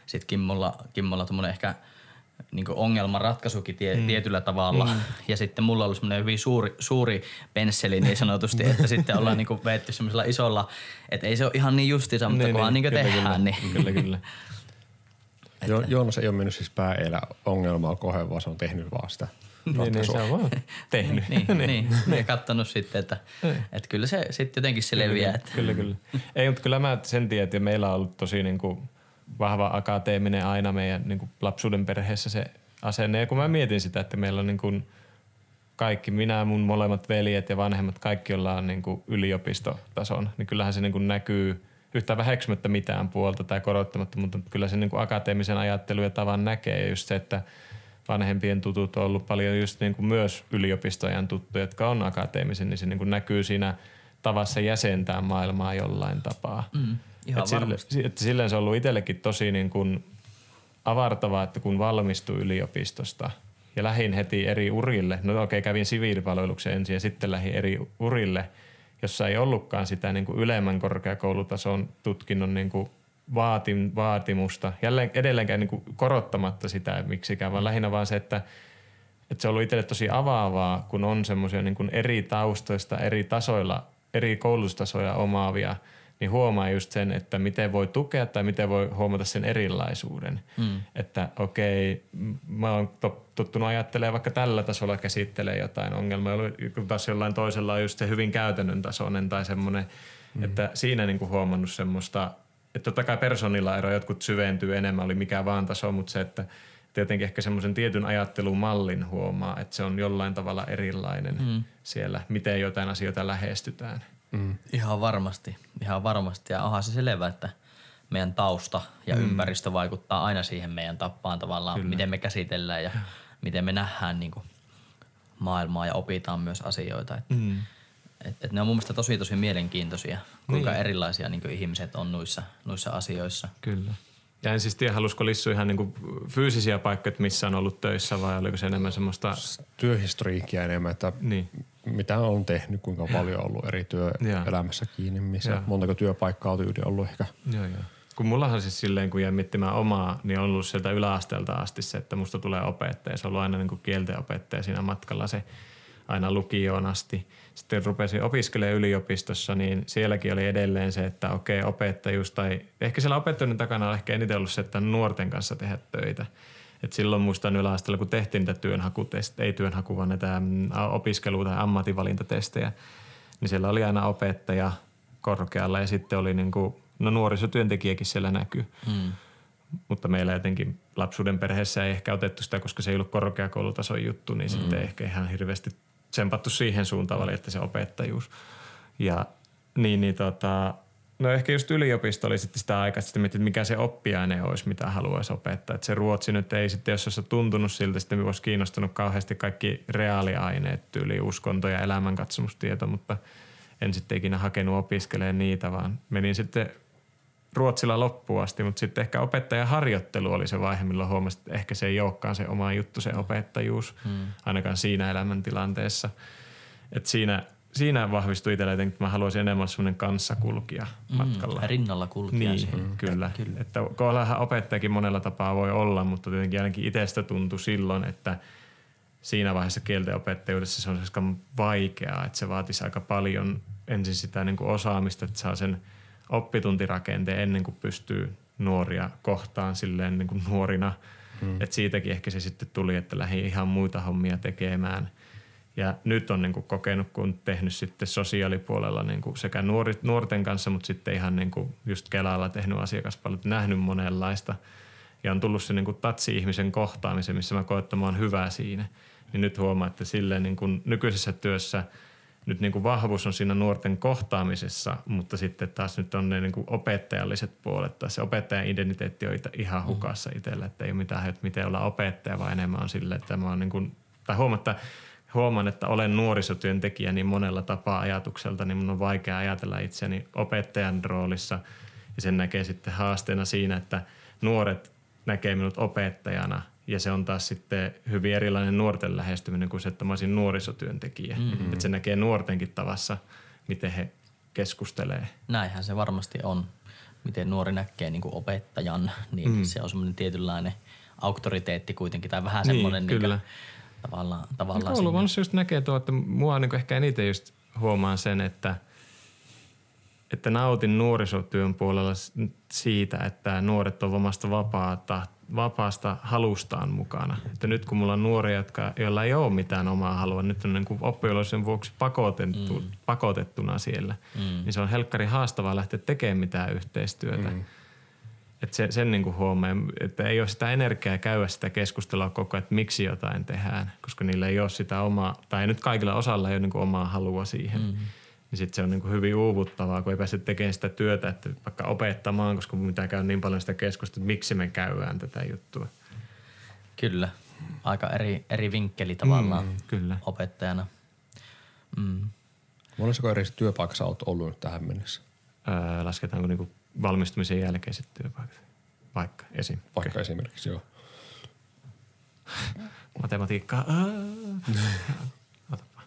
sitten Kimmolla, Kimmolla tommonen ehkä niin ongelmanratkaisukin tie, mm. tietyllä tavalla. Mm. Ja sitten mulla oli semmoinen hyvin suuri, suuri pensseli niin sanotusti, että sitten ollaan niin veetty semmoisella isolla, että ei se ole ihan niin justiinsa, mutta niin, kunhan niin, niin tehdään. Kyllä, niin. kyllä, kyllä. Jo, Joonas ei ole mennyt siis pääelä ongelmaa kohden, vaan se on tehnyt vaan sitä niin, niin, se on vaan tehnyt. niin, niin, niin, niin. Ja katsonut sitten, että, että kyllä se sitten jotenkin se leviää. Kyllä, että. kyllä, kyllä. Ei, mutta kyllä mä sen tiedän, että meillä on ollut tosi niin kuin vahva akateeminen aina meidän niin kuin lapsuuden perheessä se asenne. Ja kun mä mietin sitä, että meillä on niin kuin kaikki, minä, mun molemmat veljet ja vanhemmat, kaikki ollaan niin kuin yliopistotason, niin kyllähän se niin kuin näkyy yhtään väheksymättä mitään puolta tai korottamatta, mutta kyllä se niin kuin akateemisen ajattelun ja tavan näkee. Ja just se, että vanhempien tutut on ollut paljon just niin kuin myös yliopistoajan tuttuja, jotka on akateemisen, niin se niin kuin näkyy siinä tavassa jäsentää maailmaa jollain tapaa. Mm, ihan et varmasti. Sille, että silleen se on ollut itsellekin tosi niin kuin avartavaa, että kun valmistui yliopistosta ja lähdin heti eri urille, no okei, okay, kävin siviilipalveluksen ensin ja sitten lähdin eri urille, jossa ei ollutkaan sitä niin kuin ylemmän korkeakoulutason tutkinnon niin kuin vaatim, vaatimusta. Jälleen edelleenkään niin kuin korottamatta sitä miksikään, vaan lähinnä vaan se, että, että se on ollut itselle tosi avaavaa, kun on semmoisia niin kuin eri taustoista, eri tasoilla, eri koulutustasoja omaavia, niin huomaa just sen, että miten voi tukea tai miten voi huomata sen erilaisuuden. Mm. Että okei, mä oon tottunut ajattelemaan vaikka tällä tasolla käsittelee jotain ongelmaa, kun taas jollain toisella on just se hyvin käytännön tasoinen tai semmoinen, mm. että siinä niinku huomannut semmoista, että totta kai persoonilla ero jotkut syventyy enemmän, oli mikä vaan taso, mutta se, että jotenkin ehkä semmoisen tietyn ajattelumallin huomaa, että se on jollain tavalla erilainen mm. siellä, miten jotain asioita lähestytään. Mm. Ihan varmasti, ihan varmasti. Ja onhan se selvä, että meidän tausta ja mm. ympäristö vaikuttaa aina siihen meidän tappaan tavallaan, Kyllä. miten me käsitellään ja miten me nähdään niin kuin maailmaa ja opitaan myös asioita. Että, mm. et, et ne on mun mielestä tosi tosi mielenkiintoisia, kuinka niin. erilaisia niin kuin ihmiset on noissa, noissa asioissa. Kyllä. Ja en siis tiedä, halusko Lissu ihan niin kuin fyysisiä paikkoja, missä on ollut töissä vai oliko se enemmän semmoista työhistoriikkia enemmän, että niin. mitä on tehnyt, kuinka paljon on ollut eri työelämässä kiinni, missä ja. montako työpaikkaa on tyyli ollut ehkä. Joo, joo. Kun mullahan siis silleen, kun jäin miettimään omaa, niin on ollut sieltä yläasteelta asti se, että musta tulee opettaja. Se on ollut aina niin kuin kielten opettaja siinä matkalla se aina lukioon asti. Sitten rupesin opiskelemaan yliopistossa, niin sielläkin oli edelleen se, että okei, opettajuus tai ehkä siellä opettajuuden takana on ehkä eniten ollut se, että nuorten kanssa tehdä töitä. Et silloin muistan yläasteella, kun tehtiin niitä työnhakutestejä, ei työnhaku, vaan näitä opiskelu- tai ammatinvalintatestejä, niin siellä oli aina opettaja korkealla ja sitten oli niinku, no nuorisotyöntekijäkin siellä näkyy. Hmm. Mutta meillä jotenkin lapsuuden perheessä ei ehkä otettu sitä, koska se ei ollut korkeakoulutason juttu, niin hmm. sitten ehkä ihan hirveästi tsempattu siihen suuntaan hmm. että se opettajuus. Ja niin, niin tota, no ehkä just yliopisto oli sitten sitä aikaa, että mietin, että mikä se oppiaine olisi, mitä haluaisi opettaa. Että se ruotsi nyt ei sitten, jos olisi tuntunut siltä, sitten olisi kiinnostunut kauheasti kaikki reaaliaineet, tyyli uskonto ja elämänkatsomustieto, mutta en sitten ikinä hakenut opiskelemaan niitä, vaan menin sitten ruotsilla loppuun asti, mutta sitten ehkä opettajaharjoittelu oli se vaihe, milloin huomasin, että ehkä se ei olekaan se oma juttu, se opettajuus, hmm. ainakaan siinä elämäntilanteessa. Että siinä, siinä vahvistui itsellä jotenkin, että mä haluaisin enemmän olla semmoinen kanssakulkija hmm. matkalla. Rinnalla kulkija. Niin, hmm. kyllä. kyllä. Että kohdallaan opettajakin monella tapaa voi olla, mutta tietenkin ainakin itsestä tuntui silloin, että siinä vaiheessa kielten opettajuudessa se on aika vaikeaa, että se vaatisi aika paljon ensin sitä niin kuin osaamista, että saa sen oppituntirakenteen ennen kuin pystyy nuoria kohtaan silleen niin kuin nuorina. Hmm. Että siitäkin ehkä se sitten tuli, että lähdin ihan muita hommia tekemään. Ja nyt on niin kuin kokenut, kun tehnyt sitten sosiaalipuolella niin kuin sekä nuori, nuorten kanssa, mutta sitten ihan niin kuin just Kelalla tehnyt asiakaspalvelut, nähnyt monenlaista. Ja on tullut se niin kuin tatsi-ihmisen kohtaamisen, missä mä koen, että mä oon hyvä siinä. Niin nyt huomaa, että silleen niin kuin nykyisessä työssä nyt niin kuin vahvuus on siinä nuorten kohtaamisessa, mutta sitten taas nyt on ne niin kuin opettajalliset puolet. Tai se opettajan identiteetti on ihan hukassa itsellä, että ei ole mitään, että miten olla opettaja, vaan enemmän on silleen, että mä oon niin kuin, tai huomatta, huomaan, että olen nuorisotyöntekijä niin monella tapaa ajatukselta, niin mun on vaikea ajatella itseäni opettajan roolissa. Ja sen näkee sitten haasteena siinä, että nuoret näkee minut opettajana ja se on taas sitten hyvin erilainen nuorten lähestyminen kuin se, että mä olisin nuorisotyöntekijä. Mm-hmm. Että se näkee nuortenkin tavassa, miten he keskustelee. Näinhän se varmasti on. miten nuori näkee niin kuin opettajan, niin mm. se on semmoinen tietynlainen auktoriteetti kuitenkin, tai vähän semmoinen niin, kyllä. Niin tavallaan, tavallaan koulumaailmassa just näkee tuo, että mua niin ehkä eniten just huomaan sen, että, että nautin nuorisotyön puolella siitä, että nuoret on omasta vapaata, vapaasta halustaan mukana. Että nyt kun mulla on nuoria, jotka, joilla ei ole mitään omaa halua, nyt on niin kuin oppivelvollisuuden vuoksi pakotettu, mm. pakotettuna siellä, mm. niin se on helkkari haastavaa lähteä tekemään mitään yhteistyötä. Mm. Että se, sen niin kuin huomaa, että ei ole sitä energiaa käydä sitä keskustelua koko ajan, että miksi jotain tehdään, koska niillä ei ole sitä omaa, tai nyt kaikilla osalla ei ole niin kuin omaa halua siihen. Mm. Niin sitten se on niin kuin hyvin uuvuttavaa, kun ei pääse tekemään sitä työtä, että vaikka opettamaan, koska mitä käy niin paljon sitä keskustelua, että miksi me käydään tätä juttua. Kyllä. Aika eri, eri vinkkeli tavallaan mm, kyllä. opettajana. Mm. Monisiko eri työpaikassa olet ollut nyt tähän mennessä? Öö, lasketaanko niin kuin valmistumisen jälkeiset työpaikat? Vaikka esim. Vaikka okay. esimerkiksi, joo. Matematiikkaa. Otapa.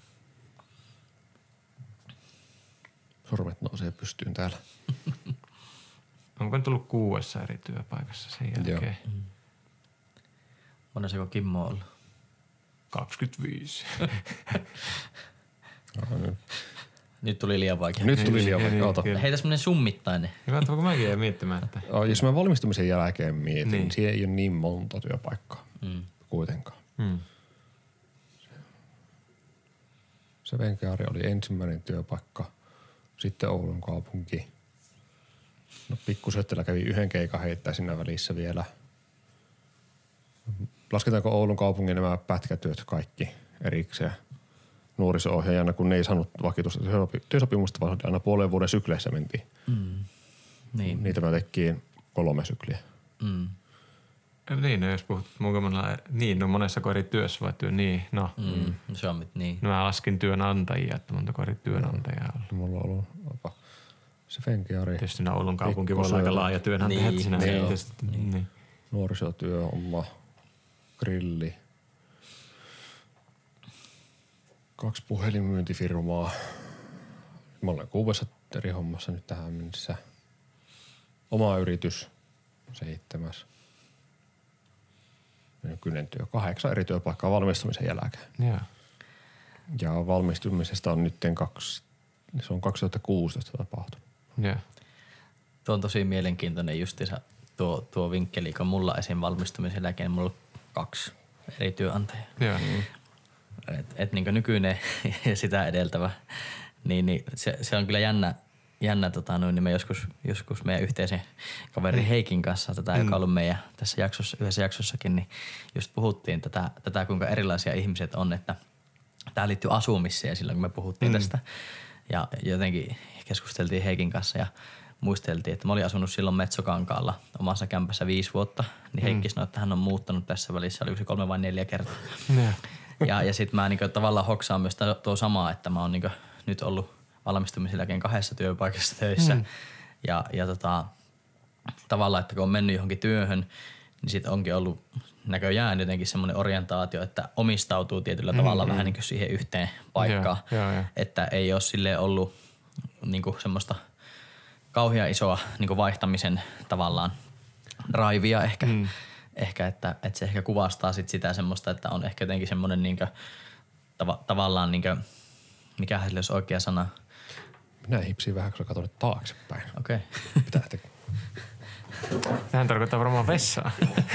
Sormet nousee pystyyn täällä. Onko tullut kuudessa eri työpaikassa sen jälkeen? Joo. Mm. Monessako Kimmo on ollut? kaksikymmentäviisi. No, nyt. Nyt tuli liian vaikea. Nyt tuli liian vaikea. Niin, heitä semmoinen summittainen. Katsotaanko mäkin jäin miettimään, että... Oh, jos mä valmistumisen jälkeen mietin, niin, niin siellä ei ole niin monta työpaikkaa mm. kuitenkaan. Mm. Se Venkäari oli ensimmäinen työpaikka, sitten Oulun kaupunki. No Pikkusyöttelä kävi yhden keikan heittää siinä välissä vielä. Lasketaanko Oulun kaupungin nämä pätkätyöt kaikki erikseen nuoriso-ohjaajana, kun ne ei saanut vakituista työsopimusta, vaan aina puolen vuoden sykleissä mentiin. Mm. Niin. Niitä mä tekiin kolme sykliä. Mm. Niin, no jos puhut mukamalla, niin, no monessako eri työssä vai työ, niin, no. Mm. Se on niin. No mä laskin työnantajia, että montako eri työnantajaa on. No, mulla on ollut opa, se Venkäari. Tietysti nämä Oulun kaupunki voi olla aika laaja työnantaja. Niin, sinä niin, niin. niin. Nuorisotyö, oma grilli. Kaksi puhelinmyyntifirmaa. Mä olen kuudessa eri hommassa nyt tähän mennessä. Oma yritys, seitsemäs. Nykyinen työ, kahdeksan eri työpaikkaa valmistumisen jälkeen. Yeah. Ja valmistumisesta on nyt kaksi, se on kaksituhattakuusitoista tapahtunut. Yeah. Tuo on tosi mielenkiintoinen justiinsa tuo, tuo vinkkeli, kun mulla esim. Valmistumisen jälkeen mulla on kaksi eri työnantajaa. Yeah. Mm. Et, et niin nykyinen ja sitä edeltävä, niin, niin se, se on kyllä jännä, jännä tota, noin, niin me joskus, joskus meidän yhteisen kaverin mm. Heikin kanssa, tätä, mm. joka on ollut meidän tässä jaksossa, yhdessä jaksossakin, niin just puhuttiin tätä, tätä kuinka erilaisia ihmiset on, että tämä liittyy asumiseen silloin, kun me puhuttiin mm. tästä. Ja jotenkin keskusteltiin Heikin kanssa ja muisteltiin, että mä olin asunut silloin Metsokankaalla omassa kämpässä viisi vuotta, niin Heikki mm. sanoi, että hän on muuttanut tässä välissä, oliko se kolme vai neljä kertaa. Yeah. Ja, ja sitten mä niinku tavallaan hoksaan myös tuo samaa, että mä oon niinku nyt ollut valmistumisen jälkeen kahdessa työpaikassa töissä. Mm. Ja, ja tota, tavallaan, että kun on mennyt johonkin työhön, niin sit onkin ollut näköjään jotenkin semmoinen orientaatio, että omistautuu tietyllä mm, tavalla mm. vähän niinku siihen yhteen paikkaan. Ja, ja, ja. Että ei ole silleen ollut niinku semmoista kauhean isoa niinku vaihtamisen tavallaan draivia ehkä. Mm. Ehkä, että, että se ehkä kuvastaa sit sitä semmoista, että on ehkä jotenkin semmoinen niinkö, tava, tavallaan niinkö, mikähän sille olisi oikea sana? Minä hipsin vähän, kun katson taaksepäin. Okei. Okay. Pitää tekee. Tähän tarkoittaa varmaan vessaa.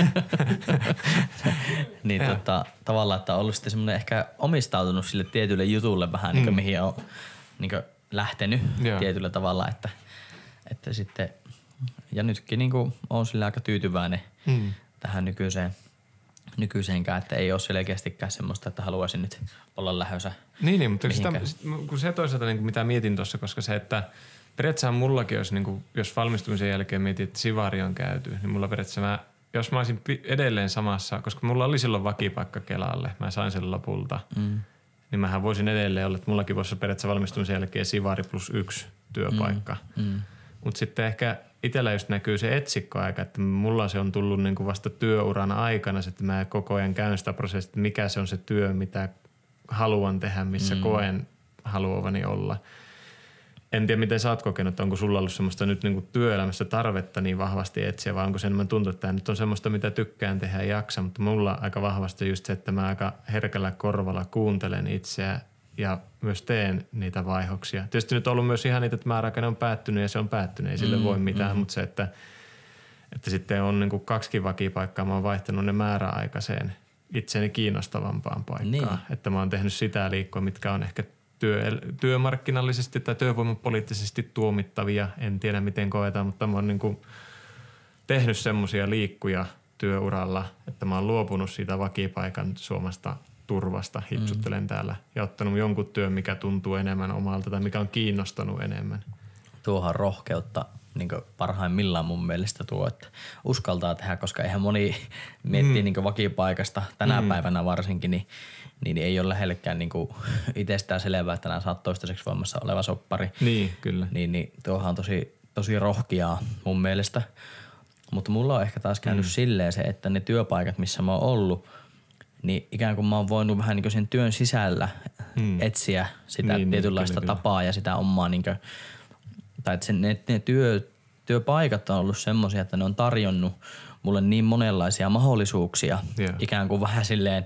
niin tota, tavallaan, että on ollut sitten semmoinen ehkä omistautunut sille tietylle jutulle vähän, mm. niin kuin, mihin on niin kuin, lähtenyt Joo. tietyllä tavalla, että, että sitten, ja nytkin niin kuin, on sille aika tyytyväinen mm. tähän nykyiseen, nykyiseenkään, että ei ole selkeästikään semmoista, että haluaisin nyt olla lähdössä. Niin, niin mutta sitä, kun se toisaalta, niin kuin mitä mietin tuossa, koska se, että periaatteessa mullakin, jos, niin kuin, jos valmistumisen jälkeen mietin, että sivari on käyty, niin mulla periaatteessa mä, jos mä olisin edelleen samassa, koska mulla oli silloin vakipaikka Kelalle, mä sain sen lopulta, mm. niin mähän voisin edelleen olla, että mullakin voisi olla periaatteessa valmistumisen jälkeen sivari plus yksi työpaikka. Mm. Mm. Mutta sitten ehkä itsellä just näkyy se etsikkoaika, että mulla se on tullut niinku vasta työuran aikana, että mä koko ajan käyn sitä prosessia, että mikä se on se työ, mitä haluan tehdä, missä mm. koen haluavani olla. en tiedä, miten sä oot kokenut, että onko sulla ollut semmoista nyt niin kuin työelämässä tarvetta niin vahvasti etsiä, vai onko se enemmän tuntuu, että tämä nyt on semmoista, mitä tykkään tehdä ja jaksa, mutta mulla aika vahvasti just se, että mä aika herkällä korvalla kuuntelen itseä ja myös teen niitä vaihoksia. Tietysti nyt on ollut myös ihan niitä, että määräaikainen on päättynyt ja se on päättynyt, ei sille mm, voi mitään, mm. mutta se, että, että sitten on niin kuin kaksikin vakipaikkaa, mä oon vaihtanut ne määräaikaiseen itseäni kiinnostavampaan paikkaan, niin. Että mä oon tehnyt sitä liikkua, mitkä on ehkä Työ, työmarkkinallisesti tai työvoimapoliittisesti tuomittavia, en tiedä miten koetaan, mutta mä oon niin kuin tehnyt semmoisia liikkuja työuralla, että mä oon luopunut siitä vakipaikan suomasta turvasta, hipsuttelen mm. täällä ja ottanut jonkun työn, mikä tuntuu enemmän omalta tai mikä on kiinnostanut enemmän. Tuohan rohkeutta niin parhaimmillaan mun mielestä tuo, että uskaltaa tehdä, koska eihän moni miettii mm. niin vakipaikasta tänä mm. päivänä varsinkin, niin Niin ei ole lähellekään niinku itsestään selvää, että nämä saat toistaiseksi voimassa oleva soppari. Niin, kyllä. Niin, niin tuohan on tosi, tosi rohkeaa mun mielestä. Mutta mulla on ehkä taas käynyt mm. silleen se, että ne työpaikat, missä mä oon ollut, niin ikään kuin mä oon voinut vähän niinku sen työn sisällä mm. etsiä sitä niin, tietynlaista niin, tapaa kyllä. ja sitä omaa niinku, tai että sen, ne, ne työ, työpaikat on ollut semmoisia, että ne on tarjonnut mulle niin monenlaisia mahdollisuuksia. Yeah. Ikään kuin vähän silleen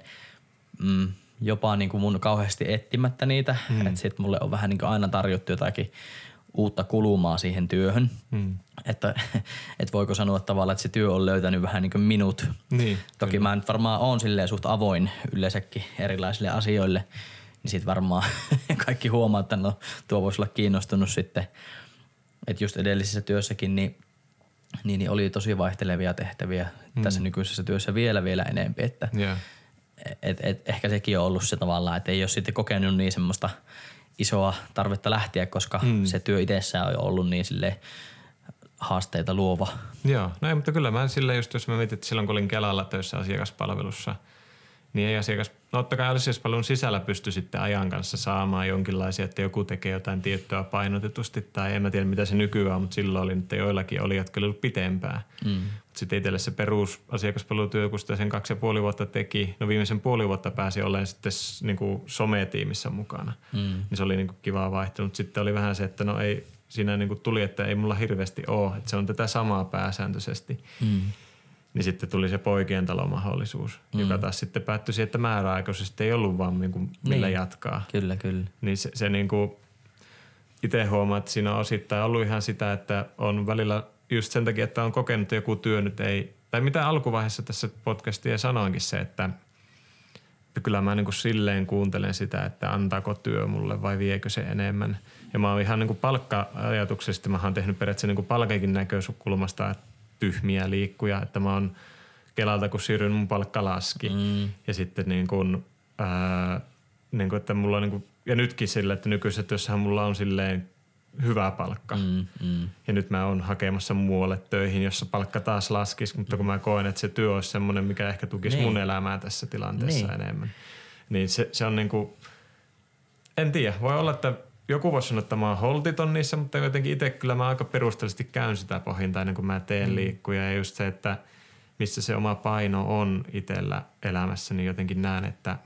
mm, jopa niin kuin mun kauheasti etsimättä niitä, mm. että sit mulle on vähän niin kuin aina tarjottu jotakin uutta kulumaa siihen työhön. Mm. Että et voiko sanoa tavallaan, että se työ on löytänyt vähän niin kuin minut. Niin, Toki kyllä. mä nyt varmaan oon silleen suht avoin yleensäkin erilaisille asioille, niin sit varmaan kaikki huomaa, että no tuo voisi olla kiinnostunut sitten. Että just edellisessä työssäkin niin, niin, niin oli tosi vaihtelevia tehtäviä mm. tässä nykyisessä työssä vielä vielä enemmän, että yeah. Et, et, ehkä sekin on ollut se tavallaan, että ei ole sitten kokenut niin semmoista isoa tarvetta lähteä, koska mm. se työ itsessään on ollut niin silleen haasteita luova. Joo, no ei, mutta kyllä mä silleen just, jos mä mietin, että silloin kun olin Kelalla töissä asiakaspalvelussa, niin ei asiakas, no otta kai asiakaspalvelun sisällä pysty sitten ajan kanssa saamaan jonkinlaisia, että joku tekee jotain tiettyä painotetusti tai en mä tiedä mitä se nykyään on, mutta silloin oli, että joillakin oli, jotka oli ollut pitempää. Mm. Sitten itselle se perusasiakaspalvelutyö, kun sitä sen kaksi ja puoli vuotta teki, no viimeisen puoli vuotta pääsi olemaan sitten niin kuin sometiimissä mukana. Mm. Niin se oli niin kuin kivaa vaihtunut. Sitten oli vähän se, että no ei, siinä niin kuin tuli, että ei mulla hirveästi ole, että se on tätä samaa pääsääntöisesti. Mm. Niin sitten tuli se poikien talomahdollisuus, mm. joka taas sitten päättyi siihen, että määräaikaisesti ei ollut vaan niin kuin millä niin. jatkaa. Kyllä, kyllä. Niin se, se niin kuin itse huomaa, että siinä on osittain ollut ihan sitä, että on välillä just sen takia, että on kokenut, että joku työ nyt ei, tai mitä alkuvaiheessa tässä podcastia sanoinkin se, että, että kyllä mä niin kuin silleen kuuntelen sitä, että antaako työ mulle vai viekö se enemmän. Ja mä oon ihan niin kuin palkka-ajatuksesti, mä oon tehnyt periaatteessa niin kuin palkeikin näkökulmasta tyhmiä liikkuja, että mä oon Kelalta, kun siirryin, mun palkka laski. Mm. Ja sitten niin kuin, ää, niin kuin, että mulla on niin kuin, ja nytkin silleen, että nykyisessä työssähän mulla on silleen hyvä palkka. Mm, mm. Ja nyt mä oon hakemassa muualle töihin, jossa palkka taas laskisi, mutta kun mä koen, että se työ olisi semmoinen, mikä ehkä tukisi niin. mun elämää tässä tilanteessa niin. enemmän. Niin se, se on niinku, en tiedä, voi olla, että joku voisi sanoa, että mä oon holtiton niissä, mutta jotenkin itse kyllä mä aika perusteellisesti käyn sitä pohjinta ennen kuin mä teen mm. liikkuja. Ja just se, että missä se oma paino on itsellä elämässä, niin jotenkin näen, että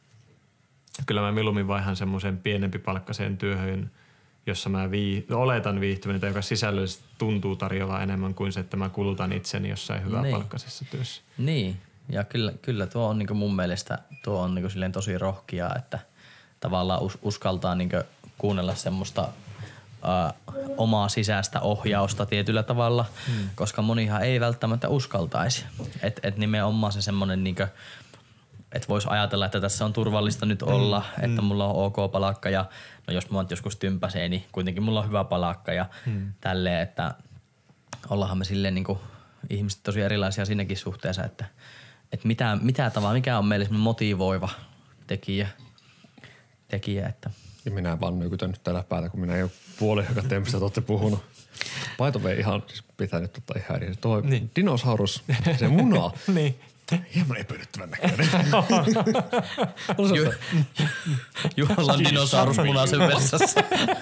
kyllä mä mieluummin vaihan semmoisen pienempi palkkaseen työhön, jossa mä vii, oletan viihtyväni tai joka sisällöllisesti tuntuu tarjoavaa enemmän kuin se, että mä kulutan itseni jossain hyvää niin. palkkasessa työssä. Niin, ja kyllä, kyllä tuo on niinku mun mielestä tuo on niinku silleen tosi rohkeaa, että tavallaan us, uskaltaa niinku kuunnella semmoista ä, omaa sisäistä ohjausta tietyllä tavalla, hmm. koska monihan ei välttämättä uskaltaisi. Että et nimenomaan se semmoinen niinku, että voisi ajatella, että tässä on turvallista nyt olla, mm, että mm. mulla on ok palakka ja no jos mua joskus tympäsee, niin kuitenkin mulla on hyvä palakka ja mm. tälleen, että ollaanhan me silleen niin kuin ihmiset tosi erilaisia siinäkin suhteessa, että, että mitä, mitä tavalla, mikä on meille motivoiva tekijä, tekijä että. Ja minä vaan nykytän nyt täällä päätä, kun minä ei ole puolihyökkäteen, mistä te olette puhunut. Paito vei ihan siis pitänyt ottaa ihan eri. Tuo niin. dinosaurus, se muna. niin. Hieman epäilyttävän näköinen. Juhalla on dinosaurus munaisen vessassa.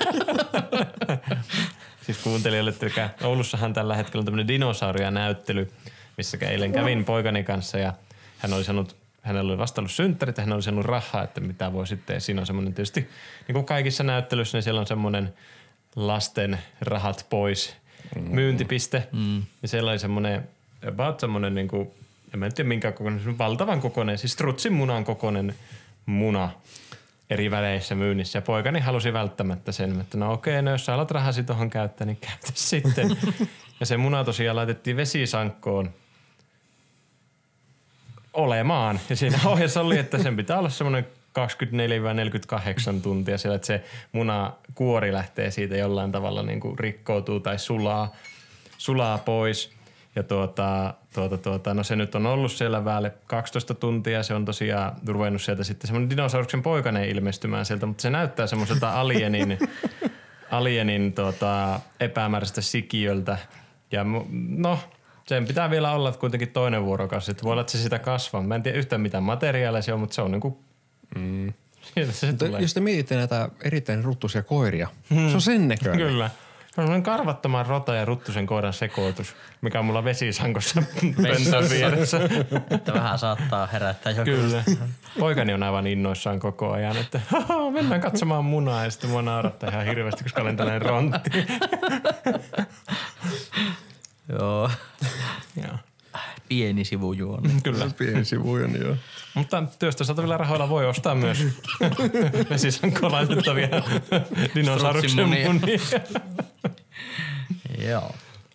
Siis kuuntelijoille, että Oulussahan tällä hetkellä on tämmöinen dinosauria-näyttely, missä eilen kävin poikani kanssa ja hän oli sanonut, hänellä oli vasta ollut synttärit ja hän oli sanonut rahaa, että mitä voi sitten. Siinä on semmoinen tietysti, niin kuin kaikissa näyttelyissä, niin siellä on semmoinen lasten rahat pois mm. myyntipiste. Mm. Ja siellä oli semmoinen, about semmoinen niinku, en mä tiedä minkä kokoinen, valtavan kokoinen, siis strutsin munan kokoinen muna eri väleissä myynnissä. Ja poikani halusi välttämättä sen, että no okei, no jos sä alat rahasi tohon käyttää, niin käytä sitten. Ja se muna tosiaan laitettiin vesisankkoon olemaan. Ja siinä ohjeessa oli, että sen pitää olla semmoinen kaksikymmentäneljä neljäkymmentäkahdeksan tuntia siellä, että se muna kuori lähtee siitä jollain tavalla niin kuin rikkoutuu tai sulaa, sulaa pois. Ja tuota, tuota, tuota, no se nyt on ollut siellä päälle kaksitoista tuntia. Se on tosiaan ruvennut sieltä sitten semmoinen dinosauruksen poikainen ilmestymään sieltä, mutta se näyttää semmoiselta alienin, alienin tuota, epämääräistä sikiöltä. Ja no, sen pitää vielä olla kuitenkin toinen vuorokausi. Voi olla, että se sitä kasvaa. Mä en tiedä yhtään mitään materiaalia se on, mutta se on niinku... Mm. Se jos te mietitte näitä erittäin ruttuisia koiria, hmm. se on sen näköinen. Kyllä. Se on karvattoman rota ja ruttusen koiran sekoitus, mikä on mulla vesisankossa pöntön vieressä. Että vähän saattaa herättää joku. Kyllä. Poikani on aivan innoissaan koko ajan, että mennään katsomaan munaa ja sitten mua naurattaa ihan hirveästi, koska olen tällainen rontti. Joo. Joo. Pieni sivujuoni. Kyllä. Pieni sivujuoni, joo. Mutta työstä saatavilla rahoilla voi ostaa myös vesisankoon laitettavia dinosauruksen munia. Joo.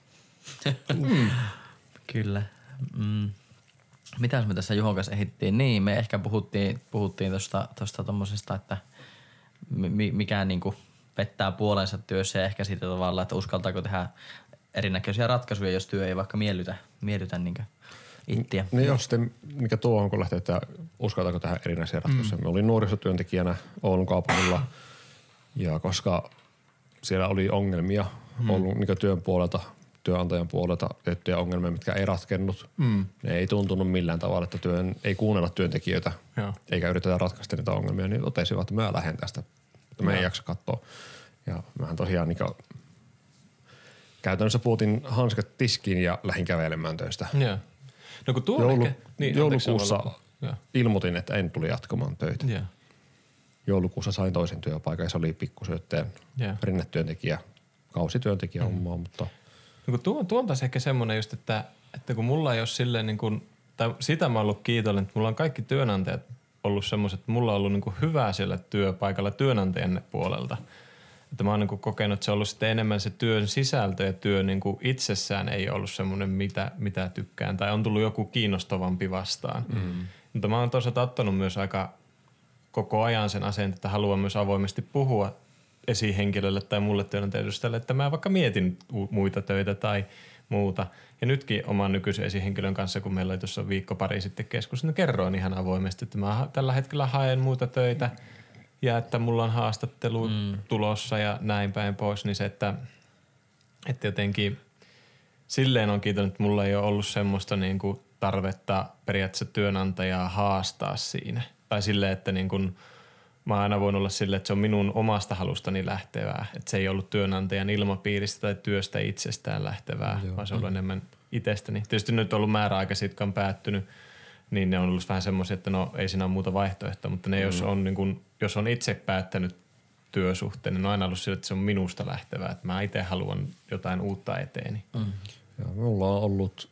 mm. Kyllä. Mm. Mitäs me tässä Juhon kanssa ehdittiin? Niin, me ehkä puhuttiin, puhuttiin tosta, tosta tommosesta, että mi, mikä niinku vettää puolensa työssä ja ehkä siitä tavalla, että uskaltaako tehdä erinäköisiä ratkaisuja, jos työ ei vaikka miellytä, miellytä niinkö ittiä. Niin jos sitten, mikä tuo on, kun lähtee, että uskaltaako tehdä erinäisiä ratkaisuja. Mm. Mä olin nuorisotyöntekijänä Oulun kaupungilla ja koska siellä oli ongelmia mm. ollut niin työn puolelta, työnantajan puolelta tiettyjä ongelmia, mitkä ei ratkennut. Mm. Ne ei tuntunut millään tavalla, että työn, ei kuunnella työntekijöitä ja. Eikä yritetä ratkaista niitä ongelmia, niin totesivat, että mä lähden tästä, että mä en jaksa katsoa. Ja mähän tosiaan niin käytännössä puutin hanskat tiskiin ja lähdin kävelemään töistä. Yeah. No kun tuo Joulu, ehkä, niin, joulukuussa ilmoitin, että en tuli jatkamaan töitä. Yeah. Joulukuussa sain toisen työpaikan ja se oli pikkusyötteen yeah. rinnetyöntekijä, kausityöntekijä mm. hommaa, mutta... No kun tuo, tuo on taas ehkä semmoinen just, että, että kun mulla ei ole silleen niin kuin, tai sitä mä oon ollut kiitollinen, että mulla on kaikki työnantajat ollut semmoiset, että mulla on ollut niin kuin hyvää siellä työpaikalla työnantajan puolelta. Että mä oon niin kuin kokenut, että se on ollut sitten enemmän se työn sisältö ja työ niin kuin itsessään ei ollut semmoinen, mitä, mitä tykkään. Tai on tullut joku kiinnostavampi vastaan. Mm. Mutta mä oon toisaalta ottanut myös aika koko ajan sen asenteen, että haluan myös avoimesti puhua esihenkilölle tai mulle työnantajalle, että mä vaikka mietin muita töitä tai muuta. Ja nytkin oman nykyisen esihenkilön kanssa, kun meillä oli tuossa viikko pari sitten keskus, niin kerroin ihan avoimesti, että mä tällä hetkellä haen muita töitä ja että mulla on haastattelu mm. tulossa ja näin päin pois, niin se, että, että jotenkin silleen on kiitollinen, että mulla ei ole ollut semmoista niin kuin tarvetta periaatteessa työnantajaa haastaa siinä. Tai silleen, että niin kuin mä oon aina voinut olla silleen, että se on minun omasta halustani lähtevää. Että se ei ollut työnantajan ilmapiiristä tai työstä itsestään lähtevää, Joo. vaan se on ollut enemmän itsestäni. Tietysti nyt on ollut määräaikaiset, jotka on päättynyt, niin ne on ollut vähän semmoisia, että no ei siinä ole muuta vaihtoehtoa. Mutta ne, mm. jos, on, niin kun, jos on itse päättänyt työsuhteen, niin on aina ollut sille, että se on minusta lähtevää. Että mä itse haluan jotain uutta eteeni. Mm. Ja mulla on ollut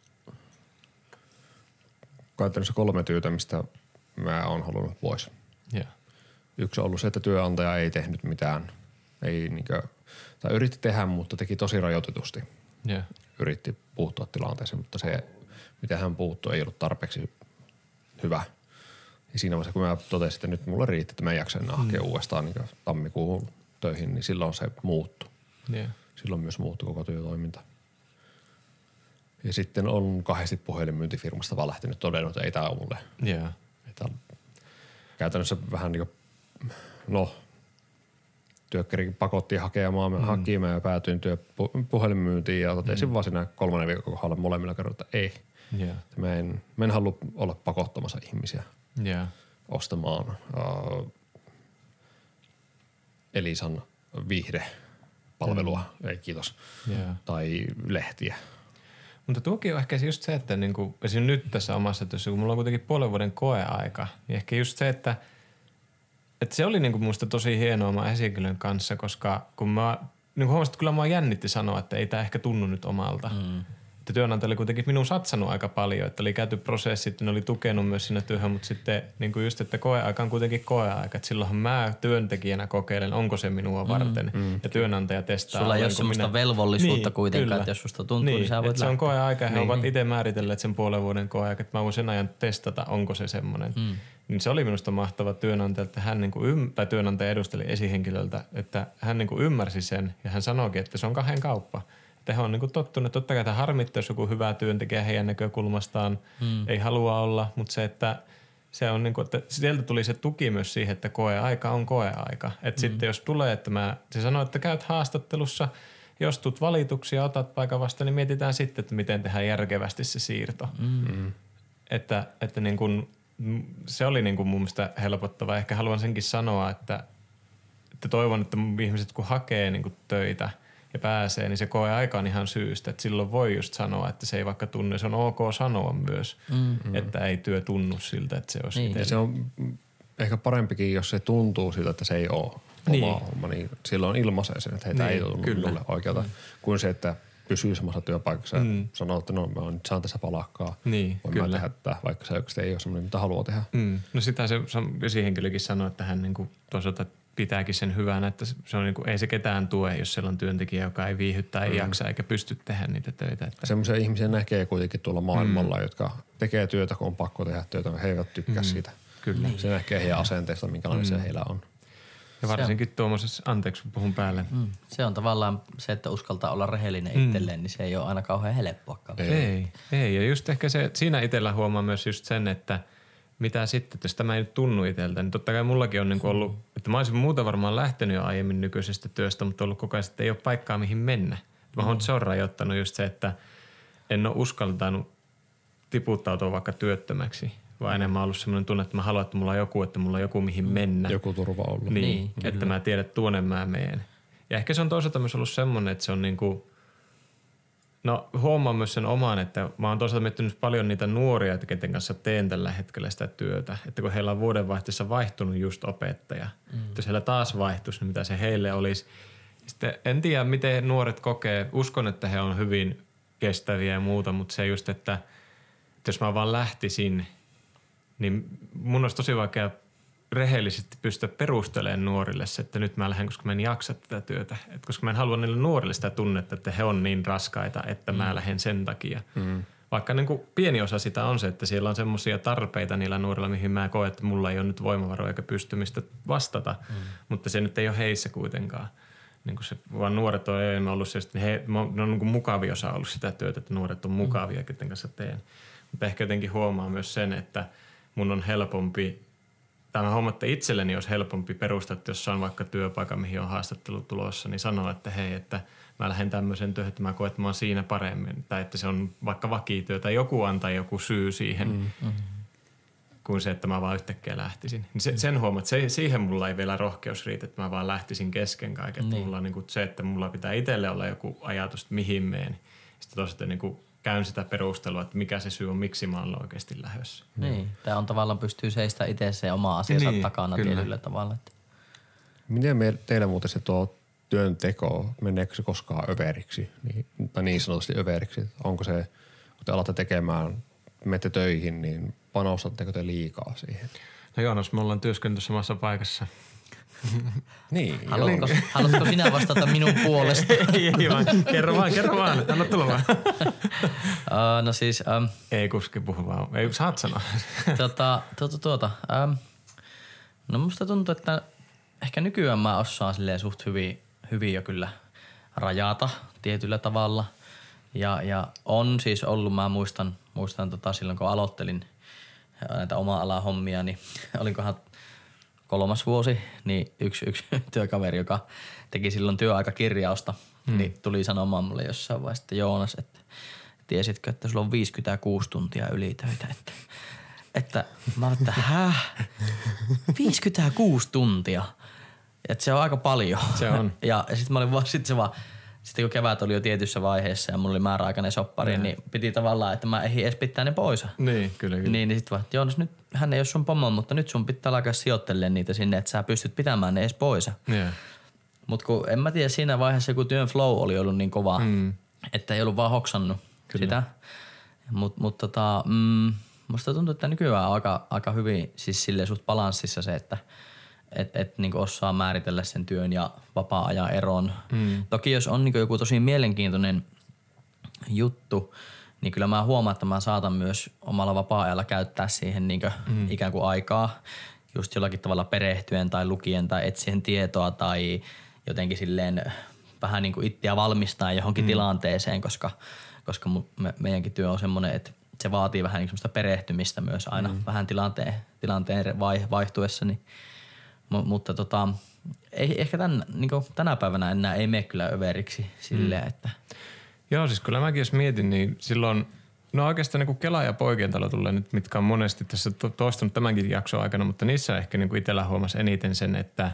käytännössä kolme työtä, mistä mä oon halunnut pois. Yeah. Yksi on ollut se, että työnantaja ei tehnyt mitään. Ei niinkö, tai yritti tehdä, mutta teki tosi rajoitetusti. Yeah. Yritti puuttua tilanteeseen, mutta se, mitä hän puuttui, ei ollut tarpeeksi hyvä. Ja siinä vaiheessa, kun mä totesin, että nyt mulla riitti, että mä en jaksa enää hakea mm. uudestaan niin tammikuuhun töihin, niin silloin se muuttui. Yeah. Silloin myös muuttui koko työtoiminta. Ja sitten on kahdesti puhelinmyyntifirmasta vaan lähtenyt todennut, että ei tää ole mulle. Yeah. Että käytännössä vähän niin kuin, no, työkkärikin pakotti hakemaan, mm. hakimaan ja päätyin työpuhelinmyyntiin ja totesin mm. vaan siinä kolmannen viikon kohdalla molemmilla kerroin, että ei. Yeah. Mä en, mä en halua olla pakottamassa ihmisiä yeah. ostamaan uh, Elisan viihdepalvelua, mm. ei kiitos, yeah. tai lehtiä. Mutta tuokin on ehkä just se, että niinku, esimerkiksi nyt tässä omassa työssä, kun mulla on kuitenkin puolen vuoden koeaika, niin ehkä just se, että, että se oli niinku musta tosi hienoa oman esihenkilön kanssa, koska kun mä niin huomasin, että kyllä mua jännitti sanoa, että ei tämä ehkä tunnu nyt omalta. Mm. Että työnantaja oli kuitenkin minun satsannut aika paljon, että oli käyty prosessit, ne oli tukenut myös siinä työhön, mutta sitten niin kuin just, että koeaika on kuitenkin koeaika. Että silloinhan mä työntekijänä kokeilen, onko se minua varten mm. ja työnantaja testaa. Sulla ei ole semmoista minä... velvollisuutta niin, kuitenkaan, kyllä. Että jos susta tuntuu, niin, niin sä voit lähteä. Se on koeaika ja he niin, ovat niin. itse määritelleet sen puolen vuoden koeaika, että mä voin sen ajan testata, onko se semmoinen. Mm. Niin se oli minusta mahtava työnantaja, että hän niin kuin ym... tai työnantaja edusteli esihenkilöltä, että hän niin kuin ymmärsi sen ja hän sanoikin, että se on kahden kauppa. Että he on niin kuin tottunut, että totta kai tämä harmittaa, jos joku hyvä työntekijä heidän näkökulmastaan hmm. ei halua olla, mutta se, että se on niin kuin, että sieltä tuli se tuki myös siihen, että koeaika on koeaika. Että hmm. sitten jos tulee, että mä, se sanoo, että käyt haastattelussa, jos tulet valituksi ja otat paikan vasta, niin mietitään sitten, että miten tehdään järkevästi se siirto. Hmm. Että, että niin kuin, se oli niin kuin mun mielestä helpottava. Ehkä haluan senkin sanoa, että, että toivon, että ihmiset kun hakee niin kuin töitä – ja pääsee, niin se koeaika on ihan syystä. Että silloin voi just sanoa, että se ei vaikka tunne. Se on ok sanoa myös, mm. että ei työ tunnu siltä, että se olisi niin. Ja se on ehkä parempikin, jos se tuntuu siltä, että se ei ole niin. oma homma. Niin silloin ilmaisee sen, että heitä niin, ei tunnu minulle oikealta. Mm. Kuin se, että pysyy samassa työpaikassa mm. ja sanoo, että no mä saan tässä palakkaa. Niin, voin kyllä. mä tehdä tätä, vaikka se oikeasti ei ole semmoinen, mitä haluaa tehdä. Mm. No sitä se esihenkilökin sanoi, että hän niinku toisaalta pitääkin sen hyvänä, että se on niinku, ei se ketään tue, jos siellä on työntekijä, joka ei viihdy tai ei mm. jaksa eikä pysty tehdä niitä töitä. Että. Semmoisia ihmisiä näkee kuitenkin tuolla maailmalla, mm. jotka tekee työtä, kun on pakko tehdä työtä. He eivät tykkää mm. siitä. Kyllä. Se näkee heidän asenteesta, minkälainen mm. se heillä on. Ja varsinkin tuommoisessa, anteeksi puhun päälle. Mm. Se on tavallaan se, että uskaltaa olla rehellinen mm. itselleen, niin se ei ole aina kauhean helppoakaan. Ei, ei. ei. Ja just ehkä se, siinä itsellä huomaa myös just sen, että mitä sitten, että jos tämä ei nyt tunnu itseltä, niin totta kai mullakin on niinku ollut, että mä olisin muuta varmaan lähtenyt jo aiemmin nykyisestä työstä, mutta ollut koko ajan, että ei ole paikkaa mihin mennä. Mä oon se on rajoittanut just se, että en ole uskaltanut tiputtautua vaikka työttömäksi, vaan enemmän ollut semmoinen tunne, että mä haluan, että mulla on joku, että mulla on joku mihin mennä. Joku turva olla. Niin, niin että mä tiedän, että tuonne mä meen. Ja ehkä se on toisaalta myös ollut semmoinen, että se on niinku, no huomaan myös sen oman, että mä oon toisaalta miettinyt paljon niitä nuoria, kenen kanssa teen tällä hetkellä sitä työtä. Että kun heillä on vuodenvaihteessa vaihtunut just opettaja, mm. että jos heillä taas vaihtuisi, niin mitä se heille olisi. Sitten en tiedä, miten nuoret kokee. Uskon, että he on hyvin kestäviä ja muuta, mutta se just, että, että jos mä vaan lähtisin, niin mun olisi tosi vaikea rehellisesti pystyä perustelemaan nuorille se, että nyt mä lähden, koska mä en jaksa tätä työtä. Et koska mä en halua niille nuorille sitä tunnetta, että he on niin raskaita, että mm. mä lähden sen takia. Mm. Vaikka niin kuin pieni osa sitä on se, että siellä on semmoisia tarpeita niillä nuorilla, mihin mä koen, että mulla ei ole nyt voimavaroja eikä pystymistä vastata. Mm. Mutta se nyt ei ole heissä kuitenkaan. Niin kuin se, vaan nuoret on enemmän ollut se, että he, ne on niin kuin mukavia osa ollut sitä työtä, että nuoret on mukavia, mm. kenen kanssa teen. Mutta ehkä jotenkin huomaa myös sen, että mun on helpompi Tämä homma, että itselleni olisi helpompi perustaa, että jos on vaikka työpaikka, mihin on haastattelu tulossa, niin sanoa, että hei, että mä lähden tämmöisen työhön, että mä koen, että mä oon siinä paremmin. Tai että se on vaikka vakityö tai joku antaa joku syy siihen, mm-hmm. kuin se, että mä vaan yhtäkkiä lähtisin. Se, sen huomaa, että se, siihen mulla ei vielä rohkeus riitä, että mä vaan lähtisin kesken kaiken. Niin. Mulla on niin kuin se, että mulla pitää itselle olla joku ajatus, että mihin meen. Sitten tosiaan niin kuin käyn sitä perustelua, että mikä se syy on, miksi mä olen oikeasti lähdössä. Niin, tämä on tavallaan pystyy seistä itse se oma asiansa niin, takana kyllä. tietyllä tavalla. Että. Miten me, teillä muuten se tuo työnteko, meneekö se koskaan överiksi, niin, tai niin sanotusti överiksi? Onko se, kun te alatte tekemään, menette töihin, niin panostatteko te liikaa siihen? No Joonas, me ollaan työskennellyt samassa paikassa. Niin. Haluatko, haluatko sinä vastata minun puolesta? ei, ei vaan. Kerro vaan, kerro vaan. Anna tulla vaan. uh, no siis. Um, ei kuski puhu vaan. Ei, saat sanoa. tota, tuota, tuota. Um, no musta tuntuu, että ehkä nykyään mä osaan silleen suht hyvin, hyvin jo kyllä rajata tietyllä tavalla. Ja, ja on siis ollut, mä muistan, muistan tota silloin kun aloittelin näitä oma ala hommia, niin olinkohan kolmas vuosi, niin yksi, yksi työkaveri, joka teki silloin työaikakirjausta, hmm. niin tuli sanomaan mulle jossain vaiheessa, että Joonas, että tiesitkö, että sulla on viisikymmentäkuusi tuntia ylitöitä, että, että mä olin, että häh? viisikymmentäkuusi tuntia? Että se on aika paljon. Se on. Ja, ja sitten mä olin vaan, sit se vaan, sitten kun kevät oli jo tietyssä vaiheessa ja mulla oli määräaikainen soppari, niin piti tavallaan, että mä ehdin edes pitää ne pois. Niin, kyllä, kyllä. Niin, niin sitten vaan, Joonas, nyt hän ei ole sun pomo, mutta nyt sun pitää alkaa sijoittelemaan niitä sinne, että sä pystyt pitämään ne edes pois. Yeah. Mutta kun en mä tiedä, siinä vaiheessa kun työn flow oli ollut niin kova, mm. että ei ollut vaan hoksannut Kyllä. sitä. Mutta mut tota, mm, musta tuntuu, että nykyään on aika, aika hyvin siis silleen suht balanssissa se, että et, et niinku osaa määritellä sen työn ja vapaa-ajan eron. Mm. Toki jos on niinku joku tosi mielenkiintoinen juttu, niin kyllä mä huomaan, että mä saatan myös omalla vapaa-ajalla käyttää siihen niinku mm. ikään kuin aikaa. Just jollakin tavalla perehtyen tai lukien tai etsien tietoa tai jotenkin silleen vähän niin kuin itseä valmistaa johonkin mm. tilanteeseen, koska, koska me, meidänkin työ on semmoinen, että se vaatii vähän niin semmoista perehtymistä myös aina mm. vähän tilanteen, tilanteen vaihtuessa. Niin, mutta tota, ei, ehkä tän, niin kuin tänä päivänä enää ei mene kyllä överiksi silleen, mm. että... Joo, siis kyllä mäkin jos mietin, niin silloin, no oikeastaan niin kuin Kela ja poikien talo tulee nyt, mitkä on monesti tässä to- toistunut tämänkin jakson aikana, mutta niissä ehkä niin kuin itsellä huomasi eniten sen, että,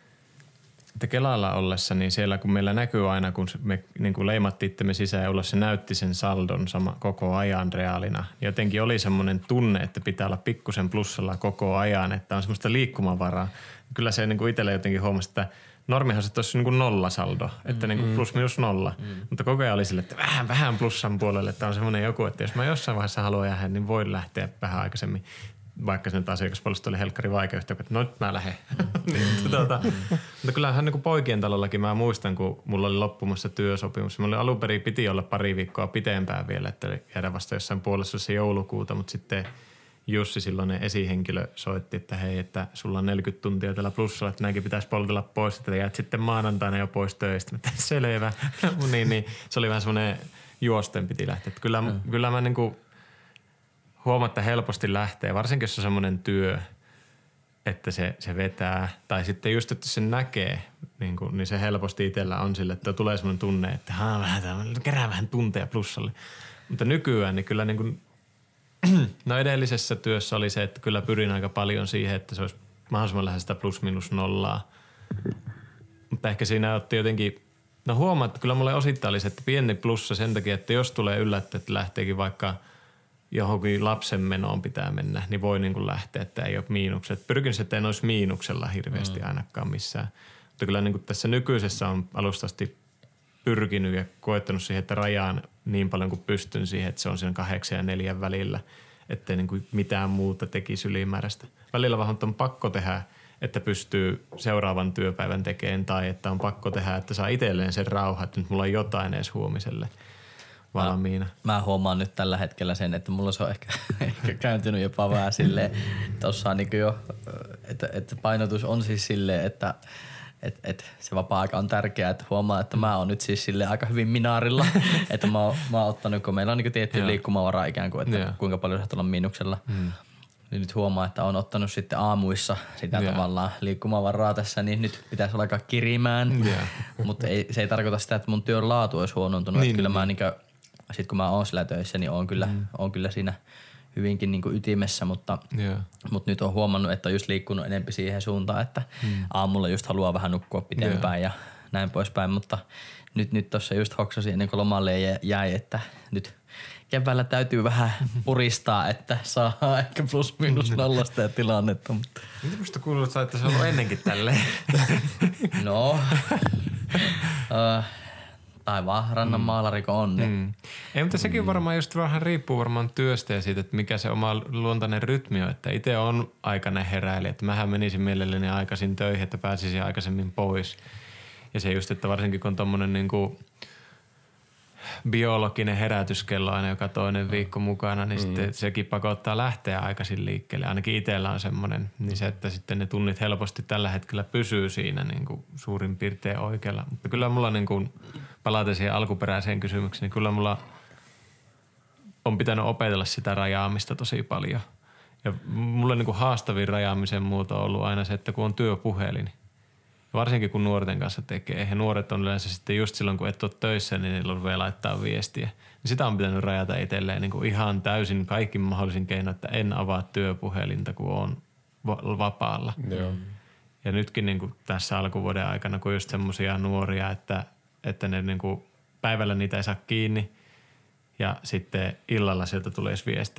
että Kelalla ollessa, niin siellä kun meillä näkyy aina, kun me niin kuin leimattiin itsemme sisään ja ulos, se näytti sen saldon sama koko ajan reaalina. Niin jotenkin oli semmoinen tunne, että pitää olla pikkusen plussalla koko ajan, että on semmoista liikkumavaraa. Kyllä se niin kuin itsellä jotenkin huomasi, että normihan se olisi niin kuin nollasaldo, että mm. niin kuin plus minus nolla. Mm. Mutta koko ajan oli sille, että vähän, vähän plussan puolelle, että on semmoinen joku, että jos mä jossain vaiheessa haluan jäädä, niin voin lähteä vähän aikaisemmin. Vaikka se nyt asiakaspalvelusta oli helkkari vaikea yhtä, että no nyt mä lähden. niin, tuota, mutta kyllähän niin kuin poikien talollakin mä muistan, kun mulla oli loppumassa työsopimus. Mulla oli alun perin piti olla pari viikkoa pitempään vielä, että jäädä vasta jossain puolessa se joulukuuta, mutta sitten Jussi silloinen esihenkilö soitti, että hei, että sulla on neljäkymmentä tuntia tällä plussalla, että näinkin pitäisi poltella pois, että jäät sitten maanantaina jo pois töistä. Mutta selvä. niin, niin, se oli vähän semmoinen juosten piti lähteä. Että kyllä, mm. kyllä mä niinku huomaan, että helposti lähtee, varsinkin jos on semmoinen työ, että se, se vetää. Tai sitten just, että se näkee, niin, kuin, niin se helposti itsellä on sille, että tulee semmoinen tunne, että haa, vähän tämän, kerää vähän tunteja plussalle. Mutta nykyään niin kyllä niin kuin no edellisessä työssä oli se, että kyllä pyrin aika paljon siihen, että se olisi mahdollisimman lähes sitä plus minus nollaa. Mutta ehkä siinä otti jotenkin, no huomaa, että kyllä mulle osittain oli se, että pieni plussa sen takia, että jos tulee yllättä, että lähteekin vaikka johonkin lapsen menoon pitää mennä, niin voi niin kuin lähteä, että ei ole miinukset. Pyrkin se, että en olisi miinuksella hirveästi mm. ainakaan missään. Mutta kyllä niin kuin tässä nykyisessä on alustasti pyrkinyt ja koettanut siihen, että rajaan niin paljon kuin pystyn siihen, että se on siinä kahdeksan ja neljän välillä, ettei niin kuin mitään muuta tekisi ylimääräistä. Välillä vaan on pakko tehdä, että pystyy seuraavan työpäivän tekemään tai että on pakko tehdä, että saa itselleen sen rauha, että nyt mulla on jotain edes huomiselle valmiina. Mä, mä huomaan nyt tällä hetkellä sen, että mulla se on ehkä, ehkä kääntynyt jopa vähän silleen, tossa on niin jo, että, että painotus on siis silleen, että Että et se vapaa-aika on tärkeää, että huomaa, että mä oon nyt siis sille aika hyvin minaarilla, että mä oon, mä oon ottanut, kun meillä on niinku tietty liikkumavaraa ikään kuin, että yeah. kuinka paljon sä olla miinuksella. Mm. Niin nyt huomaa, että on ottanut sitten aamuissa sitä yeah. tavallaan liikkumavaraa tässä, niin nyt pitäisi alkaa kirimään. Yeah. Mutta ei, se ei tarkoita sitä, että mun työn laatu olisi huonontunut. Niin, kyllä niin. mä niinku, sit kun mä oon sillä töissä, niin oon kyllä, mm. oon kyllä siinä hyvinkin niin kuin ytimessä, mutta, yeah. mutta nyt on huomannut, että on just liikkunut enemmän siihen suuntaan, että mm. aamulla just haluaa vähän nukkua pitempään yeah. ja näin poispäin, mutta nyt, nyt tuossa just hoksasin ennen kuin lomalle jäi, että nyt keväällä täytyy vähän puristaa, että saa ehkä plus minus nollasta ja tilannetta. Mutta. Mitä musta kuulostaa, että se on ollut ennenkin tälleen? no, uh, tai vaan rannan mm. maalariko on. Niin. Mm. Ei, mutta sekin mm. varmaan just vähän riippuu varmaan työstä ja siitä, että mikä se oma luontainen rytmi on. Että itse on aikainen heräilijä, että mähän menisin mielelläni aikaisin töihin, että pääsisin aikaisemmin pois. Ja se just, että varsinkin kun on tommonen niinku biologinen herätyskello aina joka toinen viikko mukana, niin mm. sitten sekin pakottaa lähteä aikaisin liikkeelle. Ainakin itsellä on semmoinen, niin se, että sitten ne tunnit helposti tällä hetkellä pysyy siinä niin kuin suurin piirtein oikealla. Mutta kyllä mulla niin kuin, palaten siihen alkuperäiseen kysymykseen, niin kyllä mulla on pitänyt opetella sitä rajaamista tosi paljon. Ja mulle niin kuin haastavin rajaamisen muoto on ollut aina se, että kun on työpuhelin, varsinkin kun nuorten kanssa tekee. Ja nuoret on yleensä sitten just silloin, kun et ole töissä, niin niillä rupeaa laittaa viestiä. Niin sitä on pitänyt rajata itselleen niin kuin ihan täysin kaikki mahdollisin keino, että en avaa työpuhelinta, kun on vapaalla. Joo. Ja nytkin niin kuin tässä alkuvuoden aikana, kun just semmoisia nuoria, että, että ne niin kuin päivällä niitä ei saa kiinni ja sitten illalla sieltä tulee viestejä, että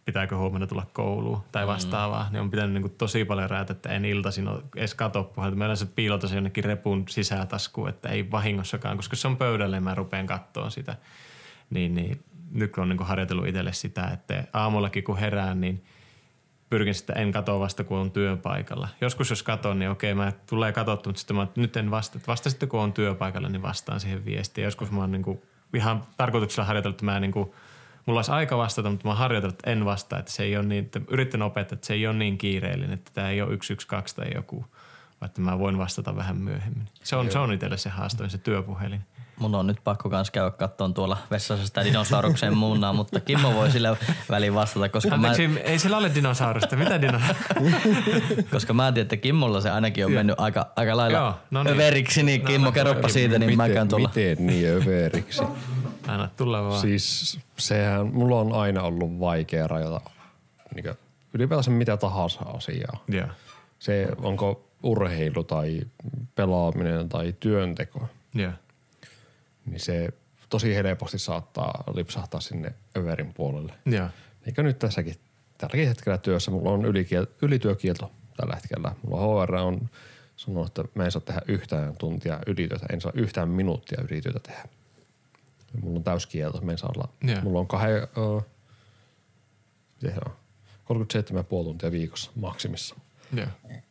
pitääkö huomenna tulla kouluun tai vastaavaa. Mm. Ne on pitänyt niin kuin tosi paljon rajata, että en iltaisin edes katso puhelta. Mä yleensä piilotan sen jonnekin repun sisätaskuun, että ei vahingossakaan, koska se on pöydälle ja mä rupean kattoon sitä. Niin, niin nyt on niin kuin harjoitellut itselle sitä, että aamullakin kun herään, niin pyrkin sitä, en katsoa vasta kun on työpaikalla. Joskus jos katon, niin okei, mä tulee katsottu, mutta sitten mä nyt en vasta. Vasta sitten kun on työpaikalla, niin vastaan siihen viestiin. Joskus mä oon niin kuin ihan tarkoituksella harjoitellut, että mä niin kuin, mulla olisi aika vastata, mutta mä oon harjoitellut, että en vastaa. Että se ei ole niin, että yrittänyt opettaa, että se ei ole niin kiireellinen, että tämä ei ole yksi yksi kaksi tai joku, vaan että mä voin vastata vähän myöhemmin. Se on, se on itselle se haastoin, se työpuhelin. Mun on nyt pakko kans käydä kattoon tuolla vessassa sitä dinosauruksen muunnaa, mutta Kimmo voi sillä väliin vastata, koska Anteeksi, mä... ei sillä ole dinosaurusta. Mitä dinosaurusta? koska mä tiedän, että Kimmolla se ainakin on mennyt aika, aika lailla Joo, no niin. överiksi, niin No, Kimmo, no, kerropa siitä, niin mä käyn tulla. Miten niin överiksi? Anna tulla vaan. Siis sehän, mulla on aina ollut vaikea rajata niin ylipäätänsä mitä tahansa asiaa. Joo. Se onko urheilu tai pelaaminen tai työnteko, Joo. niin se tosi helposti saattaa lipsahtaa sinne överin puolelle. Joo. Eikä nyt tässäkin, tälläkin hetkellä työssä mulla on ylikiel, ylityökielto tällä hetkellä. Mulla H R on sanonut, että mä en saa tehdä yhtään tuntia ylityötä, en saa yhtään minuuttia ylityötä tehdä. Mulla on täyskielto, mä en saa olla. Joo. Mulla on kahden, uh, miten se on, kolmekymmentäseitsemän pilkku viisi tuntia viikossa maksimissa. Joo.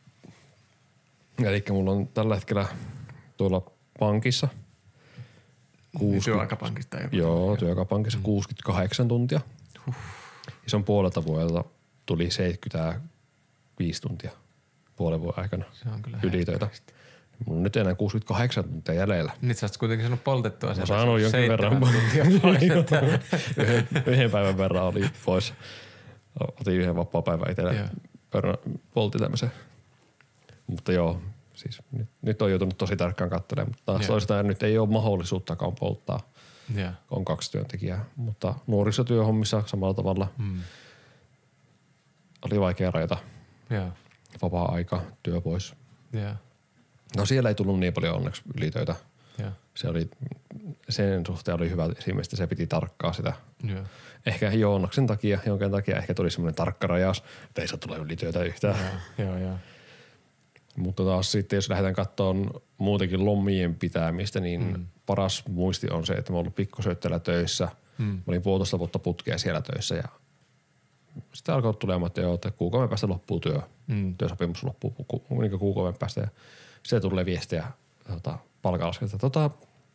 Eli mulla on tällä hetkellä tuolla pankissa kuusikymmentä Työaikapankista. Joo, työaikapankissa mm. kuusikymmentäkahdeksan tuntia. Huh. Ja se on puolelta vuodelta tuli seitsemänkymmentäviisi tuntia puolen vuoden aikana se on kyllä ylitöitä. Mulla on nyt enää kuusikymmentäkahdeksan tuntia jäljellä. Nyt sä oot kuitenkin sanonut poltettua. Mä sanon jonkin verran. yhden, yhden päivän verran oli pois. Otin yhden vapaa-päivän itselle. Poltin tämmöisen. Mutta joo, siis nyt, nyt on joutunut tosi tarkkaan katselemaan. Mutta taas toistaan nyt ei ole mahdollisuuttakaan polttaa. Yeah. On kaksi työntekijää. Mutta nuorisotyöhommissa samalla tavalla mm. oli vaikea rajata. Yeah. Vapaa-aika, työ pois. Yeah. No siellä ei tullut niin paljon onneksi ylitöitä. Yeah. Se oli, sen suhteen oli hyvä esimerkiksi, se piti tarkkaa sitä. Yeah. Ehkä joonnoksen takia, jonkin takia ehkä tuli semmoinen tarkka rajaus, että ei saa tulla ylitöitä yhtään. Yeah. Yeah, yeah. Mutta taas sitten, jos lähdetään katsomaan muutenkin lomien pitämistä, niin mm. paras muisti on se, että mä oon ollut pikkusyöttelä töissä. Mm. Mä olin puolitoista vuotta putkea siellä töissä ja sitten alkoi tulemaan, että joo, että kuukauden päästä loppuu työ. Mm. Työsopimus loppuu ku, niin kuukauden päästä ja sitten tulee viestejä tota, palkanlaskelta, että tota,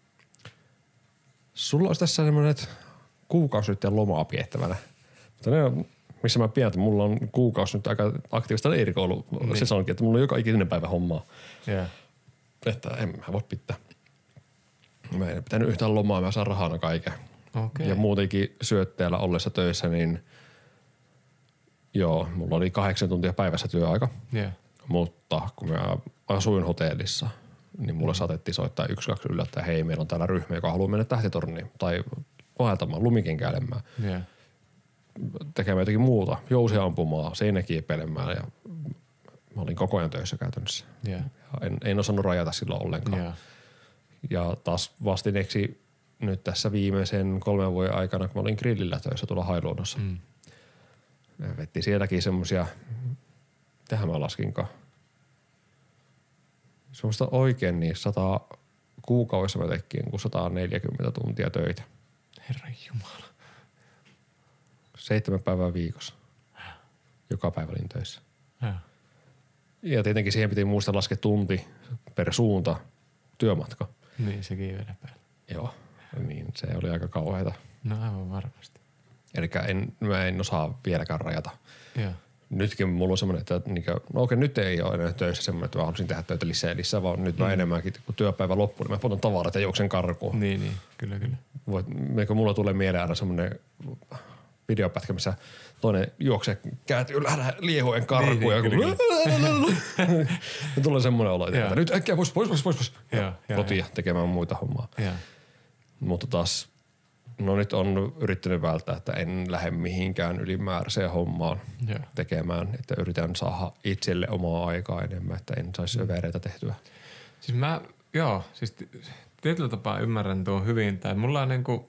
sulla olisi tässä semmoinen kuukausi nyt lomaa piettävänä. Mutta ne on, missä mä pidän, että mulla on kuukausi nyt aika aktiivista leirikoulu niin. Sesonkin, että mulla on joka ikinen päivä hommaa. Yeah. Että en mä voi pitää. Mä en pitänyt yhtään lomaa, mä saan rahana kaiken. Okay. Ja muutenkin syöttäjällä ollessa töissä, niin joo, mulla oli kahdeksan tuntia päivässä työaika. Yeah. Mutta kun mä asuin hotellissa, niin mulle saatettiin soittaa yksi, kaksi yllättäen, hei, meillä on täällä ryhmä, joka haluaa mennä tähtitorniin tai vaeltamaan, lumikenkäilemään. Yeah. Tekemään jotakin muuta, jousia ampumaan, seinäkiipeilemään ja mä olin koko ajan töissä käytännössä. Yeah. En, en osannut rajata silloin ollenkaan. Yeah. Ja taas vastineeksi nyt tässä viimeisen kolmen vuoden aikana, kun mä olin grillillä töissä tuolla Hailuodossa. Mm. Me vettiin sielläkin semmosia, mitähän mä laskinkaan. Semmoista oikein niin sata kuukaudessa mä tekin kuin sata neljäkymmentä tuntia töitä. Herran Jumala. Seitsemän päivää viikossa. Joka päivä olin töissä. Ja. ja tietenkin siihen piti muistaa laskea tunti per suunta työmatka. Niin, sekin vielä päällä. Joo, niin se oli aika kauheata. No aivan varmasti. Elikkä en, mä en osaa vieläkään rajata. Joo. Nytkin mulla on semmoinen, että niinkö, no okei, nyt ei ole enää töissä semmoinen, että mä haluaisin tehdä töitä lisää ja lisää, vaan nyt mm. mä enemmänkin, kun työpäivä loppuu, niin mä poltan tavarat ja juoksen karkuun. Niin, niin, kyllä, kyllä. Voit, mulla tulee mieleen aina semmoinen videopätkä, missä toinen juoksee käät ylhäällä liehojen karkuun niin, ja kun tulee semmoinen olo, että nyt äkkiä pois, pois, pois, pois, pois. Ja, ja, kotiin ja. tekemään muita hommaa. Ja. Mutta taas, no nyt on yrittänyt välttää, että en lähde mihinkään ylimääräiseen hommaan ja. tekemään, että yritän saada itselle omaa aikaa enemmän, että en saisi övereitä tehtyä. Siis mä, joo, siis tietyllä tapaa ymmärrän tuon hyvin, tai mulla on niinku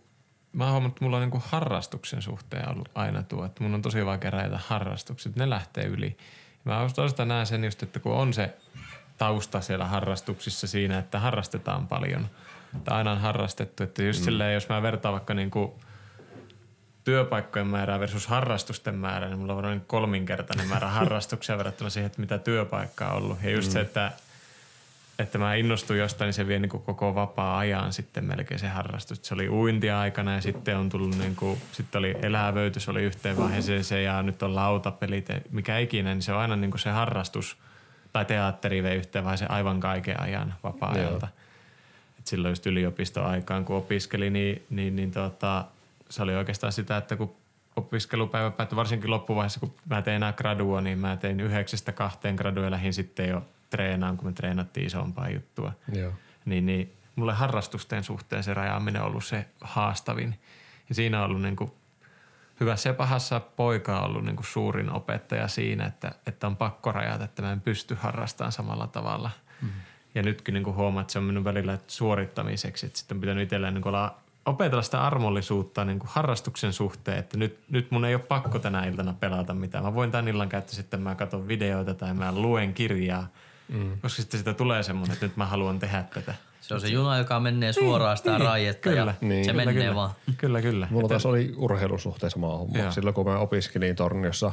mä oon huomannut, että mulla on niinku harrastuksen suhteen ollut aina tuo, että mun on tosi vaikea rajata harrastukset, ne lähtee yli. Mä osasta näen sen just, että kun on se tausta siellä harrastuksissa siinä, että harrastetaan paljon, että aina on harrastettu, että just mm. silleen, jos mä vertaan vaikka niinku työpaikkojen määrää versus harrastusten määrää, niin mulla on noin kolminkertainen määrä harrastuksia verrattuna siihen, että mitä työpaikkaa on ollut. Ja just mm. se, että, että mä innostun jostain, niin se vie niin kuin koko vapaa-ajan sitten melkein se harrastus. Se oli uintia aikana ja sitten on tullut niin kuin, sitten oli elävöitys, oli yhteen vaiheeseen se ja nyt on lautapelit, mikä ikinä, niin se on aina niin kuin se harrastus tai teatteri vei yhteen vaiheeseen aivan kaiken ajan vapaa-ajalta. Et silloin just yliopistoaikaan, kun opiskeli, niin, niin, niin tota, se oli oikeastaan sitä, että kun opiskelupäivä päättyi, varsinkin loppuvaiheessa, kun mä tein enää gradua, niin mä tein yhdeksästä kahteen gradua ja lähdin sitten jo treenaan, kun me treenattiin isompaa juttua. Joo. Niin, niin mulle harrastusten suhteen se rajaaminen on ollut se haastavin. Ja siinä on ollut niin kuin hyvässä ja pahassa poika on ollut niin kuin suurin opettaja siinä, että, että on pakko rajata, että mä en pysty harrastamaan samalla tavalla. Mm-hmm. Ja nytkin niin kuin huomaa, että se on mennyt välillä suorittamiseksi, että sitten on pitänyt itselleen niin kuin olla opetella sitä armollisuutta niin kuin harrastuksen suhteen, että nyt, nyt mun ei ole pakko tänä iltana pelata mitään. Mä voin tämän illan käyttää sitten, mä katson videoita tai mä luen kirjaa, mm. koska sitten sitä tulee semmoinen, että nyt mä haluan tehdä tätä. Se on se juna, joka menee suoraan sitä niin, raietta kyllä, ja niin. se kyllä, menee kyllä, vaan. Kyllä, kyllä. Mulla taas oli urheilusuhteen sama homma. Joo. Silloin kun mä opiskelin Torniossa,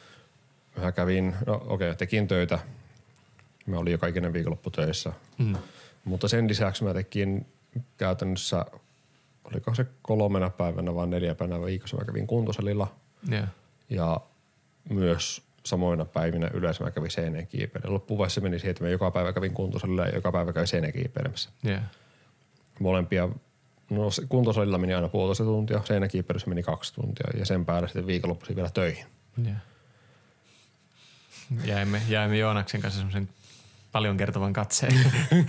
mä kävin, no okei, okay, tekin töitä. Mä olin jo kaikinen viikonloppu töissä. Mm. Mutta sen lisäksi mä tekin käytännössä, oliko se kolmena päivänä vai neljä päivänä viikossa mä kävin kuntosalilla. Yeah. Ja myös samoina päivinä yleensä mä kävin seinäkiipeilemään. Loppuvaiheessa meni siihen, että mä joka päivä kävin kuntosalilla ja joka päivä kävin seinäkiipeilemässä. Yeah. Molempia, no kuntosalilla meni aina puolitoista tuntia, seinäkiipeilyssä meni kaksi tuntia ja sen päälle sitten viikonloppuisin vielä töihin. Yeah. Jäimme, jäimme Joonaksen kanssa semmoisen paljon kertovan katseen.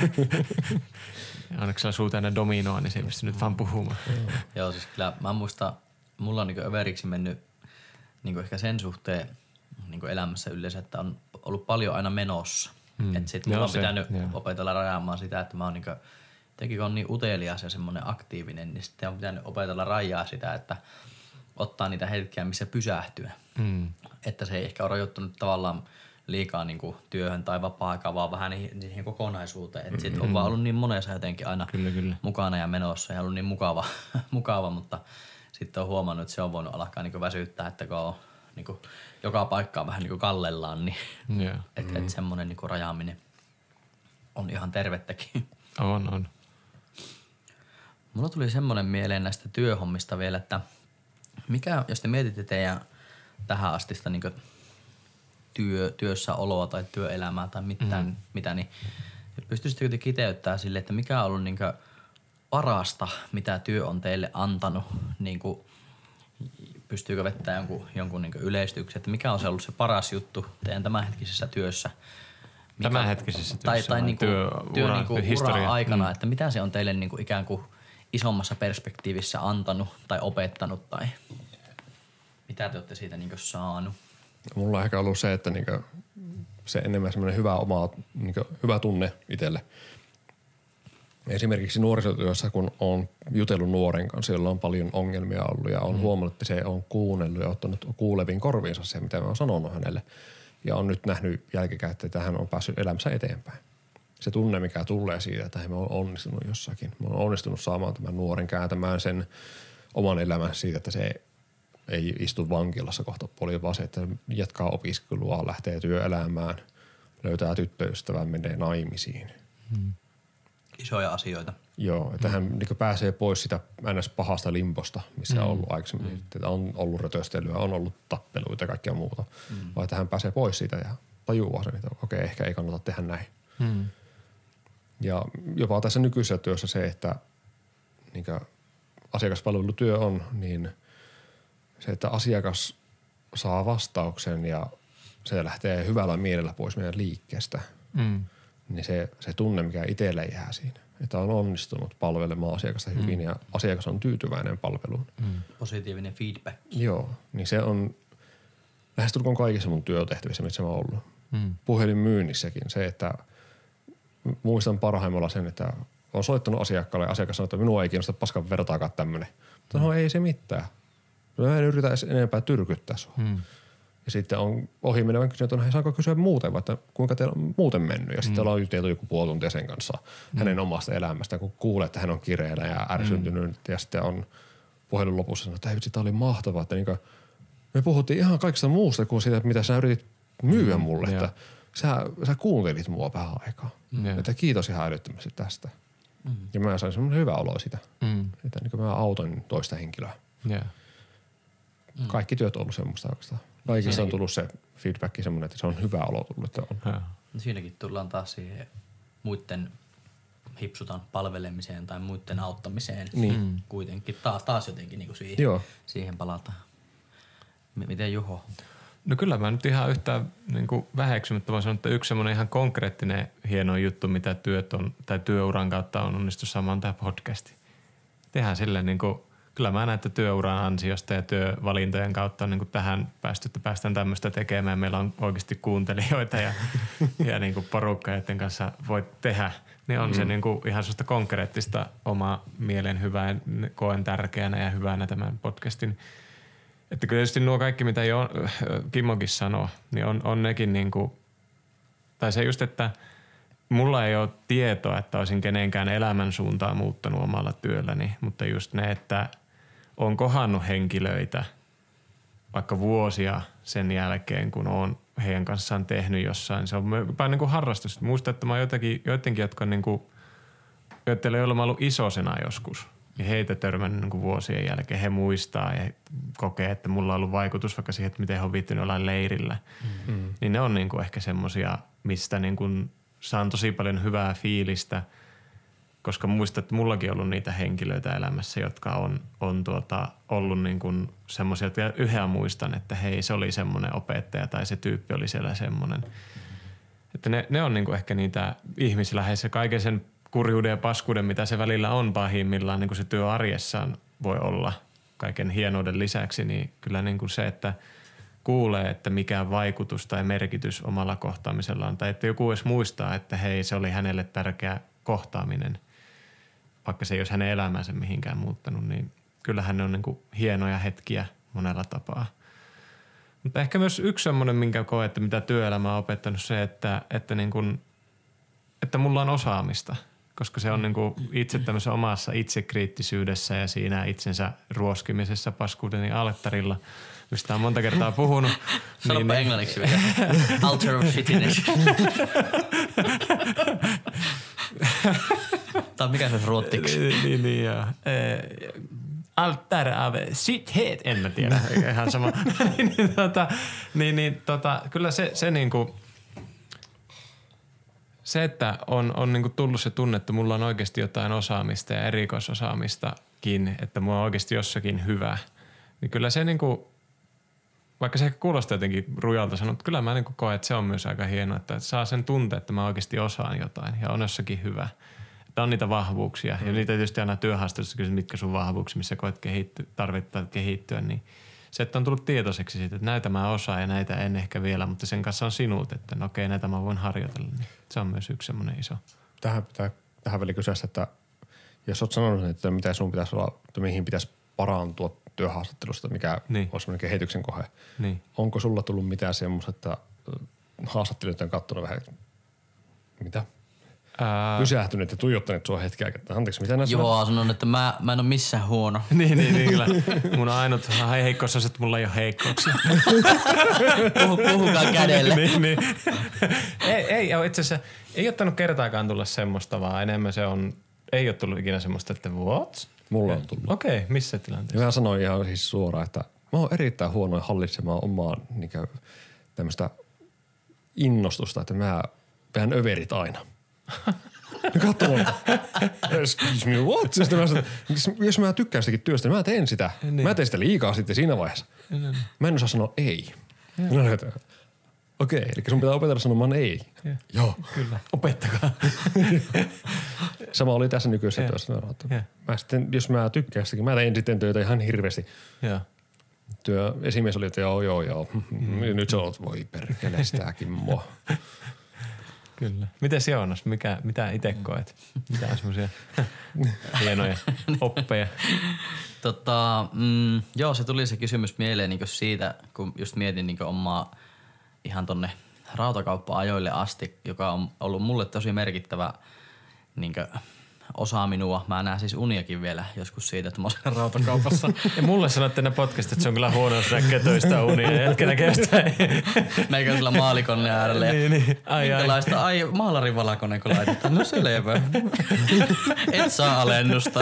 Onneksi suu täynnä dominoa, niin se ei pysty nyt vaan puhumaan. Joo. Joo, siis kyllä mä muistan, mulla on niinku överiksi mennyt niinku ehkä sen suhteen niinku elämässä yleensä, että on ollut paljon aina menossa. Mm. Että sit mulla on se, pitänyt joo. opetella rajaamaan sitä, että mä oon niinku, tekin on niin utelias ja semmoinen aktiivinen, niin sitten on pitänyt opetella rajaa sitä, että ottaa niitä hetkiä, missä pysähtyä. Mm. Että se ei ehkä ole rajoittunut tavallaan liikaa niin kuin työhön tai vapaa-aikaan, vaan vähän niihin, niihin kokonaisuuteen. Että sit on vaan ollut niin monessa jotenkin aina kyllä, kyllä. mukana ja menossa ja ollut niin mukava, mukava mutta sitten on huomannut, että se on voinut alkaa niin kuin väsyttää, että kun on niin kuin joka paikkaa vähän niin kuin kallellaan, niin yeah. että mm. et semmoinen niin kuin rajaaminen on ihan tervettäkin. On, on. Mulla tuli semmoinen mieleen näistä työhommista vielä, että mikä, jos te mietitte teidän tähän astista niin kuin työ, työssäoloa tai työelämää tai mitään, mm. mitä, niin pystyisittekö te kiteyttämään sille, että mikä on ollut niin kuin parasta, mitä työ on teille antanut, niin kuin, pystyykö vettämään jonkun, jonkun niin kuin yleistyksen, että mikä on se ollut se paras juttu teidän tämänhetkisessä työssä? Mikä, tämänhetkisessä työssä tai, tai niin kuin, työ, työ ura, niin kuin historia. ura aikana, mm. että mitä se on teille niin kuin ikään kuin isommassa perspektiivissä antanut tai opettanut tai mitä te olette siitä niin kuin saanut? Mulla on ehkä ollut se, että niinku se enemmän semmoinen hyvä oma, niinku hyvä tunne itselle. Esimerkiksi nuorisotyössä, kun on jutellut nuoren kanssa, jolla on paljon ongelmia ollut ja on mm. huomannut, että se on kuunnellut ja ottanut kuuleviin korviinsa se, mitä mä oon sanonut hänelle. Ja on nyt nähnyt jälkikäteen, että hän on päässyt elämässä eteenpäin. Se tunne, mikä tulee siitä, että mä oon onnistunut jossakin. Mä oon onnistunut saamaan tämän nuoren kääntämään sen oman elämän siitä, että se ei istu vankilassa kohta paljon, vaan se, että jatkaa opiskelua, lähtee työelämään, löytää tyttöystävän, menee naimisiin. Hmm. Isoja asioita. Joo, että hmm. hän niin pääsee pois sitä ns. Pahasta limposta, missä hmm. on ollut aikaisemmin. Hmm. Että on ollut rötöstelyä, on ollut tappeluita ja kaikkea muuta. Hmm. Vaan että hän pääsee pois siitä ja tajuaa sen, että okei, ehkä ei kannata tehdä näin. Hmm. Ja jopa tässä nykyisessä työssä se, että niin asiakaspalvelutyö on, niin se, että asiakas saa vastauksen ja se lähtee hyvällä mielellä pois meidän liikkeestä, mm. niin se, se tunne, mikä itselle jää siinä, että on onnistunut palvelemaan asiakasta hyvin mm. ja asiakas on tyytyväinen palveluun. Mm. Positiivinen feedback. Joo, niin se on lähestulkoon kaikissa mun työtehtävissä, missä mä oon ollut. Mm. Puhelinmyynnissäkin se, että muistan parhaimmalla sen, että on soittanut asiakkaalle ja asiakas sanoo, että minua ei kiinnosta paskan vertaakaan tämmöinen. No ei se mitään. Mä en yritä edes enempää tyrkyttää sua. Mm. Ja sitten on ohi menevän kysyä, että hei, saanko kysyä muuten, vai että kuinka teillä on muuten mennyt. Ja sitten mm. ollaan juteltu joku puoli tuntia sen kanssa mm. hänen omasta elämästään, kun kuulee, että hän on kireellä ja ärsyntynyt. Mm. Ja sitten on puhelun lopussa sanonut, että hei vitsi, tää oli mahtavaa. Että niin kuin, me puhuttiin ihan kaikista muusta kuin siitä, mitä sä yritit myyä mulle. Mm. Että sä, sä kuuntelit mua vähän aikaa. Mm. Että kiitos ihan älyttömästi tästä. Mm. Ja mä sain semmoinen hyvä olo sitä. Mm. Että niin mä autoin toista henkilöä. Yeah. Mm. Kaikki työt on ollut semmoista oikeastaan. Kaikissa on tullut se feedback semmoinen, että se on hyvä olo tullut. Että on. Siinäkin tullaan taas siihen muiden hipsutan palvelemiseen tai muiden auttamiseen. Niin. Kuitenkin taas, taas jotenkin niin kuin siihen, Joo. siihen palataan. M- miten Juho? No kyllä mä nyt ihan yhtään niin kuin väheksymättä vaan sanon, että yksi semmoinen ihan konkreettinen hieno juttu, mitä työt on, tai työuran kautta on onnistu saamaan tämä podcasti. Tehdään silleen niin kuin, kyllä mä näen, että työuran ansiosta ja työvalintojen kautta on niin kuin tähän päästy, että päästään tämmöistä tekemään. Meillä on oikeasti kuuntelijoita ja, ja niin kuin porukka, joiden kanssa voit tehdä. Niin on mm. se niin kuin ihan sellaista konkreettista omaa mielen hyvää, koen tärkeänä ja hyvänä tämän podcastin. Että kyllä tietysti nuo kaikki, mitä jo Kimmokin sanoo, niin on, on nekin niin kuin, tai se just, että mulla ei ole tietoa, että olisin kenenkään elämän suuntaa muuttanut omalla työlläni, mutta just ne, että on kohannut henkilöitä vaikka vuosia sen jälkeen, kun on heidän kanssaan tehnyt jossain. Se on jopa niin kuin harrastus. Muistan, että mä oon jotenkin, jotenkin jotka on niin kuin, joilla ei ole ollut isosena joskus. Ja heitä törmännyt niin kuin vuosien jälkeen. He muistaa ja kokee, että mulla on ollut vaikutus vaikka siihen, että miten he on viittynyt jollain leirillä. Mm-hmm. Niin ne on niin kuin ehkä semmosia, mistä niin kuin saan tosi paljon hyvää fiilistä, koska muistan, että mullakin on ollut niitä henkilöitä elämässä, jotka on, on tuota, ollut niin kuin semmoisia, että yhä muistan, että hei, se oli semmoinen opettaja tai se tyyppi oli siellä semmoinen. Että ne, ne on niin kuin ehkä niitä ihmisläheisiä, kaiken sen kurjuuden ja paskuuden, mitä se välillä on pahimmillaan, niin kuin se työ arjessaan voi olla kaiken hienouden lisäksi, niin kyllä niin kuin se, että kuulee, että mikä vaikutus tai merkitys omalla kohtaamisella on, tai että joku edes muistaa, että hei, se oli hänelle tärkeä kohtaaminen, vaikka se ei olisi hänen elämänsä mihinkään muuttanut, niin kyllähän ne on niin kuin hienoja hetkiä monella tapaa. Mutta ehkä myös yksi semmoinen, minkä koe, että mitä työelämä on opettanut, se, että, että, niin kuin, että mulla on osaamista, koska se on niin kuin itse tämmöisessä omassa itsekriittisyydessä ja siinä itsensä ruoskimisessa paskuudeni alttarilla, mistä on monta kertaa puhunut. Sanoppa niin, englanniksi vielä. Altar of shittiness. Tai mikä se olisi ruottiksi? Niin, niin, niin joo. Altar of shithead, en mä tiedä. Ihan sama. niin, tota, niin, niin, tota, kyllä se, se niinku, se, että on, on niinku tullut se tunne, että mulla on oikeasti jotain osaamista ja erikoisosaamistakin, että mulla on oikeasti jossakin hyvä, niin kyllä se niinku, vaikka se ehkä kuulostaa jotenkin rujalta sanoa, mutta kyllä mä niinku koen, että se on myös aika hienoa, että saa sen tunteen, että mä oikeasti osaan jotain ja on jossakin hyvä. Että on niitä vahvuuksia mm. ja niitä tietysti aina työhaastattelussa kysyt, mitkä sun vahvuuksia, missä koet kehitty, tarvittaa kehittyä, niin se, että on tullut tietoiseksi siitä, että näitä mä osaan ja näitä en ehkä vielä, mutta sen kanssa on sinut, että no okei, näitä mä voin harjoitella, niin se on myös yksi semmoinen iso. Tähän pitää tähän väliin kysyä, että jos oot sanonut, että mitä sun pitäisi olla, että mihin pitäisi parantua työhaastattelusta, mikä niin. on semmoinen kehityksen kohde. Niin. Onko sulla tullut mitään semmoista, että haastattelijat on katsonut vähän, mitä? Ää... Pysähtynyt ja tuijottanut sua hetkeä, että anteeksi, mitä näissä? Joo, sanon, että mä, mä en ole missään huono. niin, niin, niin, kyllä. Mun ainut heikkous on se, että mulla ei ole heikkouksia. Puhu, puhukaa kädelle. niin, niin. ei, ei ole itse asiassa, ei ottanut kertaakaan tulla semmoista, vaan enemmän se on, ei ole tullut ikinä semmoista, että what? Mulla on tullut. Okei, okay, missä tilanteessa? Mä sanoin ihan siis suoraan, että mä oon erittäin huono hallitsemaan omaa niin tämmöistä innostusta, että mä vähän överit aina. Ja katsoin, excuse me, what? Mä sanoin, jos mä tykkään sitäkin työstä, niin mä teen sitä. Niin. Mä teen sitä liikaa sitten siinä vaiheessa. Niin. Mä en osaa sanoa ei. Okei, okay, eli sun pitää opetella sanomaan ei. Ja. Joo. Kyllä, opettakaa. Sama oli tässä nykyisessä ja. työssä. Ja. Mä sitten, jos mä tykkään sitäkin, mä teen sitten töitä ihan hirveästi. Ja. Työ, esimies oli, että joo, joo, joo. Mm. Nyt sä oot, voi perkele sitäkin mua. Kyllä. Mites Joonas, mikä, mitä itse koet? Mitä on semmoisia hienoja oppeja? Tota, mm, joo, se tuli se kysymys mieleen niin siitä, kun just mietin niin omaa ihan tonne rautakauppa-ajoille asti, joka on ollut mulle tosi merkittävä niin osa minua. Mä näen siis uniakin vielä joskus siitä, että mä olen rautakaupassa. Ja mulle sanotte ne podcastit, että se on kyllä huono, jos näkee töistä unia ja jätkänä kertaa. Meikä sillä maalikon äärellä. Niin, niin. Ai, minkälaista? Ai, ai maalarin valakone, kun laitetaan. No selvä. Et saa alennusta.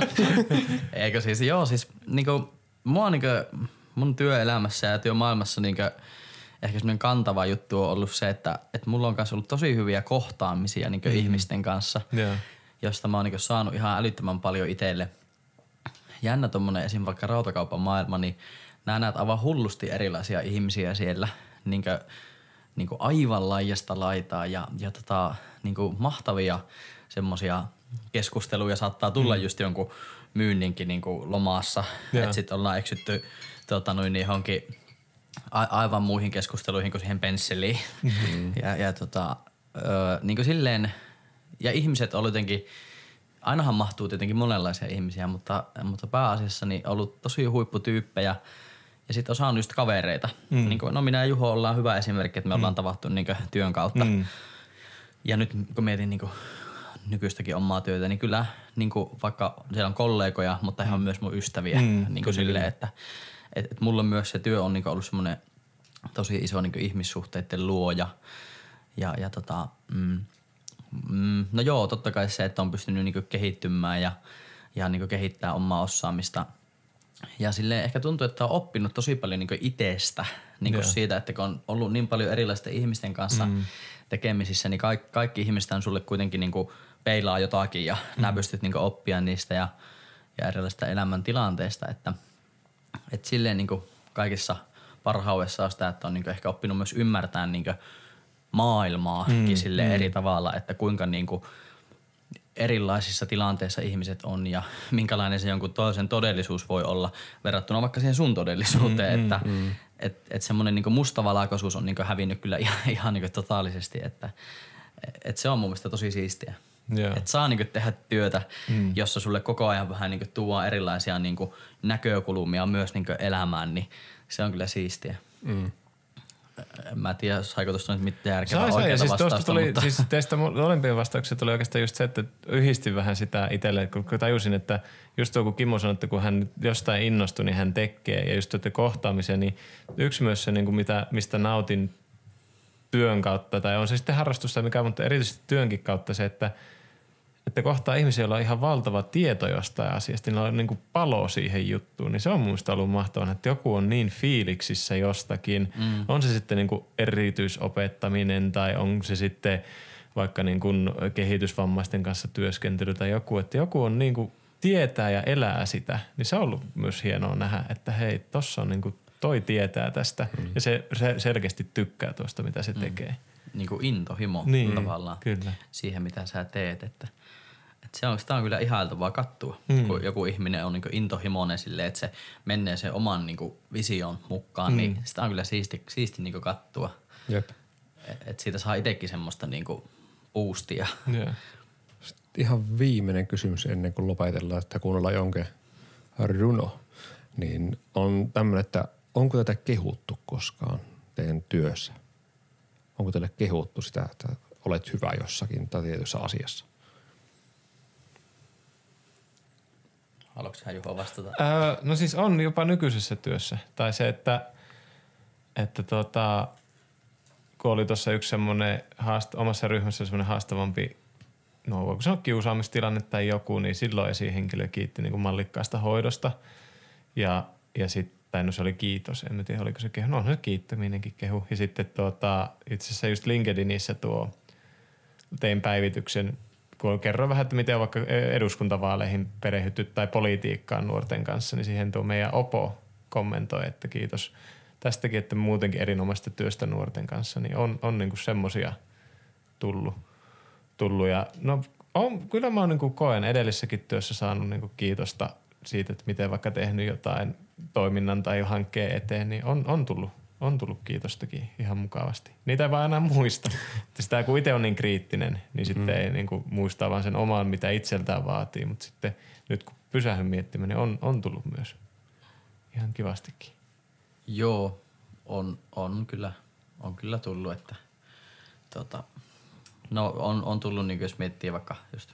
Eikö siis, joo siis niinku, mua niinku, mun työelämässä ja työmaailmassa niinku, ehkä semmoinen kantava juttu on ollut se, että, että mulla on kanssa ollut tosi hyviä kohtaamisia niinku mm. ihmisten kanssa. Yeah. Josta mä oon niinku saanut ihan älyttömän paljon itselle. Jännä tommonen esim. Vaikka rautakaupan maailma, niin nää näet aivan hullusti erilaisia ihmisiä siellä. Niinku, niinku aivan laijasta laitaa ja, ja tota, niinku mahtavia semmosia keskusteluja saattaa tulla mm. just jonkun myynninkin niinku lomassa. Yeah. Että sit ollaan eksytty tota, noin johonkin a- aivan muihin keskusteluihin kuin siihen pensseliin. Mm-hmm. ja, ja tota, ö, niinku silleen... Ja ihmiset on jotenkin, ainahan mahtuu tietenkin monenlaisia ihmisiä, mutta, mutta pääasiassa niin ollut tosi huipputyyppejä ja sitten osa on just kavereita. Mm. Niin kuin, no minä ja Juho ollaan hyvä esimerkki, että me mm. ollaan tavattu niin kuin työn kautta. Mm. Ja nyt kun mietin niin kuin nykyistäkin omaa työtä, niin kyllä niin kuin vaikka siellä on kollegoja, mutta he on myös mun ystäviä. Mm. Niin kuin silleen, että et, et mulla myös se työ on niin kuin ollut semmoinen tosi iso niin kuin ihmissuhteiden luoja. Ja, ja tota... Mm, Mm, no joo, totta kai se, että on pystynyt niinku kehittymään ja, ja niinku kehittää omaa osaamista. Ja silleen ehkä tuntuu, että on oppinut tosi paljon niinku itsestä niinku siitä, että kun on ollut niin paljon erilaisten ihmisten kanssa mm. tekemisissä, niin kaikki, kaikki ihmiset on sulle kuitenkin niinku peilaa jotakin ja mm. nää pystyt niinku oppia niistä ja, ja erilaisista elämäntilanteista. Että et silleen niinku kaikissa parhaudessa on sitä, että on niinku ehkä oppinut myös ymmärtää niinku maailmaakin mm, sille mm. eri tavalla, että kuinka niinku erilaisissa tilanteissa ihmiset on ja minkälainen se jonkun toisen todellisuus voi olla verrattuna vaikka siihen sun todellisuuteen, mm, että mm. et, et semmoinen niinku mustavalkoisuus on niinku hävinnyt kyllä ihan, ihan niinku totaalisesti, että et se on mun mielestä tosi siistiä. Yeah. Että saa niinku tehdä työtä, mm. jossa sulle koko ajan vähän niinku tuo erilaisia niinku näkökulmia myös niinku elämään, niin se on kyllä siistiä. Mm. Mä en tiedä, saiko tuosta nyt mitään järkevää oikeaa siis vastausta. Tuli, mutta... siis teistä molempien vastauksia tuli oikeastaan just se, että yhdistin vähän sitä itselle, kun tajusin, että just tuo kun Kimmo sanoi, että kun hän jostain innostui, niin hän tekee. Ja just tuotte kohtaamisen, niin yksi myös se, niin kuin mitä, mistä nautin työn kautta, tai on se sitten harrastusta mikä, mutta erityisesti työnkin kautta se, että että kohtaa ihmisiä, joilla on ihan valtava tieto jostain asiasta, niin on niin kuin palo siihen juttuun, niin se on mun mielestä ollut mahtavaa, että joku on niin fiiliksissä jostakin. Mm. On se sitten niin kuin erityisopettaminen tai on se sitten vaikka niin kuin kehitysvammaisten kanssa työskentely tai joku, että joku on niin kuin tietää ja elää sitä, niin se on ollut myös hienoa nähdä, että hei, tossa on niin kuin toi tietää tästä mm. ja se, se selkeästi tykkää tuosta, mitä se mm. tekee. Niin kuin intohimo niin, tavallaan kyllä. siihen, mitä sä teet, että Se on, sitä on kyllä ihailtavaa kattua, mm. kun joku ihminen on niin intohimoinen silleen, että se menee sen oman niin vision mukaan, mm. niin sitä on kyllä siisti, siisti niin kattua. Jep. Että siitä saa itsekin semmoista niin boostia. Yeah. Ihan viimeinen kysymys ennen kuin lopetellaan, että kuunnellaan jonkin runo, niin on tämmöinen, että onko tätä kehuttu koskaan teidän työssä? Onko teille kehuttu sitä, että olet hyvä jossakin tai tietyssä asiassa? Haluatko sä Juho vastata? Öö, no siis on jopa nykyisessä työssä. Tai se, että, että tota, kun oli tuossa yksi semmoinen haast- omassa ryhmässä semmoinen haastavampi, no voiko sanoa kiusaamistilanne tai joku, niin silloin esihenkilö kiitti niin kuin mallikkaasta hoidosta. Ja, ja sitten, no se oli kiitos, en tiedä oliko se kehu, no on se kiittäminenkin kehu. Ja sitten tuota, itse asiassa just LinkedInissä tuo, tein päivityksen, kun kerroin vähän, että miten on vaikka eduskuntavaaleihin perehdytty tai politiikkaan nuorten kanssa, niin siihen tuo meidän Opo kommentoi, että kiitos tästäkin, että muutenkin erinomaista työstä nuorten kanssa, niin on, on niinku semmosia tullut, tullut. Ja no on, kyllä mä oon niinku koen edellisessäkin työssä saanut niinku kiitosta siitä, että miten vaikka tehnyt jotain toiminnan tai hankkeen eteen, niin on, on tullut, on tullut kiitostakin ihan mukavasti. Niitä ei vaan enää muista. Sitä kun itse on niin kriittinen, niin sitten mm. ei niin kuin muistaa vaan sen oman, mitä itseltään vaatii. Mutta sitten nyt kun pysähyn miettimään, niin on, on tullut myös ihan kivastikin. Joo, on, on, kyllä, on kyllä tullut, että tota, no on, on tullut, niin jos miettii vaikka just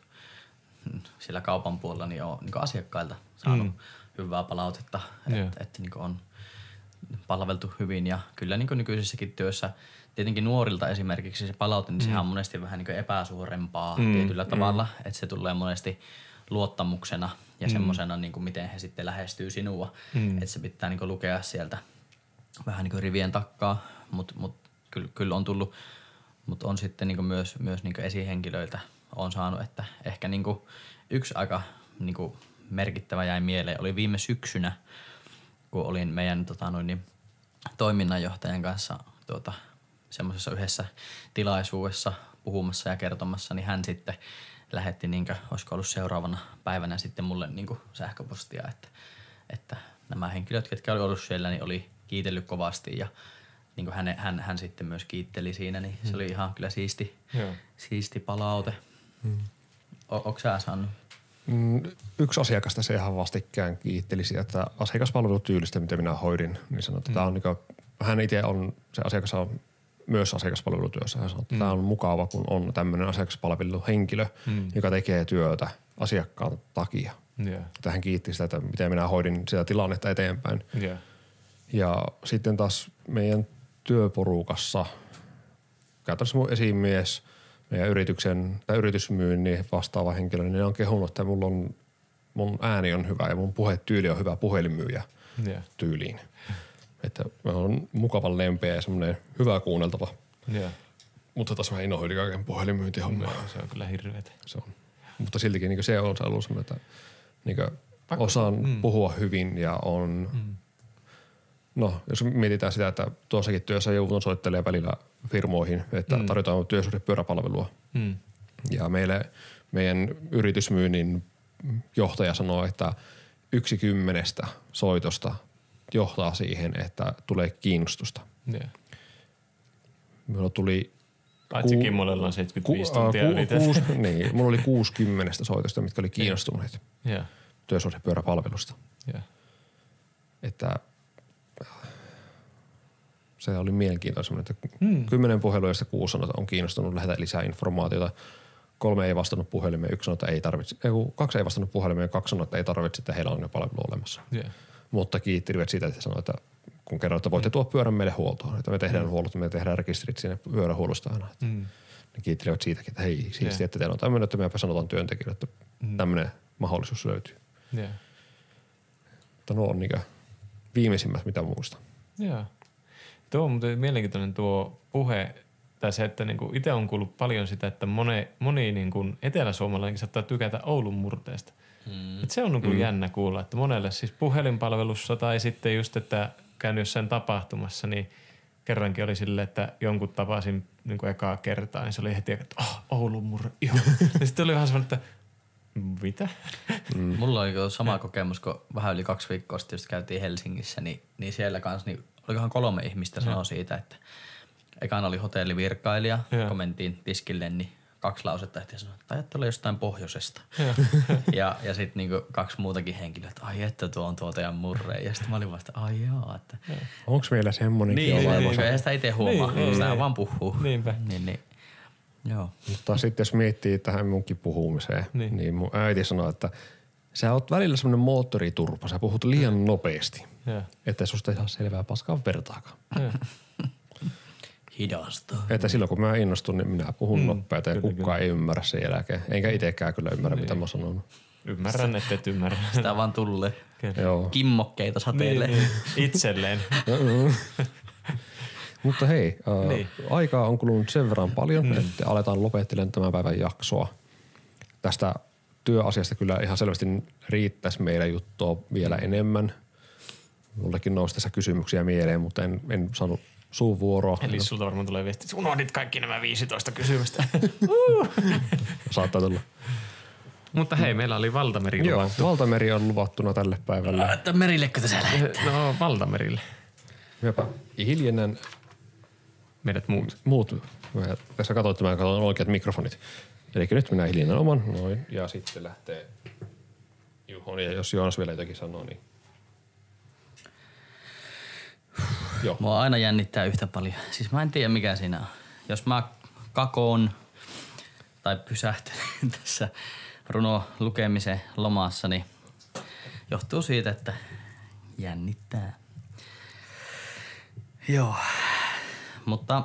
siellä kaupan puolella, niin on niin asiakkailta saanut mm. hyvää palautetta, että, että, että niin on palveltu hyvin ja kyllä niin nykyisessäkin työssä tietenkin nuorilta esimerkiksi se palaute, niin mm. sehän on monesti vähän niin epäsuorempaa mm. tietyllä mm. tavalla, että se tulee monesti luottamuksena ja mm. semmoisena, niin kuin miten he sitten lähestyy sinua, mm. että se pitää niin kuin lukea sieltä vähän niin kuin rivien takkaa, mutta mut, kyllä, kyllä on tullut, mutta on sitten niin kuin myös, myös niin kuin esihenkilöiltä on saanut, että ehkä niin kuin yksi aika niin kuin merkittävä jäi mieleen, oli viime syksynä, kun olin meidän tota, noin, niin, toiminnanjohtajan kanssa tuota, semmoisessa yhdessä tilaisuudessa puhumassa ja kertomassa, niin hän sitten lähetti, niin kuin, olisiko ollut seuraavana päivänä sitten mulle niin kuin sähköpostia, että, että nämä henkilöt, ketkä oli ollut siellä, niin oli kiitellyt kovasti ja niin kuin hän, hän, hän sitten myös kiitteli siinä, niin se oli ihan kyllä siisti, siisti palaute. Hmm. O, onko sä saanut? Yksi asiakasta se ihan vastikään kiitteli siitä, että asiakaspalvelutyylistä, mitä minä hoidin, niin sanoi, että mm. tämä on niin kuin, hän itse on, se asiakas on myös asiakaspalvelutyössä. Hän sanoi, että mm. tämä on mukava, kun on tämmöinen asiakaspalveluhenkilö, mm. joka tekee työtä asiakkaan takia. Yeah. Että hän kiitti sitä, että miten minä hoidin sitä tilannetta eteenpäin. Yeah. Ja sitten taas meidän työporukassa käytännössä mun esimies, meidän yrityksen tai yritysmyynnin vastaava henkilö, niin ne on kehunut, että mulla on, mun ääni on hyvä ja mun puhetyyli on hyvä puhelinmyyjä yeah. tyyliin. Että mä oon mukavan lempeä ja semmoinen hyvä kuunneltava. Yeah. Mutta taas mä innohoidin kaiken puhelinmyyntihommaa. No, se on kyllä hirveetä. Se on. Mutta siltikin niin se on ollut semmoinen, että niin osaan mm. puhua hyvin ja on... Mm. No, jos mietitään sitä, että tuossakin työssä joudun soittelemaan välillä firmoihin, että mm. tarjotaan työsuhdepyöräpalvelua. Mm. Ja meille, meidän yritysmyynnin johtaja sanoo, että yksi kymmenestä soitosta johtaa siihen, että tulee kiinnostusta. Yeah. Minulla tuli... Paitsi ku, Kimmolella on seitsemänkymmentäviisi tuntia ku, ylitetty. Kuus, niin, mulla oli kuusikymmentä soitosta, mitkä oli kiinnostuneet yeah. työsuhdepyöräpalvelusta. Yeah. Että... Se oli mielenkiintoinen, että hmm. kymmenen puhelua, josta kuusi sanoi, että on kiinnostunut, lähetä lisää informaatiota. Kolme ei vastannut puhelimeen, yksi sanoi, että ei tarvitse. Ei, kaksi ei vastannut puhelimeen, kaksi sanoi, että ei tarvitse, että heillä on jo palvelu olemassa. Yeah. Mutta kiittivät siitä, että sanoi, että kun kerroin, että voitte hmm. tuoda pyörän meille huoltoon, että me tehdään hmm. huollot, me tehdään rekisterit sinne pyörähuollosta aina. Hmm. Ne kiittivät siitäkin, että hei, siistiä, yeah. että teillä on tämmöinen, että me sanotaan työntekijöille, että hmm. tämmöinen mahdollisuus löytyy. Yeah. Mutta nuo on niin viimeisimmät, mitä muistan. Yeah. Tuo on muuten mielenkiintoinen tuo puhe, tai se, että niinku itse on kuullut paljon sitä, että moni, moni niinku eteläsuomalainenkin saattaa tykätä Oulun murteesta. Mm. Et se on niinku mm. jännä kuulla, että monelle siis puhelinpalvelussa tai sitten just, että käynyt jossain tapahtumassa, niin kerrankin oli silleen, että jonkun tapasin niinku ekaa kertaa, niin se oli heti, että oh, Oulun murre, joo. Ja sitten oli vähän semmoinen, että mitä? Mm. Mulla oli sama kokemus, kun vähän yli kaksi viikkoa sitten just käytiin Helsingissä, niin, niin siellä kanssa niin olikohan kolme ihmistä sanoi siitä, että ekan oli hotellivirkailija, ja. kun mentiin tiskille, niin kaksi lausetta ehti sanoa, että ajattelee jostain pohjoisesta. Ja, ja, ja sitten niinku kaksi muutakin henkilöä, että ai että tuo on tuo teidän murre. Ja sitten mä olin vasta, ai jaa. Että... Onko meillä semmonenkin niin, olemassa? Niin, eihän sitä itse huomaa, niin, sitä niin, vaan puhuu. Niinpä. Niin, niin. Joo. Mutta sitten jos miettii tähän munkin puhumiseen, niin, niin mun äiti sanoi, että sä oot välillä semmoinen moottoriturpa, sä puhut liian nopeasti, ja. Että susta ei saa selvää paskaa vertaakaan. Hidasta. Että silloin kun mä innostun, niin minä puhun mm, nopeasti ja kukaan kyllä. ei ymmärrä sen jälkeen. Enkä itsekään kyllä ymmärrä, niin. mitä mä sanon. Ymmärrän, että et ymmärrä. Sitä vaan tulee. Kimmokkeita sateille. Niin, niin. Itselleen. Mutta hei, äh, niin. aikaa on kulunut sen verran paljon, mm. että aletaan lopettelemaan tämän päivän jaksoa. Tästä työasiasta kyllä ihan selvästi riittäisi meillä juttua vielä enemmän. Mullekin nousi tässä kysymyksiä mieleen, mutta en, en saanut suuvuoroa. Eli sulta varmaan tulee viesti, että unohdit kaikki nämä viisitoista kysymystä. Saattaa tulla. Mutta hei, meillä oli Valtameri luvattu. Joo, Valtameri on luvattuna tälle päivälle. Että merillekö tässä lähdetään? No, Valtamerille. Minäpä hiljennän Meidät muut. muut. Mä tässä katsoin, että mä katson oikeat mikrofonit. Eli nyt minä hiljennän oman. Noin. Ja sitten lähtee Juhon. Ja jos Joonas vielä jotakin sanoo, niin... Joo. Mua aina jännittää yhtä paljon. Siis mä en tiedä mikä siinä on. Jos mä kakoon tai pysähtelen tässä runo lukemisen lomassa, niin johtuu siitä, että jännittää. Joo. Mutta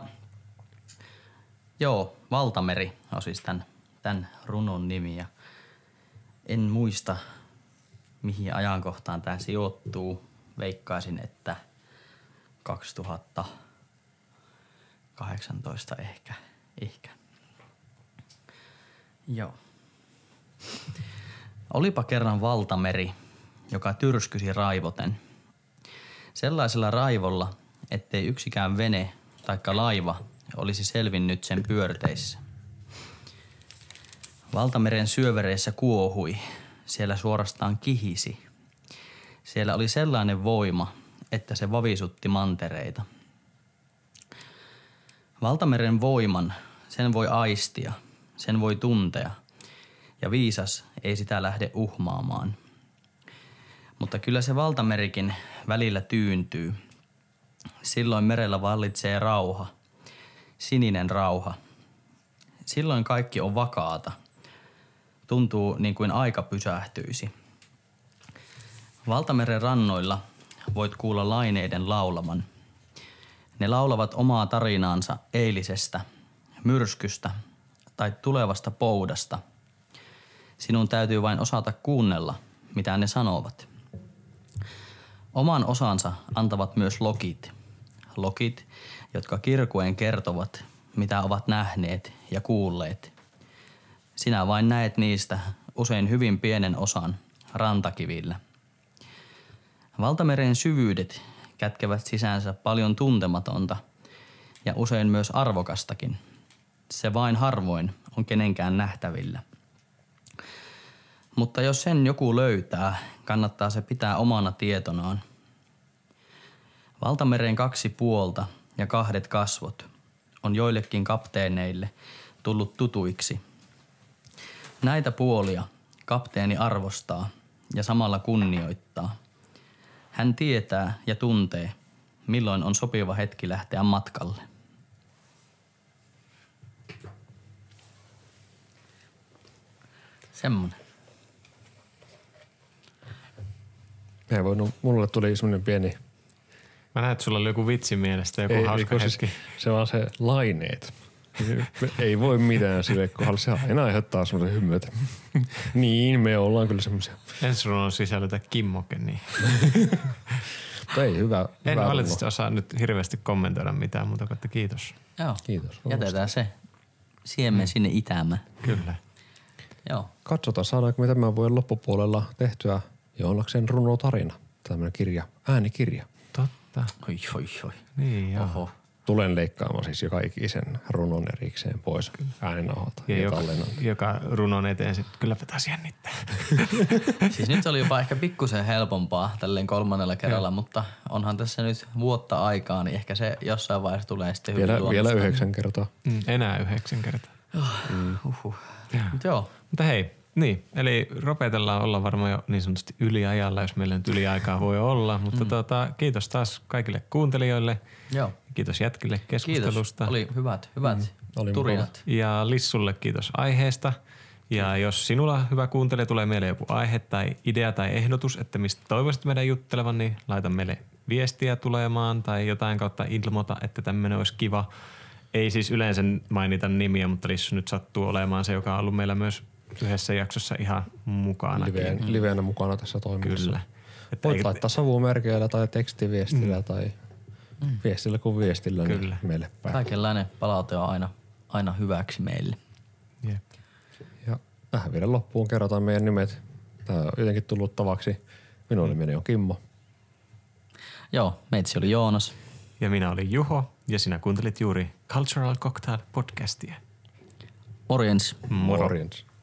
joo, Valtameri on siis tämän, tämän runon nimi ja en muista mihin ajankohtaan tämä sijoittuu. Veikkaisin, että kaksituhattakahdeksantoista ehkä. ehkä. Joo. Olipa kerran valtameri, joka tyrskysi raivoten. Sellaisella raivolla, ettei yksikään vene taikka laiva olisi selvinnyt sen pyörteissä. Valtameren syövereissä kuohui, siellä suorastaan kihisi. Siellä oli sellainen voima, että se vavisutti mantereita. Valtameren voiman, sen voi aistia, sen voi tuntea, ja viisas ei sitä lähde uhmaamaan. Mutta kyllä se valtamerikin välillä tyyntyy. Silloin merellä vallitsee rauha, sininen rauha. Silloin kaikki on vakaata. Tuntuu niin kuin aika pysähtyisi. Valtameren rannoilla voit kuulla laineiden laulaman. Ne laulavat omaa tarinaansa eilisestä, myrskystä tai tulevasta poudasta. Sinun täytyy vain osata kuunnella, mitä ne sanovat. Oman osansa antavat myös lokit. Lokit, jotka kirkuen kertovat, mitä ovat nähneet ja kuulleet. Sinä vain näet niistä usein hyvin pienen osan rantakivillä. Valtameren syvyydet kätkevät sisäänsä paljon tuntematonta ja usein myös arvokastakin. Se vain harvoin on kenenkään nähtävillä. Mutta jos sen joku löytää, kannattaa se pitää omana tietonaan. Valtameren kaksi puolta ja kahdet kasvot on joillekin kapteeneille tullut tutuiksi. Näitä puolia kapteeni arvostaa ja samalla kunnioittaa. Hän tietää ja tuntee, milloin on sopiva hetki lähteä matkalle. Semmonen. Mä en voinut, mulle tuli semmoinen pieni... Mä näen, että sulla oli joku vitsi mielestä, joku ei, hauska ei, hetki. Siis, se on se laineet. Ei voi mitään sille kohdalla. Se aina aiheuttaa semmoisen hymyötä. Niin, me ollaan kyllä semmoisia. Ensi runon sisällytä kimmoke, niin. Mutta ei, hyvä. En hyvä valitettavasti osaa nyt hirveästi kommentoida mitään muuta kuin, että kiitos. Joo. Kiitos. Jätetään se siemen mm. sinne itämään. Kyllä. Joo. Katsotaan, saadaanko me tämän vuoden loppupuolella tehtyä Joonaksen runotarina. Tämmöinen kirja, äänikirja. Totta. Oi, oi, oi. Niin joo. Oho. Tulen leikkaamaan siis joka ikisen runon erikseen pois ääninauhalta Ja, ja, joka, tallennan. joka runon eteen sitten kylläpä taas jännittää. Siis nyt oli jopa ehkä pikkusen helpompaa tälleen kolmannella kerralla, mutta onhan tässä nyt vuotta aikaa, niin ehkä se jossain vaiheessa tulee sitten hyvin Vielä, vielä yhdeksän kertaa. Mm, enää yhdeksän kertaa. Mm. Uhuh. Mut joo. Mutta hei, niin, eli ropetellaan olla varmaan jo niin sanotusti yliajalla, jos meillä nyt yliaikaa voi olla. Mutta mm. tuota, kiitos taas kaikille kuuntelijoille. Joo. Kiitos jätkille keskustelusta. Kiitos. Oli hyvät, hyvät mm. Oli turinat. Ja Lissulle kiitos aiheesta. Ja kiitos. Jos sinulla, hyvä kuuntelija, tulee meille joku aihe tai idea tai ehdotus, että mistä toivoisit meidän juttelevan, niin laita meille viestiä tulemaan tai jotain kautta ilmoita, että tämmöinen olisi kiva. Ei siis yleensä mainita nimiä, mutta Lissu nyt sattuu olemaan se, joka on ollut meillä myös yhdessä jaksossa ihan mukana. Liveen, mm. Liveenä mukana tässä toiminnassa. Kyllä. Että voit ei, laittaa savumerkeillä tai tekstiviestillä mm. tai mm. viestillä kuin viestillä Kyllä. Niin meille päin. Kaikenlainen palaute on aina, aina hyväksi meille. Jep. Ja tähän vielä loppuun kerrotaan meidän nimet. Tämä on jotenkin tullut tavaksi. Minun nimeni on Kimmo. Joo, meitsi oli Joonas. Ja minä olin Juho ja sinä kuuntelit juuri Cultural Cocktail podcastia. Morjens. Moro. Morjens.